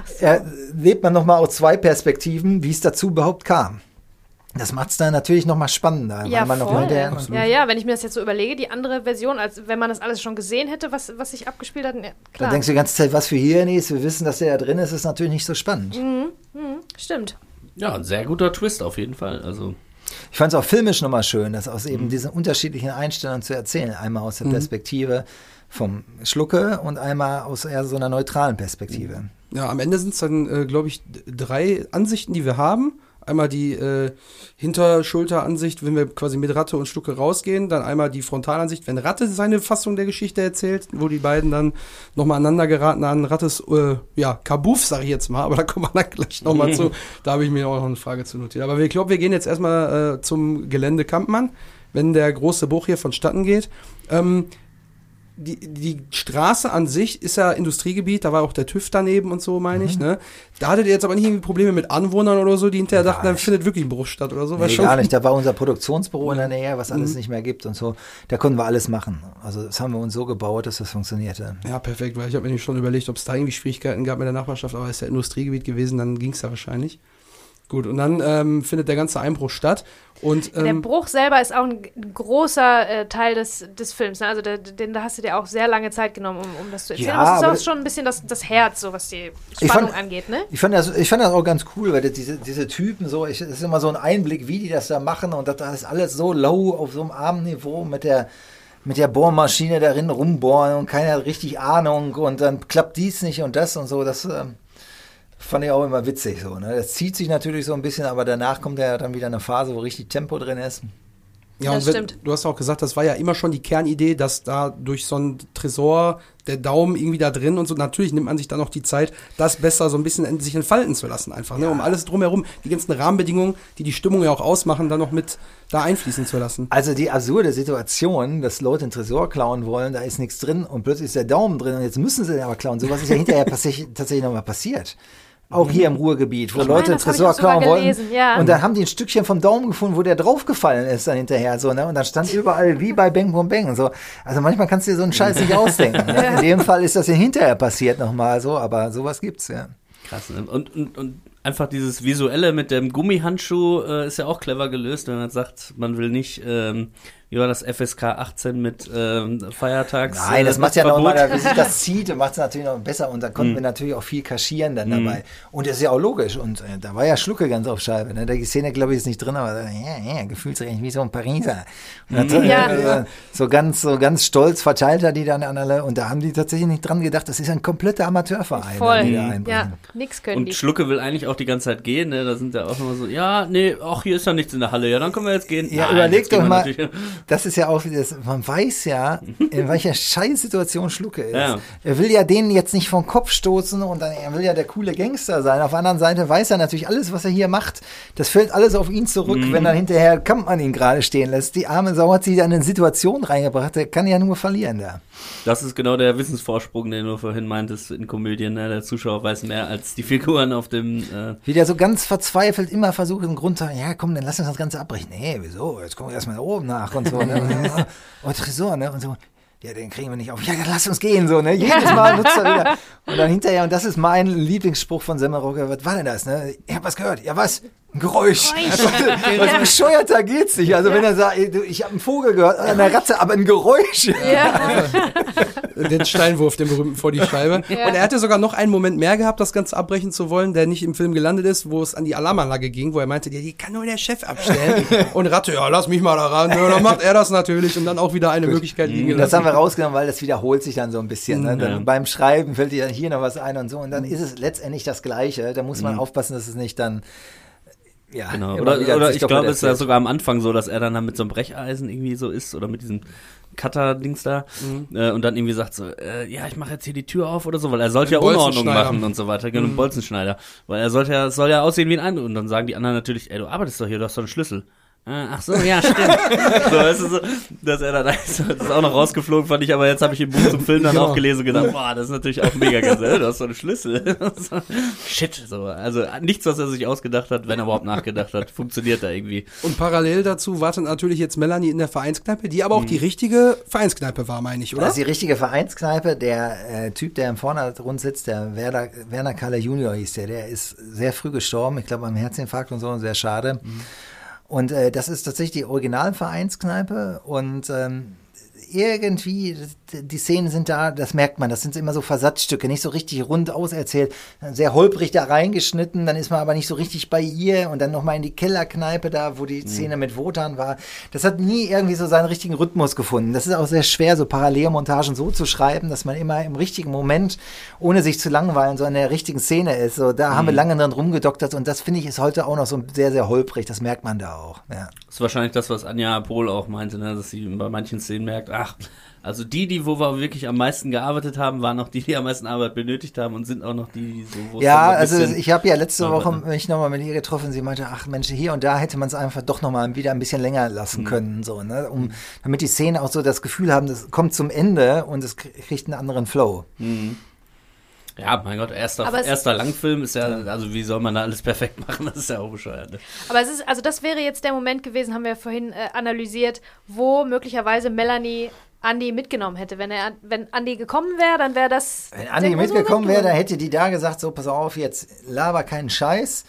lebt man nochmal aus zwei Perspektiven, wie es dazu überhaupt kam. Das macht es dann natürlich nochmal spannender. Ja, weil man voll. Noch Wenn ich mir das jetzt so überlege, die andere Version, als wenn man das alles schon gesehen hätte, was sich abgespielt hat, ja, klar. Dann denkst du die ganze Zeit, was für Hirnis, wir wissen, dass der da drin ist, ist natürlich nicht so spannend. Stimmt. Ja, ein sehr guter Twist auf jeden Fall. Also Ich fand es auch filmisch nochmal schön, das aus eben diesen unterschiedlichen Einstellungen zu erzählen. Einmal aus der Perspektive vom Schlucke und einmal aus eher so einer neutralen Perspektive. Ja, am Ende sind es dann, glaube ich, 3 Ansichten, die wir haben. Einmal die Hinterschulteransicht, wenn wir quasi mit Ratte und Schlucke rausgehen. Dann einmal die Frontalansicht, wenn Ratte seine Fassung der Geschichte erzählt, wo die beiden dann nochmal aneinander geraten an Rattes, Kabuff, sag ich jetzt mal. Aber da kommen wir dann gleich nochmal zu. Da habe ich mir auch noch eine Frage zu notiert. Aber ich glaube, wir gehen jetzt erstmal zum Gelände Kampmann, wenn der große Bruch hier vonstatten geht. Die Straße an sich ist ja Industriegebiet, da war auch der TÜV daneben und so, meine ich, ne? Da hattet ihr jetzt aber nicht irgendwie Probleme mit Anwohnern oder so, die hinterher dachten, dann findet wirklich ein Bruch statt oder so? Nee, gar nicht, da war unser Produktionsbüro in der Nähe, was alles nicht mehr gibt und so. Da konnten wir alles machen. Also das haben wir uns so gebaut, dass das funktionierte. Ja, perfekt, weil ich habe mir schon überlegt, ob es da irgendwie Schwierigkeiten gab mit der Nachbarschaft, aber es ist ja Industriegebiet gewesen, dann ging es ja wahrscheinlich. Gut, und dann findet der ganze Einbruch statt. Und, der Bruch selber ist auch ein großer Teil des Films. Ne? Also da hast du dir auch sehr lange Zeit genommen, um das zu erzählen. Ja, aber es ist auch schon ein bisschen das Herz, so was die Spannung angeht. Ne? Ich fand das auch ganz cool, weil diese Typen so, es ist immer so ein Einblick, wie die das da machen und das ist alles so low auf so einem armen Niveau mit der Bohrmaschine darin rumbohren und keiner hat richtig Ahnung und dann klappt dies nicht und das und so. Das fand ich auch immer witzig so. Ne? Das zieht sich natürlich so ein bisschen, aber danach kommt ja dann wieder eine Phase, wo richtig Tempo drin ist. Ja, das stimmt. Du hast auch gesagt, das war ja immer schon die Kernidee, dass da durch so einen Tresor der Daumen irgendwie da drin und so, natürlich nimmt man sich dann noch die Zeit, das besser so ein bisschen sich entfalten zu lassen einfach, ne? Um alles drumherum, die ganzen Rahmenbedingungen, die Stimmung ja auch ausmachen, dann noch mit da einfließen zu lassen. Also die absurde Situation, dass Leute einen Tresor klauen wollen, da ist nichts drin und plötzlich ist der Daumen drin und jetzt müssen sie den aber klauen. Sowas ist ja hinterher tatsächlich nochmal passiert. Auch hier im Ruhrgebiet, wo Leute einen Tresor klauen wollten. Ja. Und dann haben die ein Stückchen vom Daumen gefunden, wo der draufgefallen ist dann hinterher. So, ne? Und dann stand überall wie bei Bang Boom Bang. So. Also manchmal kannst du dir so einen Scheiß nicht ausdenken. Ne? In dem Fall ist das ja hinterher passiert nochmal so, aber sowas gibt's, ja. Krass, ne? Und einfach dieses Visuelle mit dem Gummihandschuh ist ja auch clever gelöst, wenn man sagt, man will nicht, wie war das, FSK 18 mit Feiertags. Nein, das macht ja nochmal, wie sich das zieht, macht es natürlich noch besser und da konnten wir natürlich auch viel kaschieren dann dabei. Und das ist ja auch logisch und da war ja Schlucke ganz auf Scheibe. Ne? Die Szene, glaube ich, ist nicht drin, aber gefühlsrecht wie so ein Pariser. Und dann, so ganz stolz verteilt er die dann an alle und da haben die tatsächlich nicht dran gedacht, das ist ein kompletter Amateurverein. Voll, die da ja, nix können und die. Schlucke will eigentlich auch die ganze Zeit gehen, ne? Da sind ja auch immer so, ja, nee, ach, hier ist ja nichts in der Halle, ja, dann können wir jetzt gehen. Ja, überleg doch mal, das ist ja auch wieder, man weiß ja, in welcher Scheißsituation Schlucke ist. Ja. Er will ja denen jetzt nicht vom Kopf stoßen und dann, er will ja der coole Gangster sein. Auf der anderen Seite weiß er natürlich alles, was er hier macht. Das fällt alles auf ihn zurück, wenn dann hinterher Kampmann ihn gerade stehen lässt. Die arme Sau hat sich da in eine Situation reingebracht, der kann ja nur verlieren da. Das ist genau der Wissensvorsprung, den du vorhin meintest in Komödien. Ne? Der Zuschauer weiß mehr als die Figuren auf dem... Wie der so ganz verzweifelt immer versucht, einen Grund zu haben, ja komm, dann lass uns das Ganze abbrechen. Nee, wieso? Jetzt kommen wir erstmal da oben nach und so. Ne? Oh, Tresor, ne? Und so. Ja, den kriegen wir nicht auf. Ja, dann lass uns gehen, so, ne? Jedes Mal nutzt er wieder. Und dann hinterher, und das ist mein Lieblingsspruch von Semmelrogge, was war denn das, ne? Ich hab was gehört. Ja, was? Ein Geräusch. Was bescheuerter geht's nicht. Also wenn er sagt, ich habe einen Vogel gehört, eine Ratze, aber ein Geräusch. Ja. Den Steinwurf, den berühmten vor die Scheibe. Ja. Und er hatte sogar noch einen Moment mehr gehabt, das Ganze abbrechen zu wollen, der nicht im Film gelandet ist, wo es an die Alarmanlage ging, wo er meinte, die kann nur der Chef abstellen. Und Ratte, ja, lass mich mal da ran. Ja, dann macht er das natürlich und dann auch wieder eine Möglichkeit liegen gelassen. Das haben wir rausgenommen, weil das wiederholt sich dann so ein bisschen. Ne? Dann beim Schreiben fällt dir hier noch was ein und so. Und dann ist es letztendlich das Gleiche. Da muss man aufpassen, dass es nicht dann... Ja, genau. Oder ich glaube, es ist ja sogar am Anfang so, dass er dann mit so einem Brecheisen irgendwie so ist oder mit diesem Cutter-Dings da und dann irgendwie sagt so, ja, ich mache jetzt hier die Tür auf oder so, weil er sollte ja Unordnung machen und so weiter, genau, Bolzenschneider, weil er es soll ja aussehen wie ein anderer und dann sagen die anderen natürlich, ey, du arbeitest doch hier, du hast doch einen Schlüssel. Ach so, ja, stimmt. So, weißt du, so, dass er dann das ist auch noch rausgeflogen, fand ich, aber jetzt habe ich im Buch zum Film dann auch gelesen und gedacht, boah, das ist natürlich auch mega geil, du hast so einen Schlüssel. Shit, so, also nichts, was er sich ausgedacht hat, wenn er überhaupt nachgedacht hat, funktioniert da irgendwie. Und parallel dazu wartet natürlich jetzt Melanie in der Vereinskneipe, die aber auch die richtige Vereinskneipe war, meine ich, oder? Das ist die richtige Vereinskneipe, der Typ, der im Vordergrund sitzt, der Werner Kaller Junior hieß der ist sehr früh gestorben, ich glaube am Herzinfarkt und so, sehr schade. Und das ist tatsächlich die Originalvereinskneipe und irgendwie, die Szenen sind da, das merkt man, das sind immer so Versatzstücke, nicht so richtig rund auserzählt, sehr holprig da reingeschnitten, dann ist man aber nicht so richtig bei ihr und dann nochmal in die Kellerkneipe da, wo die Szene mit Wotan war. Das hat nie irgendwie so seinen richtigen Rhythmus gefunden. Das ist auch sehr schwer, so Parallelmontagen so zu schreiben, dass man immer im richtigen Moment, ohne sich zu langweilen, so in der richtigen Szene ist. So, da haben wir lange dran rumgedoktert und das finde ich ist heute auch noch so sehr, sehr holprig. Das merkt man da auch. Ja. Das ist wahrscheinlich das, was Anja Pohl auch meinte, ne? Dass sie bei manchen Szenen merkt, also wo wir wirklich am meisten gearbeitet haben, waren auch die am meisten Arbeit benötigt haben und sind auch noch die, wo es ja, dann so ein also bisschen ich habe ja letzte Woche mich nochmal mit ihr getroffen, sie meinte, ach Mensch, hier und da hätte man es einfach doch nochmal wieder ein bisschen länger lassen können, so, ne? Damit die Szenen auch so das Gefühl haben, das kommt zum Ende und es kriegt einen anderen Flow. Ja, mein Gott, erster Langfilm ist ja, also wie soll man da alles perfekt machen, das ist ja auch bescheuert. Ne? Aber also das wäre jetzt der Moment gewesen, haben wir vorhin analysiert, wo möglicherweise Melanie Andi mitgenommen hätte. Wenn Andi gekommen wäre, dann wäre das... Wenn Andi mitgekommen wäre, dann hätte die da gesagt, so, pass auf, jetzt laber keinen Scheiß.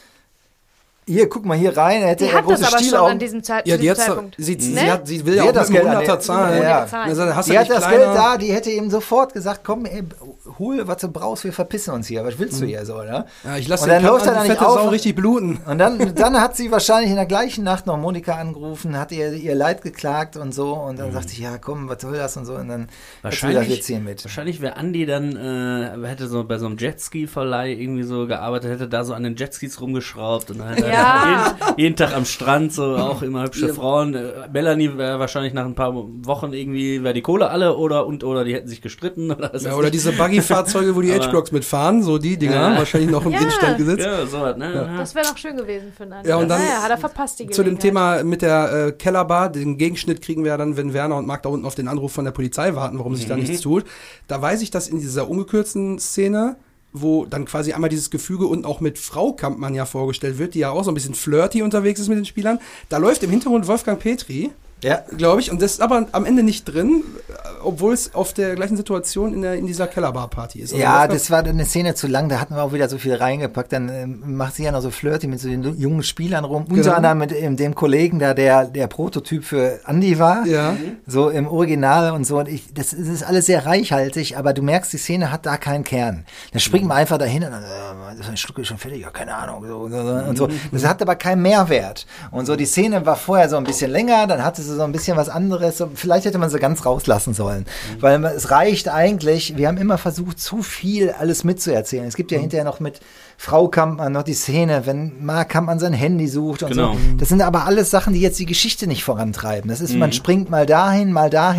Hier, guck mal hier rein. Die hat das aber schon an diesem Zeitpunkt. Sie will ja auch das Geld 100er zahlen. Die hat das Geld da, die hätte ihm sofort gesagt, komm, ey, hol, was du brauchst, wir verpissen uns hier. Was willst du hier so, oder? Ja, ich lasse den fette Sau richtig bluten. Und dann hat sie wahrscheinlich in der gleichen Nacht noch Monika angerufen, hat ihr Leid geklagt und so. Und dann sagt sie, ja komm, was soll das und so. Und dann wahrscheinlich wäre Andi dann, hätte so bei so einem Jetski-Verleih irgendwie so gearbeitet, hätte da so an den Jetskis rumgeschraubt und dann hätte jeden Tag am Strand, so auch immer hübsche Frauen. Melanie wäre wahrscheinlich nach ein paar Wochen irgendwie, wäre die Kohle alle oder die hätten sich gestritten. Oder diese Buggy-Fahrzeuge, wo die H-Blocks mitfahren, so die Dinger, wahrscheinlich noch im Innenstand gesetzt. Ja, so was, ne? Ja. Das wäre noch schön gewesen für einen Andi. Ja, und dann hat er verpasst die Gelegenheit. Zu dem Thema mit der Kellerbar, den Gegenschnitt kriegen wir ja dann, wenn Werner und Marc da unten auf den Anruf von der Polizei warten, warum sich da nichts tut. Da weiß ich, dass in dieser ungekürzten Szene, wo dann quasi einmal dieses Gefüge und auch mit Frau Kampmann ja vorgestellt wird, die ja auch so ein bisschen flirty unterwegs ist mit den Spielern. Da läuft im Hintergrund Wolfgang Petri, glaube ich, und das ist aber am Ende nicht drin, obwohl es auf der gleichen Situation in dieser Kellerbar-Party ist. Also ja, das war eine Szene zu lang, da hatten wir auch wieder so viel reingepackt, dann macht sie ja noch so flirty mit so den jungen Spielern rum, unter anderem mit dem Kollegen da, der Prototyp für Andi war, so im Original und so, und das ist alles sehr reichhaltig, aber du merkst, die Szene hat da keinen Kern. Dann springen wir einfach dahin und dann, das ist ein Stück schon fertig, ja, keine Ahnung, so, und so. Das hat aber keinen Mehrwert. Und so, die Szene war vorher so ein bisschen länger, dann hatte sie so ein bisschen was anderes, so, vielleicht hätte man sie ganz rauslassen sollen, weil es reicht eigentlich, wir haben immer versucht, zu viel alles mitzuerzählen. Es gibt ja hinterher noch mit Frau Kampmann noch die Szene, wenn Marc Kampmann sein Handy sucht und so. Das sind aber alles Sachen, die jetzt die Geschichte nicht vorantreiben. Das ist, man springt mal dahin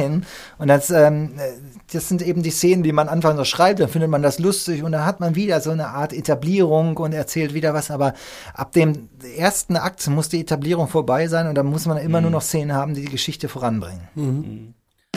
und das sind eben die Szenen, die man anfangs noch schreibt, dann findet man das lustig und dann hat man wieder so eine Art Etablierung und erzählt wieder was, aber ab dem ersten Akt muss die Etablierung vorbei sein und dann muss man immer nur noch Szenen haben, die Geschichte voranbringen.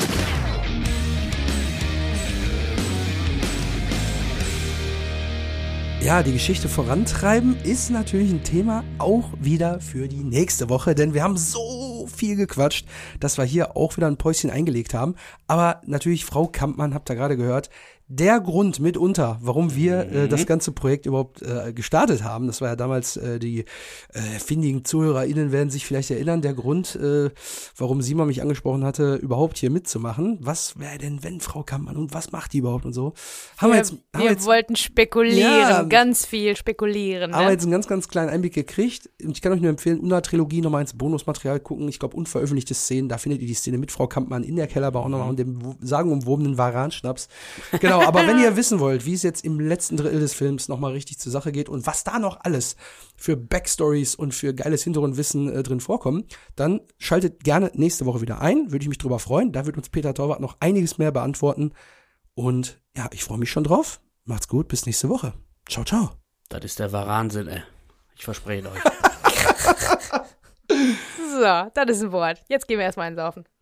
Ja, die Geschichte vorantreiben ist natürlich ein Thema auch wieder für die nächste Woche, denn wir haben so viel gequatscht, dass wir hier auch wieder ein Päuschen eingelegt haben. Aber natürlich, Frau Kampmann, habt ihr gerade gehört, der Grund mitunter, warum wir das ganze Projekt überhaupt gestartet haben, das war ja damals, die findigen ZuhörerInnen werden sich vielleicht erinnern, der Grund, warum Simon mich angesprochen hatte, überhaupt hier mitzumachen. Was wäre denn, wenn Frau Kampmann und was macht die überhaupt und so? Wir wollten spekulieren, ganz viel spekulieren. Haben wir jetzt einen ganz, ganz kleinen Einblick gekriegt. Und ich kann euch nur empfehlen, Una-Trilogie nochmal ins Bonusmaterial gucken. Ich glaube, unveröffentlichte Szenen, da findet ihr die Szene mit Frau Kampmann in der Kellerbar auch nochmal und dem sagenumwobenen Varan-Schnaps. Genau. Aber wenn ihr wissen wollt, wie es jetzt im letzten Drittel des Films nochmal richtig zur Sache geht und was da noch alles für Backstories und für geiles Hintergrundwissen drin vorkommen, dann schaltet gerne nächste Woche wieder ein. Würde ich mich drüber freuen. Da wird uns Peter Torwart noch einiges mehr beantworten. Und ja, ich freue mich schon drauf. Macht's gut, bis nächste Woche. Ciao, ciao. Das ist der Wahnsinn, ey. Ich verspreche euch. So, das ist ein Wort. Jetzt gehen wir erstmal einsaufen.